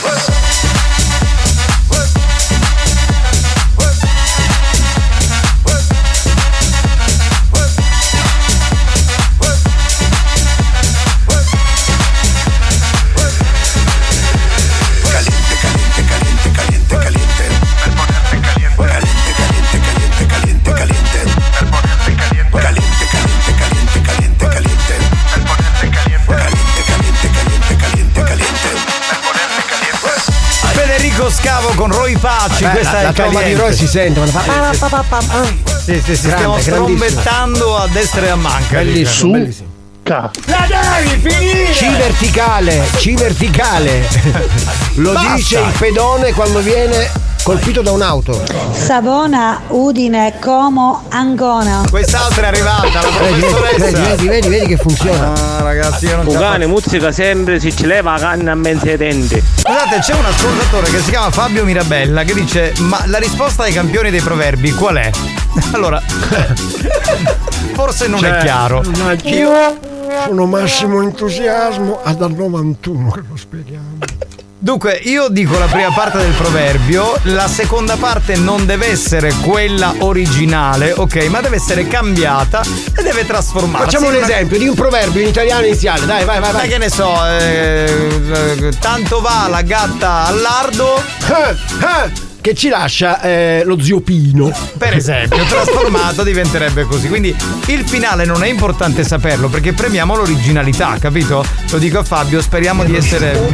Scavo con Roy Paci. Beh, questa la, è la tromba di Roy si sente quando fa sì, pa, pa, pa, pa. sì, sì, sì, Grande, stiamo strombettando a destra e a manca. Bellissimo, bellissimo. Ca. La devi finire! C verticale, C verticale. Lo Basta. dice il pedone quando viene colpito da un'auto. Savona, Udine, Como, Ancona. Quest'altra è arrivata, la Vedi, professoressa. vedi, vedi, vedi, vedi che funziona. Ah, ragazzi, io non Un ce la cane muzzica sempre, si ci leva la canna a mezzo ai denti. Scusate, c'è un ascoltatore che si chiama Fabio Mirabella che dice: ma la risposta ai campioni dei proverbi qual è? Allora, forse non Cioè, è chiaro. Io sono massimo entusiasmo ad al novantuno che lo speriamo. Dunque, io dico la prima parte del proverbio, la seconda parte non deve essere quella originale, ok, ma deve essere cambiata e deve trasformarsi. Facciamo un in una- esempio di un proverbio in italiano iniziale, dai, vai, vai, Ma vai. che ne so, eh, eh, tanto va la gatta al lardo. Eh, eh, che ci lascia eh, lo zio Pino. Per esempio, trasformato diventerebbe così. Quindi il finale non è importante saperlo perché premiamo l'originalità, capito? Lo dico a Fabio, speriamo di essere.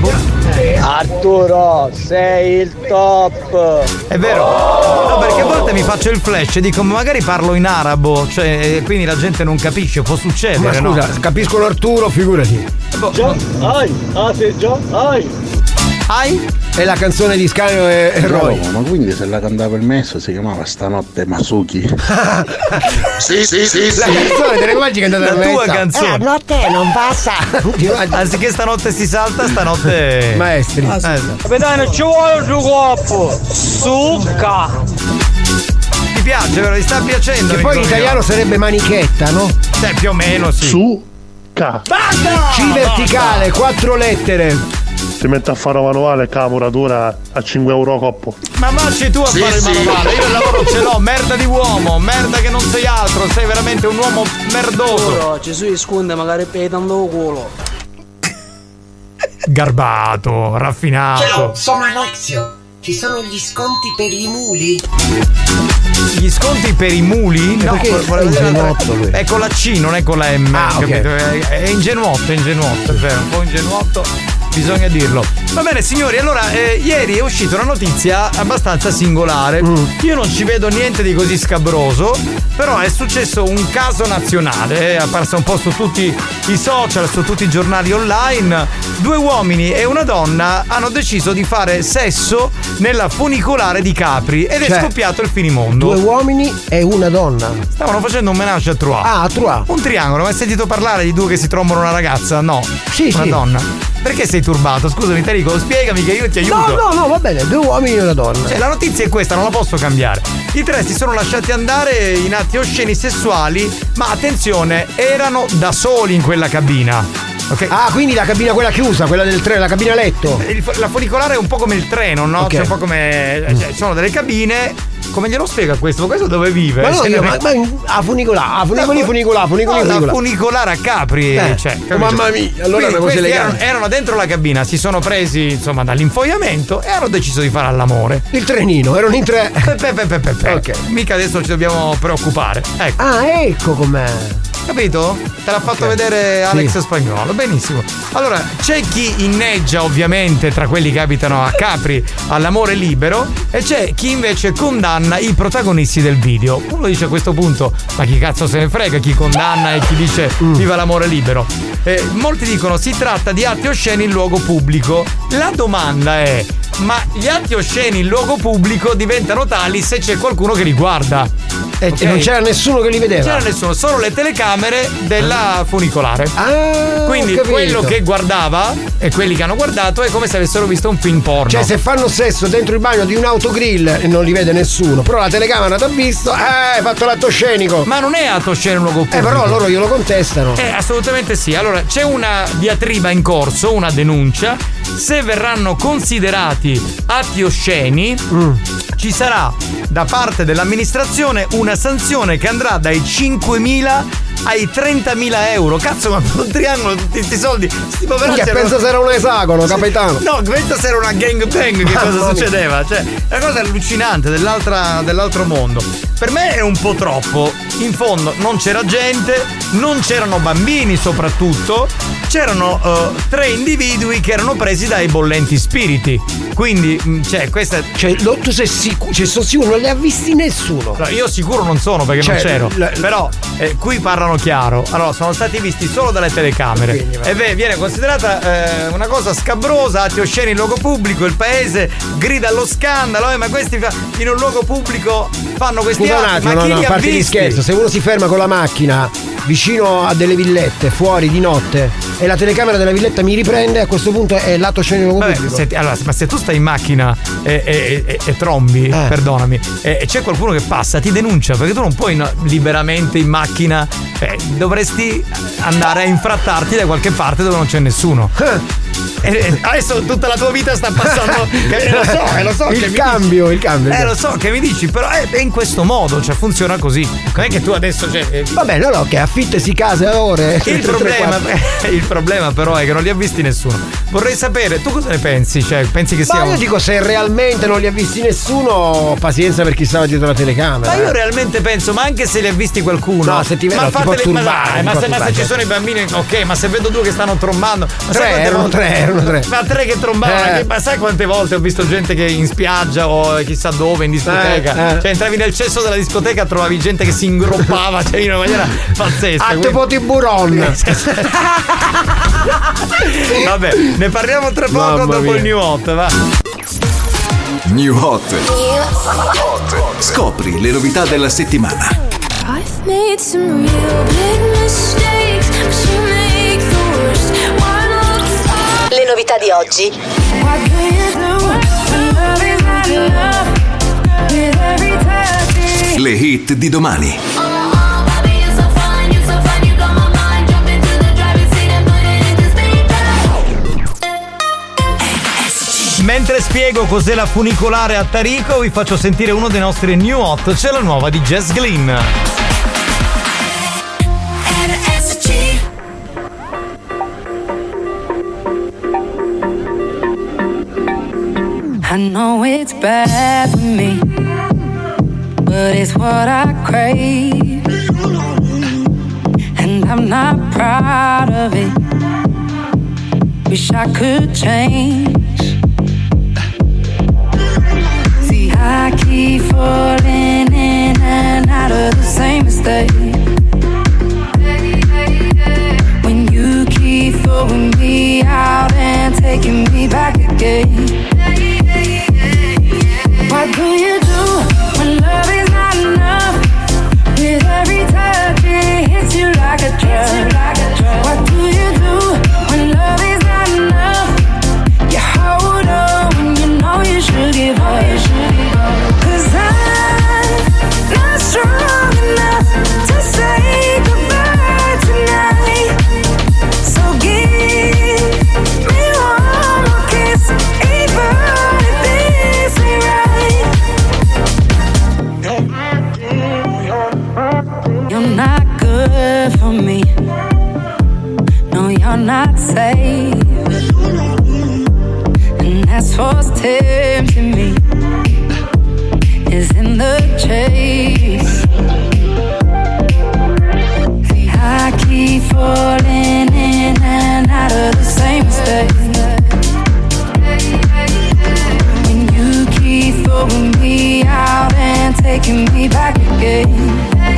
Arturo, sei il top. È vero? No, perché a volte mi faccio il flash e dico, ma magari parlo in arabo, cioè, e quindi la gente non capisce, può succedere, Ma scusa, no? capiscono Arturo, figurati. Già, ai, ah sì, già, ai. Ai? È la canzone di Scalio e, e Roy. No, ma quindi se la cantava il messo si chiamava Stanotte Masuki. Sì, sì, sì, la canzone, te ne immagini che è andata La a tua messa? canzone. Eh, notte non passa. Anziché stanotte si salta, stanotte. Maestri. Ah, sì. Capitano, ci vuole il tuo corpo. Succa. Ti piace, vero? Ti sta piacendo? Che poi in amico italiano mio? sarebbe manichetta, no? Cioè, più o meno, sì. Su, ca. Basta! C verticale, quattro lettere. Si mette a fare un manuale, cavoratura a cinque euro coppo. Ma marci tu a Sì, fare il sì. manovale, io il lavoro ce l'ho, merda di uomo, merda che non sei altro, sei veramente un uomo merdoso. Però ci sono sconde magari pedando il culo. Garbato, raffinato. Ciao, sono Alexio. Ci sono gli sconti per i muli? Gli sconti per i muli? No, perché vo- è ingenuotto lui. è con la C, non è con la M, Ah, ok. capito? È, è ingenuotto, è ingenuotto, è vero, un po' ingenuotto. Bisogna dirlo. Va bene signori, allora eh, ieri è uscita una notizia abbastanza singolare. Mm. Io non ci vedo niente di così scabroso, però è successo un caso nazionale, è apparsa un po' su tutti i social, su tutti i giornali online. Due uomini e una donna hanno deciso di fare sesso nella funicolare di Capri ed è Cioè, scoppiato il finimondo. Due uomini e una donna. Stavano facendo un menage a trois. Ah, a Trois. Un triangolo, ma hai sentito parlare di due che si trombano una ragazza? No. Sì, una sì. donna. Perché sei turbato? Scusami, Enrico, spiegami che io ti aiuto. No, no, no, va bene, due uomini e una donna. Cioè, la notizia è questa, non la posso cambiare. I tre si sono lasciati andare in atti osceni sessuali, ma attenzione, erano da soli in quella cabina. Ok? Ah, quindi la cabina quella chiusa, quella del treno, la cabina letto. Il- la funicolare è un po' come il treno, no? Ok. Cioè, un po' come. Cioè, ci sono delle cabine. Come glielo spiega questo? Ma questo dove vive? Ma no, Cioè, io, non ma, è- ma a funicolare, a funicoli, La fu- funicolare, funicoli, No, la funicolare. funicolare a Capri, Eh, cioè, oh, capito? mamma mia, allora Quindi è una cosa questi elegante. erano, erano dentro la cabina, si sono presi insomma dall'infoiamento e hanno deciso di fare all'amore. Il trenino, erano in tre. Pe, pe, pe, pe, pe, pe. Ok. Mica adesso ci dobbiamo preoccupare. Ecco. Ah, ecco com'è. Capito? Te l'ha fatto vedere Alex Sì. Spagnuolo, benissimo. Allora, c'è chi inneggia ovviamente tra quelli che abitano a Capri all'amore libero e c'è chi invece condanna i protagonisti del video. Uno dice a questo punto, ma chi cazzo se ne frega chi condanna e chi dice viva l'amore libero? Eh, molti dicono si tratta di atti osceni in luogo pubblico. La domanda è, ma gli atti osceni in luogo pubblico diventano tali se c'è qualcuno che li guarda. E Ok? non c'era nessuno che li vedeva. Non c'era nessuno, solo le telecamere della funicolare. Ah, Quindi ho capito. quello che guardava e quelli che hanno guardato è come se avessero visto un film porno. Cioè, se fanno sesso dentro il bagno di un autogrill e non li vede nessuno, però la telecamera ti ha visto, eh, hai fatto l'atto scenico. Ma non è atto sceno in luogo pubblico. Eh, però loro glielo contestano. Eh, assolutamente sì. Allora, c'è una diatriba in corso, una denuncia, se verranno considerati atti osceni mm. ci sarà da parte dell'amministrazione una sanzione che andrà dai cinquemila ai trentamila euro. Cazzo, ma per un triangolo tutti questi soldi, sti poveracci. Che pensa se era un esagono, capitano? No, pensa se era una gangbang, che cosa succedeva? Cioè, la cosa allucinante dell'altra, dell'altro mondo. Per me è un po' troppo. In fondo non c'era gente, non c'erano bambini soprattutto, c'erano uh, tre individui che erano presi dai bollenti spiriti. Quindi, cioè, questa. Cioè, lo, tu sei sicuro? Cioè, sono sicuro, non li ha visti nessuno. No, io sicuro non sono perché cioè, non c'ero. La, Però eh, qui parlano chiaro. Allora, sono stati visti solo dalle telecamere. Quindi, e beh, viene considerata eh, una cosa scabrosa, atti osceni in luogo pubblico, il paese grida allo scandalo, eh, ma questi fa, in un luogo pubblico fanno questi Scusa atti. un attimo, ma no, chi no, li a ha parte di visti? scherzo, se uno si ferma con la macchina vicino a delle villette fuori di notte e la telecamera della villetta mi riprende, a questo punto è lato scenico pubblico. Se, allora, ma se tu stai in macchina e, e, e, e trombi, eh. perdonami, e, e c'è qualcuno che passa, ti denuncia perché tu non puoi no, liberamente in macchina, eh, dovresti andare a infrattarti da qualche parte dove non c'è nessuno. E adesso tutta la tua vita sta passando. Eh, lo so, eh, lo so. Il che cambio, mi il cambio. Eh, lo so che mi dici, però è, è in questo modo, cioè funziona così. Non è che tu adesso. Cioè, eh, Vabbè, no, no, che affittesi case a ore. Il problema, il problema, però, è che non li ha visti nessuno. Vorrei sapere, tu cosa ne pensi? Cioè, pensi che sia. Ma io dico, se realmente non li ha visti nessuno, pazienza per chi stava dietro la telecamera. Ma io eh. realmente penso, ma anche se li ha visti qualcuno. No, se ti vedo, ma ti fateli, può turbare, ma, ti ma, può se, ma se ci sono i bambini, ok, ma se vedo due che stanno trombando. Ma tre, sai erano volte, tre, erano tre. Ma tre che trombavano, eh. ma sai quante volte ho visto gente che in spiaggia o chissà dove, in discoteca. Eh, eh. Cioè, entravi nel cesso della discoteca, trovavi gente che si ingroppava, cioè in una maniera pazzesca. A tipo tiburon. Vabbè, ne parliamo tra poco. Mamma dopo mia. il New Hot, va. New Hot. Scopri le novità della settimana. I've made some real big mistakes, but you make the worst one look fine. Le novità di oggi. What do you do when love is not enough? With every touch. Le hit di domani. Mentre spiego cos'è la funicolare a Tarico, vi faccio sentire uno dei nostri New Hot. C'è la nuova di Jess Glynn. I know it's bad for me, but it's what I crave, and I'm not proud of it. Wish I could change. See, I keep falling in and out of the same mistake. When you keep throwing me out and taking me back again. What do you do when love is not enough? With every touch it hits you like a drug. What do you do when love is not enough? You hold on when you know you should give up. Cause I'm not strong enough to say goodbye tonight. So give me one more kiss, even if this ain't right. You're not good for me. No, you're not safe. And that's what's tempting me, is in the chase. See, I keep falling in and out of the same mistake. When you keep throwing me out and taking me back again.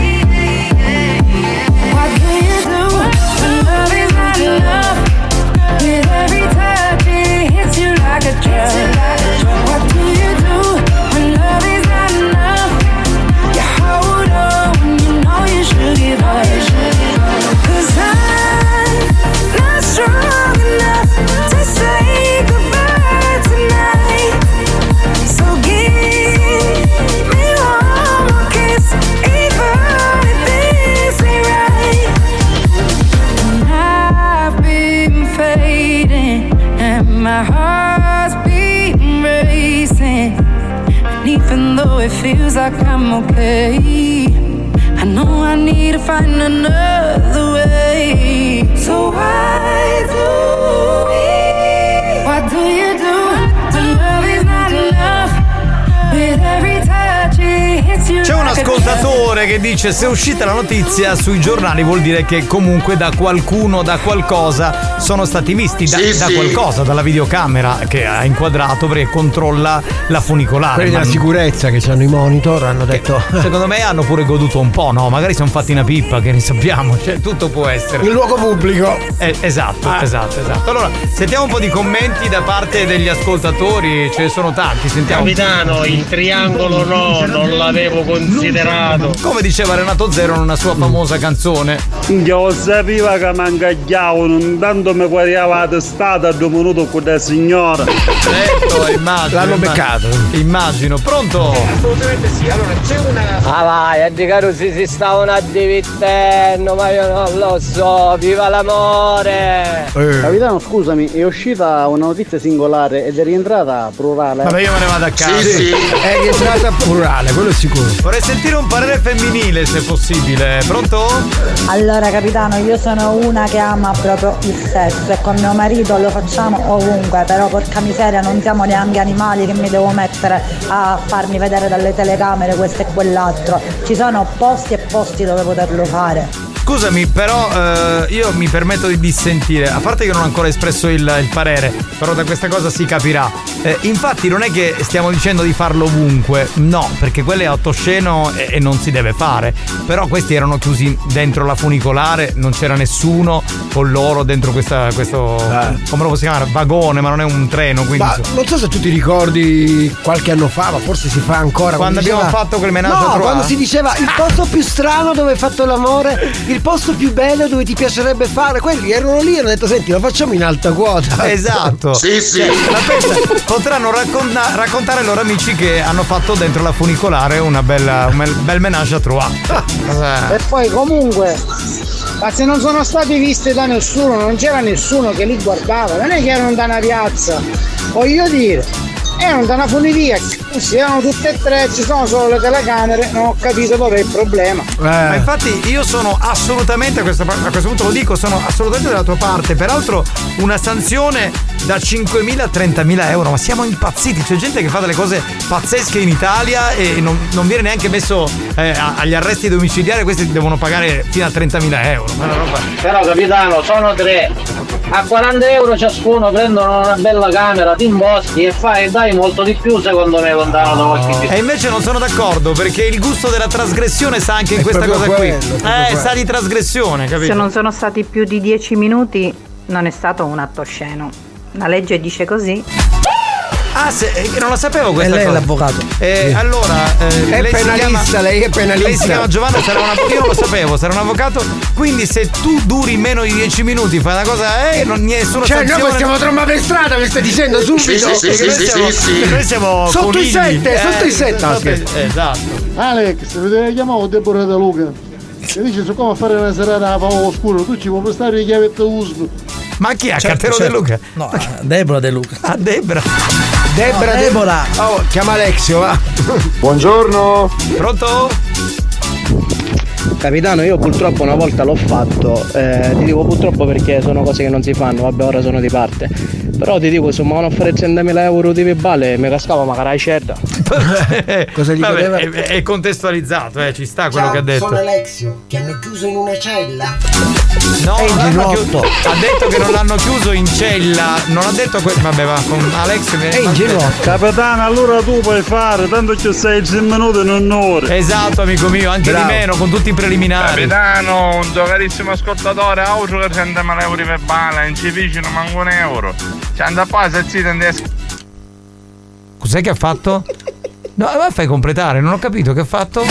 What do you do when love is not enough? With every touch it hits you like a drug. What do you do even though it feels like I'm okay. I know I need to find another way. So why do we, what do you do? The love is not enough. With every touch it hits you. C'è un like a ascoltatore che dice: se è uscita la notizia sui giornali vuol dire che comunque da qualcuno, da qualcosa sono stati visti, da, Sì, da sì. qualcosa, dalla videocamera che ha inquadrato perché controlla la funicolare. Quelli Ma della sicurezza che hanno i monitor hanno detto. secondo me hanno pure goduto un po', no? Magari sono fatti una pippa, che ne sappiamo, cioè tutto può essere. In luogo pubblico. Eh, esatto, Ah. esatto, esatto. Allora, sentiamo un po' di commenti da parte degli ascoltatori, ce ne sono tanti, sentiamo. Capitano, il triangolo no, non l'avevo considerato. Come diceva Renato Zero in una sua famosa canzone. Io sapevo che mi ingagliavano, intanto mi guardava la testata a due minuti con la signora. Certo, immagino. L'hanno immagino. beccato. Immagino, pronto? Assolutamente sì, allora c'è una. Ah vai, a di caro si si stavano addivittendo, ma io non lo so, viva l'amore! Capitano, scusami, è uscita una notizia singolare ed è rientrata plurale. Vabbè, io me ne vado a casa. Sì, sì, è rientrata plurale, quello è sicuro. Vorrei sentire un parere femminile se possibile. Pronto? Allora capitano, io sono una che ama proprio il sesso e con mio marito lo facciamo ovunque, però porca miseria non siamo neanche animali che mi devo mettere a farmi vedere dalle telecamere questo e quell'altro. Ci sono posti e posti dove poterlo fare. Scusami, però eh, io mi permetto di dissentire, a parte che non ho ancora espresso il, il parere, però da questa cosa si capirà. Eh, infatti non è che stiamo dicendo di farlo ovunque, no, perché quello è osceno e, e non si deve fare. Però questi erano chiusi dentro la funicolare, non c'era nessuno con loro dentro questa, questo, come lo possiamo chiamare, vagone, ma non è un treno, quindi. Ma non so se tu ti ricordi qualche anno fa, ma forse si fa ancora. Quando abbiamo diceva- fatto quel menage No, a trois. quando si diceva il posto più strano dove hai fatto l'amore, il posto più bello dove ti piacerebbe fare. Quelli erano lì e hanno detto: senti, lo facciamo in alta quota. Esatto. Sì, sì. Cioè, ma pensa, potranno racconta- raccontare ai loro amici che hanno fatto dentro la funicolare una bella, un bel- bel menage a trois. E poi comunque, ma se non sono stati visti da nessuno, non c'era nessuno che li guardava, non è che erano da una piazza, voglio dire, erano da una funivia, si erano tutte e tre, ci sono solo le telecamere, non ho capito dov'è il problema. Ma infatti io sono assolutamente, a questo, a questo punto lo dico, sono assolutamente dalla tua parte. Peraltro una sanzione da cinquemila a trentamila euro, ma siamo impazziti, c'è gente che fa delle cose pazzesche in Italia e non, non viene neanche messo eh, a- agli arresti domiciliari, questi devono pagare fino a trentamila euro. Ma è una roba. Però capitano, sono tre, a quaranta euro ciascuno prendono una bella camera, ti imboschi e fai e dai molto di più secondo me lontano da qualche E invece non sono d'accordo, perché il gusto della trasgressione sta anche in È questa cosa proprio qui. quello, proprio Eh, quello. sa di trasgressione, capito? Se non sono stati più di dieci minuti non è stato un atto osceno. La legge dice così. Ah, se, eh, non la sapevo questa E lei è cosa. l'avvocato. Eh, Sì. Allora, eh, È lei si penalista, chiama- lei è penalista. Lei si chiama Giovanna, sarà un avvocato. Io non lo sapevo, sarà un avvocato. Quindi se tu duri meno di dieci minuti, fai una cosa, eh, non nessuno Cioè, noi possiamo trombare per strada, mi stai dicendo subito? Sì, sì, sì, Perché sì, noi sì, siamo- sì, sì. Noi siamo sotto conigli. i sette, Eh, sotto i sette. sotto Ah, i- scherzo. Esatto. Alex, vedete, chiamavo Deborah Da Luca. E dice, su come fare una serata a Paolo Oscuro, tu ci puoi prestare le chiavette U S B. Ma chi è? Certo, Cattero certo. De Luca? No, Deborah De Luca. Ah, Debra. Debra, No, De- Deborah. Oh, chiama Alexio, va. Buongiorno. Pronto? Capitano, io purtroppo una volta l'ho fatto, eh, ti dico purtroppo perché sono cose che non si fanno, vabbè ora sono di parte. Però ti dico, se mi vanno a fare trentamila euro di verbale, mi cascava magari certa. Cosa gli Vabbè, poteva? è, è contestualizzato, eh, ci sta quello Ciao, che ha detto. sono Alexio, ti hanno chiuso in una cella. No, È non l'hanno ingenuotto. chiuso- ha detto che non l'hanno chiuso in cella. Non ha detto que- vabbè, va con Alex mi Capitano, allora tu puoi fare, tanto ci sei sei minuti e non ore. Esatto, amico mio, anche Bravo. di meno, con tutti i preliminari. Capitano, un tuo carissimo ascoltatore, altro che centomila euro per bala, non ci vicino manco un euro. Ci andà qua se zitto in destra. Cos'è che ha fatto? No, ma fai completare, non ho capito che ha fatto.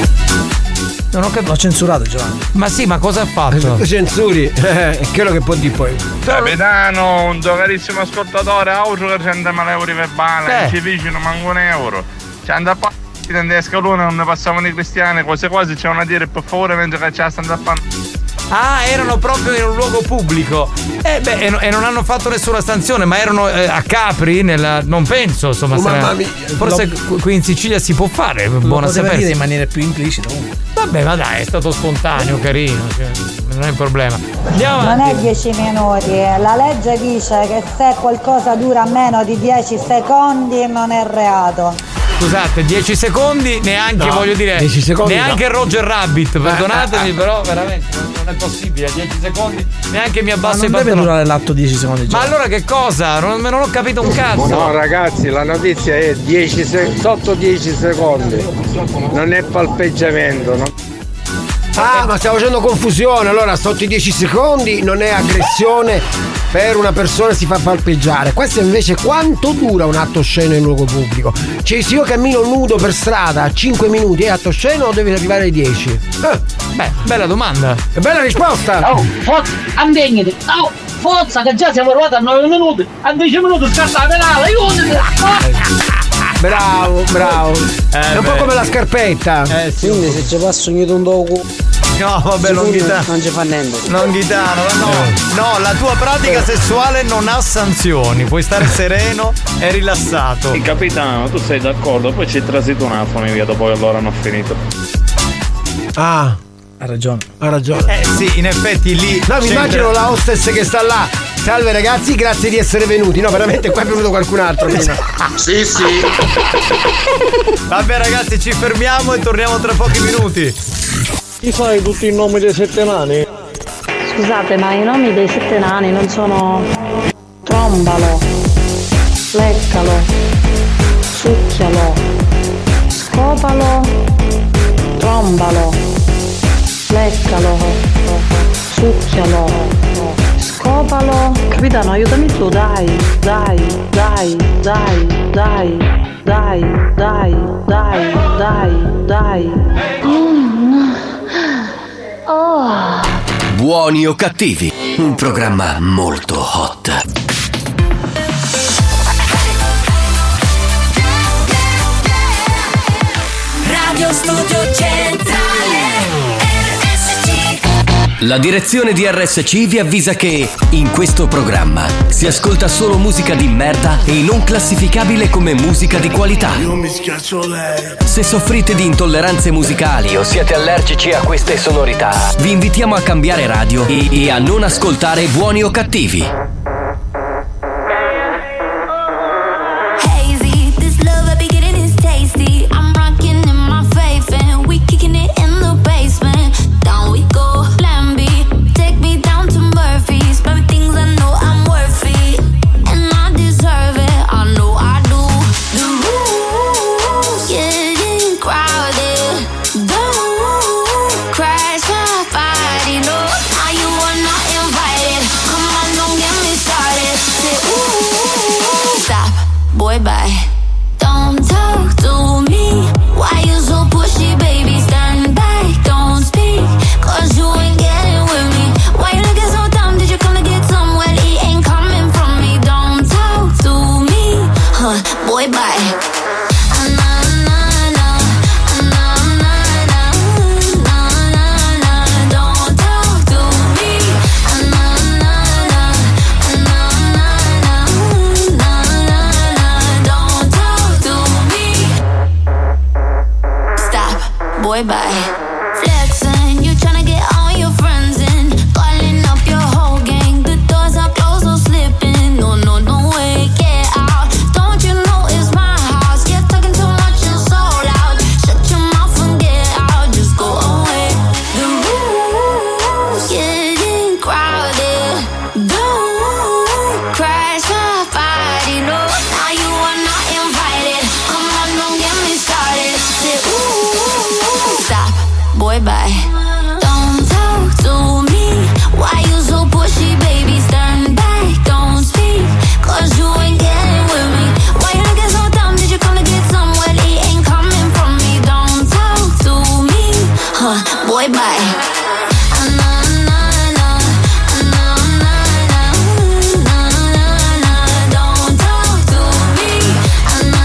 Non ho capito. L'ho censurato, Giovanni. Ma sì, ma cosa ha fatto? Tu censuri, eh, è quello che può dire poi. Capitano, un tuo carissimo ascoltatore, altro che centomila euro per bala, Eh. non ci vicino manco un euro. Ci andà qua in destra luna, non ne passavano i cristiani, quasi quasi c'è una dire per favore mentre che ci stanno a fare. Ah, erano proprio in un luogo pubblico. Eh beh, e, e non hanno fatto nessuna sanzione, ma erano eh, a Capri, nella, non penso, insomma. Oh, se mamma mia. forse Lo... qui in Sicilia si può fare, buona sapere. dire in maniera più implicita. Vabbè, ma dai, è stato spontaneo, carino, cioè, non è un problema. Andiamo Non avanti. è dieci minuti, la legge dice che se qualcosa dura meno di dieci secondi non è reato. Scusate, dieci secondi neanche, No, voglio dire, dieci secondi neanche no. Roger Rabbit, perdonatemi, eh, eh. però veramente non è possibile, dieci secondi, neanche mi abbasso Ma i non deve pantaloni. durare l'atto dieci secondi già. Ma allora che cosa? Non, non ho capito un cazzo. No ragazzi, la notizia è dieci se- sotto dieci secondi, non è palpeggiamento, no? Ah, ma stiamo facendo confusione. Allora, sotto i dieci secondi non è aggressione per una persona, si fa palpeggiare. Questo invece quanto dura un atto osceno in luogo pubblico? Cioè, se io cammino nudo per strada a cinque minuti è atto osceno o deve arrivare ai dieci? Eh. Beh, bella domanda. E bella risposta. Oh, forza, andegniti. Oh, forza, che già siamo arrivati a nove minuti. A dieci minuti scatta la pedale, aiutami. Bravo, bravo. Eh, è un beh. po' come la scarpetta. Eh sì. Quindi se ci passo ogni tanto No, vabbè, non ghitano. non ci fa niente. Non ghitano, no. Eh. No, la tua pratica sessuale non ha sanzioni. Puoi stare sereno e rilassato. Sì, capitano, tu sei d'accordo? Poi ci trasito un iPhone via dopo che loro hanno finito. Ah, Ha ragione. ha ragione. Eh sì, in effetti lì. No, mi c'entra- immagino la hostess che sta là. Salve ragazzi, grazie di essere venuti. No, veramente qua è venuto qualcun altro prima. Sì, sì. Vabbè ragazzi, ci fermiamo e torniamo tra pochi minuti. Ti sai tutti i nomi dei sette nani? Scusate, ma i nomi dei sette nani non sono trombalo, leccalo, succhialo, scopalo, trombalo, leccalo, succhialo, scopalo. Capitano, aiutami tu, dai, dai, dai, dai, dai, dai, dai, dai, dai, dai. Mm. Oh. Buoni o cattivi, un programma molto hot. Radio Studio Centrale R S C. La direzione di R S C vi avvisa che in questo programma si ascolta solo musica di merda e non classificabile come musica di qualità. Io mi schiaccio lei. Se soffrite di intolleranze musicali o siete allergici a queste sonorità, vi invitiamo a cambiare radio e, e a non ascoltare Buoni o Cattivi. Hazy, this love I be getting is tasty. I'm rocking in my faith and we kicking it in the basement. Down we go, plan B. Take me down to Murphy's. Baby, things I know I'm worth it. And I deserve it, I know I do. The room's getting crowded. Don't crash my party, no. Now you are not invited. Come on, don't get me started. Say ooh, stop, boy, bye. Don't talk to me. Why you so pushy, baby? Stand back, don't speak. Cause you ain't getting with me. Why you looking so dumb? Did you come to get some? Well, he ain't coming from me. Don't talk to me. Huh, boy, bye. Don't talk to me. Don't talk to me. Stop, boy, bye. Flexing, you tryna get all your friends in. Calling up your whole gang. The doors are closed, no slipping. No, no, no way, get out. Don't you know it's my house? You're talking too much and so loud. Shut your mouth and get out, just go away. The room's getting crowded. Don't crash my party, no. Now you are not invited. Come on, don't get me started. Say ooh, stop, boy, bye. Don't talk to me. Why you so pushy, baby? Stand back, don't speak. Cause you ain't getting with me. Why you looking so dumb? Did you come to get some? Well, he ain't coming from me. Don't talk to me. Huh, boy, bye. Don't talk to me.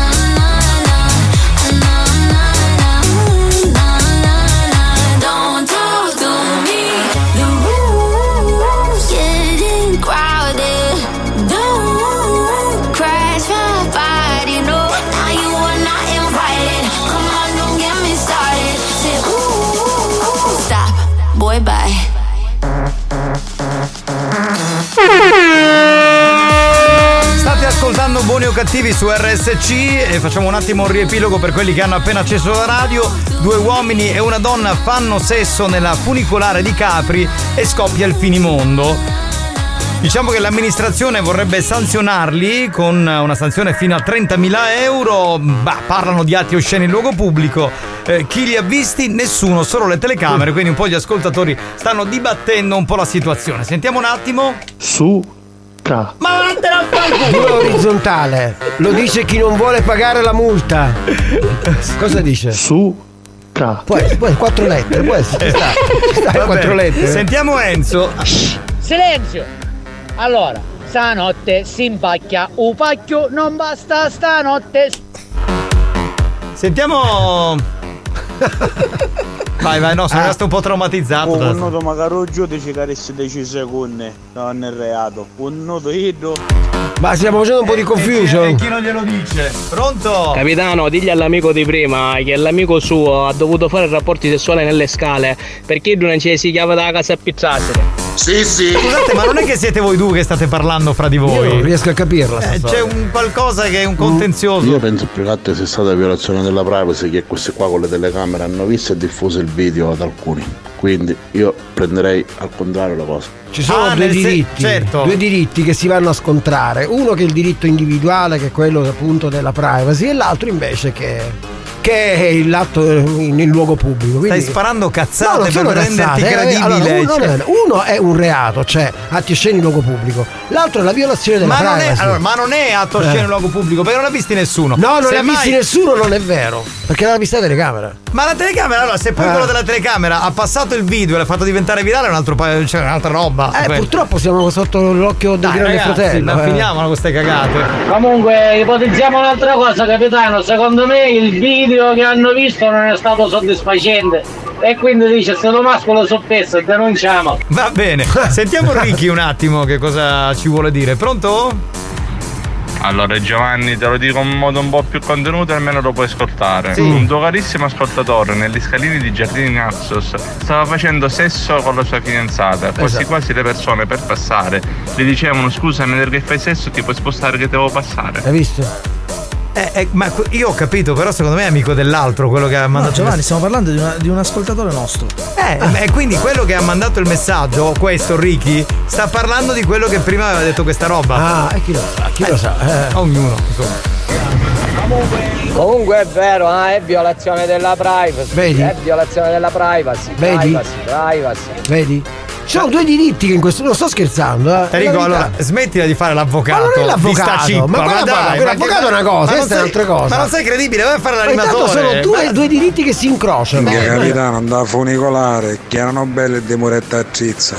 Don't Buoni o cattivi su R S C e facciamo un attimo un riepilogo per quelli che hanno appena acceso la radio. Due uomini e una donna fanno sesso nella funicolare di Capri e scoppia il finimondo. Diciamo che l'amministrazione vorrebbe sanzionarli con una sanzione fino a trentamila euro. Bah, parlano di atti osceni in luogo pubblico. Eh, chi li ha visti? Nessuno, solo le telecamere. Quindi un po' gli ascoltatori stanno dibattendo un po' la situazione. Sentiamo un attimo. Su. Ca. Ma vattene a fare Due culo! orizzontale. Lo dice chi non vuole pagare la multa. Cosa dice? Su. Ca. Poi, poi quattro lettere. Può essere. Ci sta. Ci sta Va quattro bene. lettere. Sentiamo Enzo. Silenzio! Allora, stanotte si impacchia un pacchio, non basta stanotte. Sentiamo. Vai, vai, no, sono Ah. rimasto un po' traumatizzato. Un da- nudo magari un giudice che resta dieci secondi, non è reato. Un nudo idro. Ma stiamo facendo un po' di confusion. E chi non glielo dice? Pronto? Capitano, digli all'amico di prima che l'amico suo ha dovuto fare rapporti sessuali nelle scale perché lui non ci si chiama dalla casa a pizzastere. Sì, sì. Scusate, ma non è che siete voi due che state parlando fra di voi? Io non riesco a capirla. sta Eh, storia. c'è un qualcosa che è un contenzioso. Io penso più che altro sia stata violazione della privacy che questi qua con le telecamere hanno visto e diffuso il video ad alcuni. Quindi io prenderei al contrario la cosa. Ci sono Ah, due nel sen- diritti, certo. due diritti che si vanno a scontrare. Uno che è il diritto individuale, che è quello appunto della privacy, e l'altro invece che, che è l'atto in, in luogo pubblico. Quindi, Stai sparando cazzate no, non per sono renderti cazzate, eh, credibile. allora, uno, cioè. non è- uno è un reato, cioè atti osceni in luogo pubblico. L'altro è la violazione della Ma non, è, privacy. allora, ma non è atto osceno Eh. in luogo pubblico, perché non l'ha visti nessuno. No, non Se l'ha mai- visti nessuno, non è vero. Perché l'ha vista la telecamera. Ma la telecamera, allora, se poi Eh. quello della telecamera ha passato il video e l'ha fatto diventare virale, è un altro paio, cioè un'altra roba. Eh, Quello. purtroppo siamo sotto l'occhio del Dai, grande ragazzi, fratello. ma eh. finiamola con queste cagate. Comunque ipotizziamo un'altra cosa, capitano. Secondo me il video che hanno visto non è stato soddisfacente. E quindi dice se lo mascolo soppesso denunciamo. Va bene, sentiamo Ricky un attimo che cosa ci vuole dire. Pronto? Allora Giovanni, te lo dico in modo un po' più contenuto e almeno lo puoi ascoltare. Sì. Un tuo carissimo ascoltatore negli scalini di Giardini Naxos stava facendo sesso con la sua fidanzata. Quasi Esatto. quasi le persone per passare gli dicevano scusa, mentre che fai sesso ti puoi spostare che devo passare. Hai visto? Eh, eh, ma que- io ho capito, però secondo me è amico dell'altro quello che ha No, mandato. Giovanni, il stiamo parlando di, una- di un ascoltatore nostro. mess- Eh, e quindi quello che ha mandato il messaggio, questo Ricky, sta parlando di quello che prima aveva detto questa roba. Ah, e chi lo sa, chi lo sa. Eh. Ognuno, insomma. Comunque è vero, ah, è violazione della privacy. Vedi? È violazione della privacy. Vedi? Privacy, privacy. Vedi? Ci sono due diritti che in questo. Non sto scherzando, eh. Te dico, La verità. allora, smettila di fare l'avvocato. Ma non è di l'avvocato, sta cippa, ma guarda, dai, guarda, ma l'avvocato che- è una cosa, ma non questa è sei- un'altra cosa. Ma non sei credibile, vai a fare Ma intanto l'animatore. sono due, Ma- due diritti che si incrociano. Minchia, Eh, capitano, andava funicolare, che erano belle di muretta a cizza.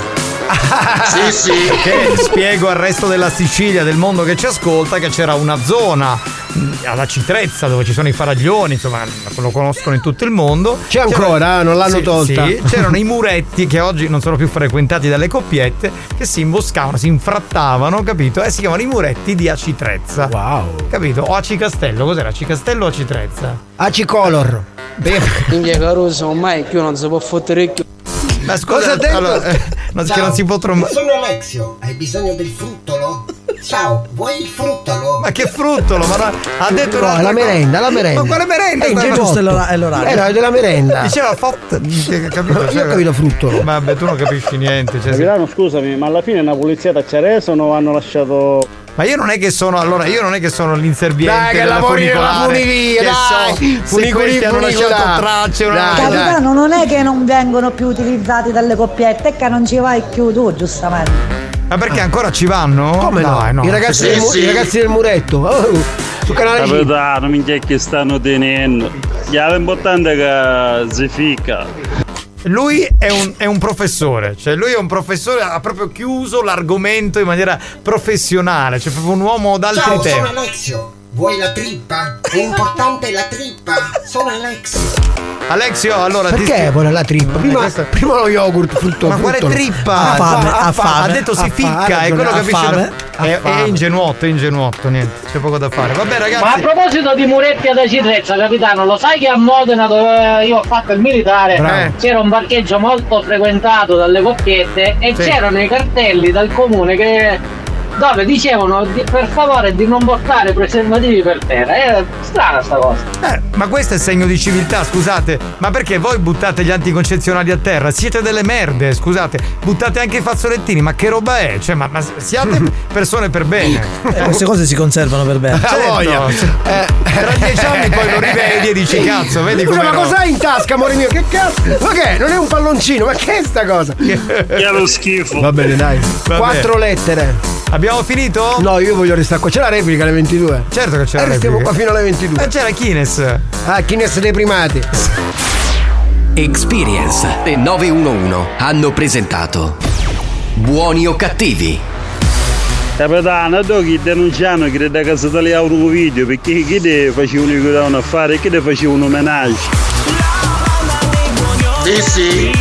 Sì, sì. Che spiego al resto della Sicilia, del mondo che ci ascolta, che c'era una zona mh, alla Citrezza dove ci sono i faraglioni, insomma, lo conoscono in tutto il mondo. C'è ancora, eh, non l'hanno Sì, tolta. sì, c'erano i muretti che oggi non sono più frequentati dalle coppiette, che si imboscavano, si infrattavano, capito? E si chiamano i muretti di Acitrezza. Wow. Capito? O Aci Castello, cos'era? Aci Castello o Acitrezza? Acicolor. Minchia Caruso, ormai più non si può fottere più. Ma scusa, Cosa ha detto? allora, eh, non, che non si può trom- Sono Alexio, hai bisogno del fruttolo? Ciao, vuoi il fruttolo? Ma che fruttolo? Ma no, ha detto No, è la merenda, la merenda. Ma quale merenda? È in Sta- genotto. Giusto, è l'ora- è l'orario. Era della merenda. Diceva fot, capito? Io ho capito fruttolo. Vabbè, tu non capisci niente. Cioè, Capitano, scusami, ma alla fine una pulizia da Cereso o non hanno lasciato. ma io non è che sono, allora, io non è che sono l'inserviente Dai, che della lavori nella funicolare, funivia, che dai. so se Funicoli, questi hanno funicola. lasciato tracce, una Dai, dai. Capitano, non è che non vengono più utilizzati dalle coppiette, è che non ci vai più tu, giustamente. Ma perché ancora ci vanno? Come no? Dai, no. I, ragazzi Sì, del, mu- sì. i ragazzi del muretto. Oh, su canale cinque. Capitano, minchia che stanno tenendo. La importante è che si fica. Lui è un, è un professore, cioè lui è un professore, ha proprio chiuso l'argomento in maniera professionale, cioè proprio un uomo d'altri Ciao, sono tempi. Alexio. Vuoi la trippa? È importante la trippa. Sono Alexio. Alexio, allora ti Perché vuole la trippa? Prima, prima lo yogurt frutto. Ma quale fruttolo. trippa? Ha fame, Ha ha fa- fame. ha detto si Ha ficca, fame, è quello ha che capisce. fame. È, Ha fame. è ingenuotto, è ingenuotto, niente, c'è poco da fare. Vabbè, Ma a ragazzi. proposito di muretti ad Acitrezza, capitano, lo sai che a Modena, dove io ho fatto il militare, Bravo. c'era un parcheggio molto frequentato dalle coppiette e Sì. c'erano i cartelli dal comune che dove dicevano di, per favore di non portare preservativi per terra. È strana sta cosa. Eh, ma questo è segno di civiltà, scusate. Ma perché voi buttate gli anticoncezionali a terra? Siete delle merde, scusate. Buttate anche i fazzolettini, ma che roba è? Cioè, ma, ma siate persone per bene. Eh, queste cose si conservano per bene. Certo. Eh, tra dieci anni poi lo rivedi e dici cazzo, vedi Scusa, come. ma cos'hai in tasca, amore mio? Che cazzo? Ma che è? Non è un palloncino, ma che è sta cosa? Che lo schifo. Va bene, dai. Vabbè. Quattro lettere. Abbiamo finito? No, io voglio restare qua. C'è la replica alle ventidue. Certo che c'è eh, la restiamo replica. qua fino alle ventidue. Eh, c'era Kines. Ah, Kines dei primati. Experience e nove uno uno hanno presentato Buoni o cattivi? Capitano, tu chi denunciano che da casa tali auto video perché chi te facevano un affare e chi te facevano un menage? Sì, sì.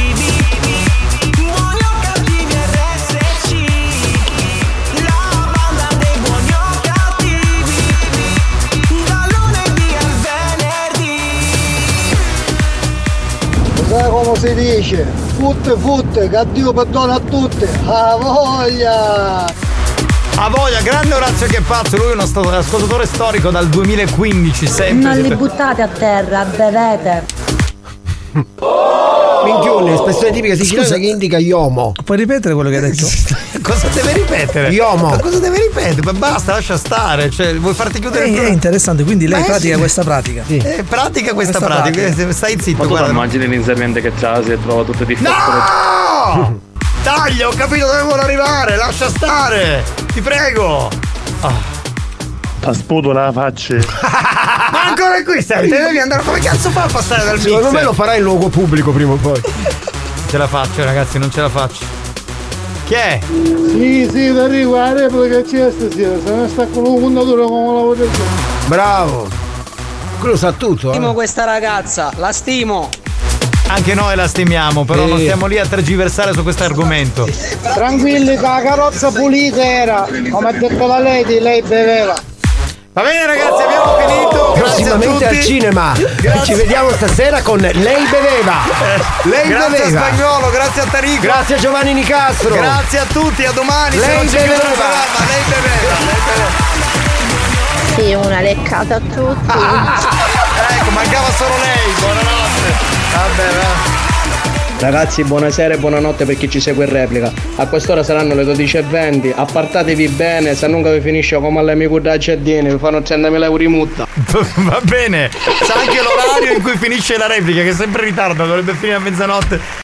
Sai come si dice? Futte futte, che Dio perdona a tutte. A voglia! A voglia, grande Orazio che pazzo, lui è uno sto- ascoltatore storico dal duemilaquindici sempre. Non li buttate a terra, bevete. Minchione, espressione tipica siciliana che indica iomo. Puoi ripetere quello che hai detto? Cosa deve ripetere? Iomo. Ma cosa deve ripetere? Ma basta, lascia stare. Cioè, vuoi farti chiudere È, il è interessante, quindi lei Ma è pratica sì. questa pratica. Sì. Eh, pratica questa, Questa pratica. pratica. Stai zitto, Ma tu guarda. immagini l'inserviente che c'ha, si trova tutte di No! Taglio, ho capito dove vuole arrivare, lascia stare! Ti prego! Ah. Ti sputo la faccia. Ma ancora qui stai, te devi andare. Come cazzo fa a passare dal Secondo mixer? me lo farai in luogo pubblico prima o poi. Ce la faccio, ragazzi, non ce la faccio. Chi è? Sì, sì, da riguardo la replica c'è stasera. Se ne sta con un fondatore come la potete. Bravo. Quello sa tutto, Stimo eh. questa ragazza, la stimo. Anche noi la stimiamo, però Sì. non stiamo lì a tergiversare su questo argomento. Tranquilli, che la carrozza pulita era. Come ha detto la Lady, lei beveva. Va bene ragazzi, abbiamo finito. Grazie a Prossimamente tutti. al cinema. Grazie. Ci vediamo stasera con Lei Beveva. Lei Grazie Beveva. a Spagnolo, grazie a Tarico. Grazie a Giovanni Nicastro. Grazie a tutti, a domani. Se Lei non ci chiude il beveva. programma, lei beveva. Lei beveva. Sì, una leccata a tutti. Ecco, mancava solo lei. Buonanotte. Vabbè, va. Ragazzi, buonasera e buonanotte per chi ci segue in replica. A quest'ora saranno le dodici e venti. Appartatevi bene, se non vi finisce come all'amico da Giardini, vi fanno trentamila euro di multa. Va bene. Sa anche l'orario in cui finisce la replica, che è sempre in ritardo, dovrebbe finire a mezzanotte.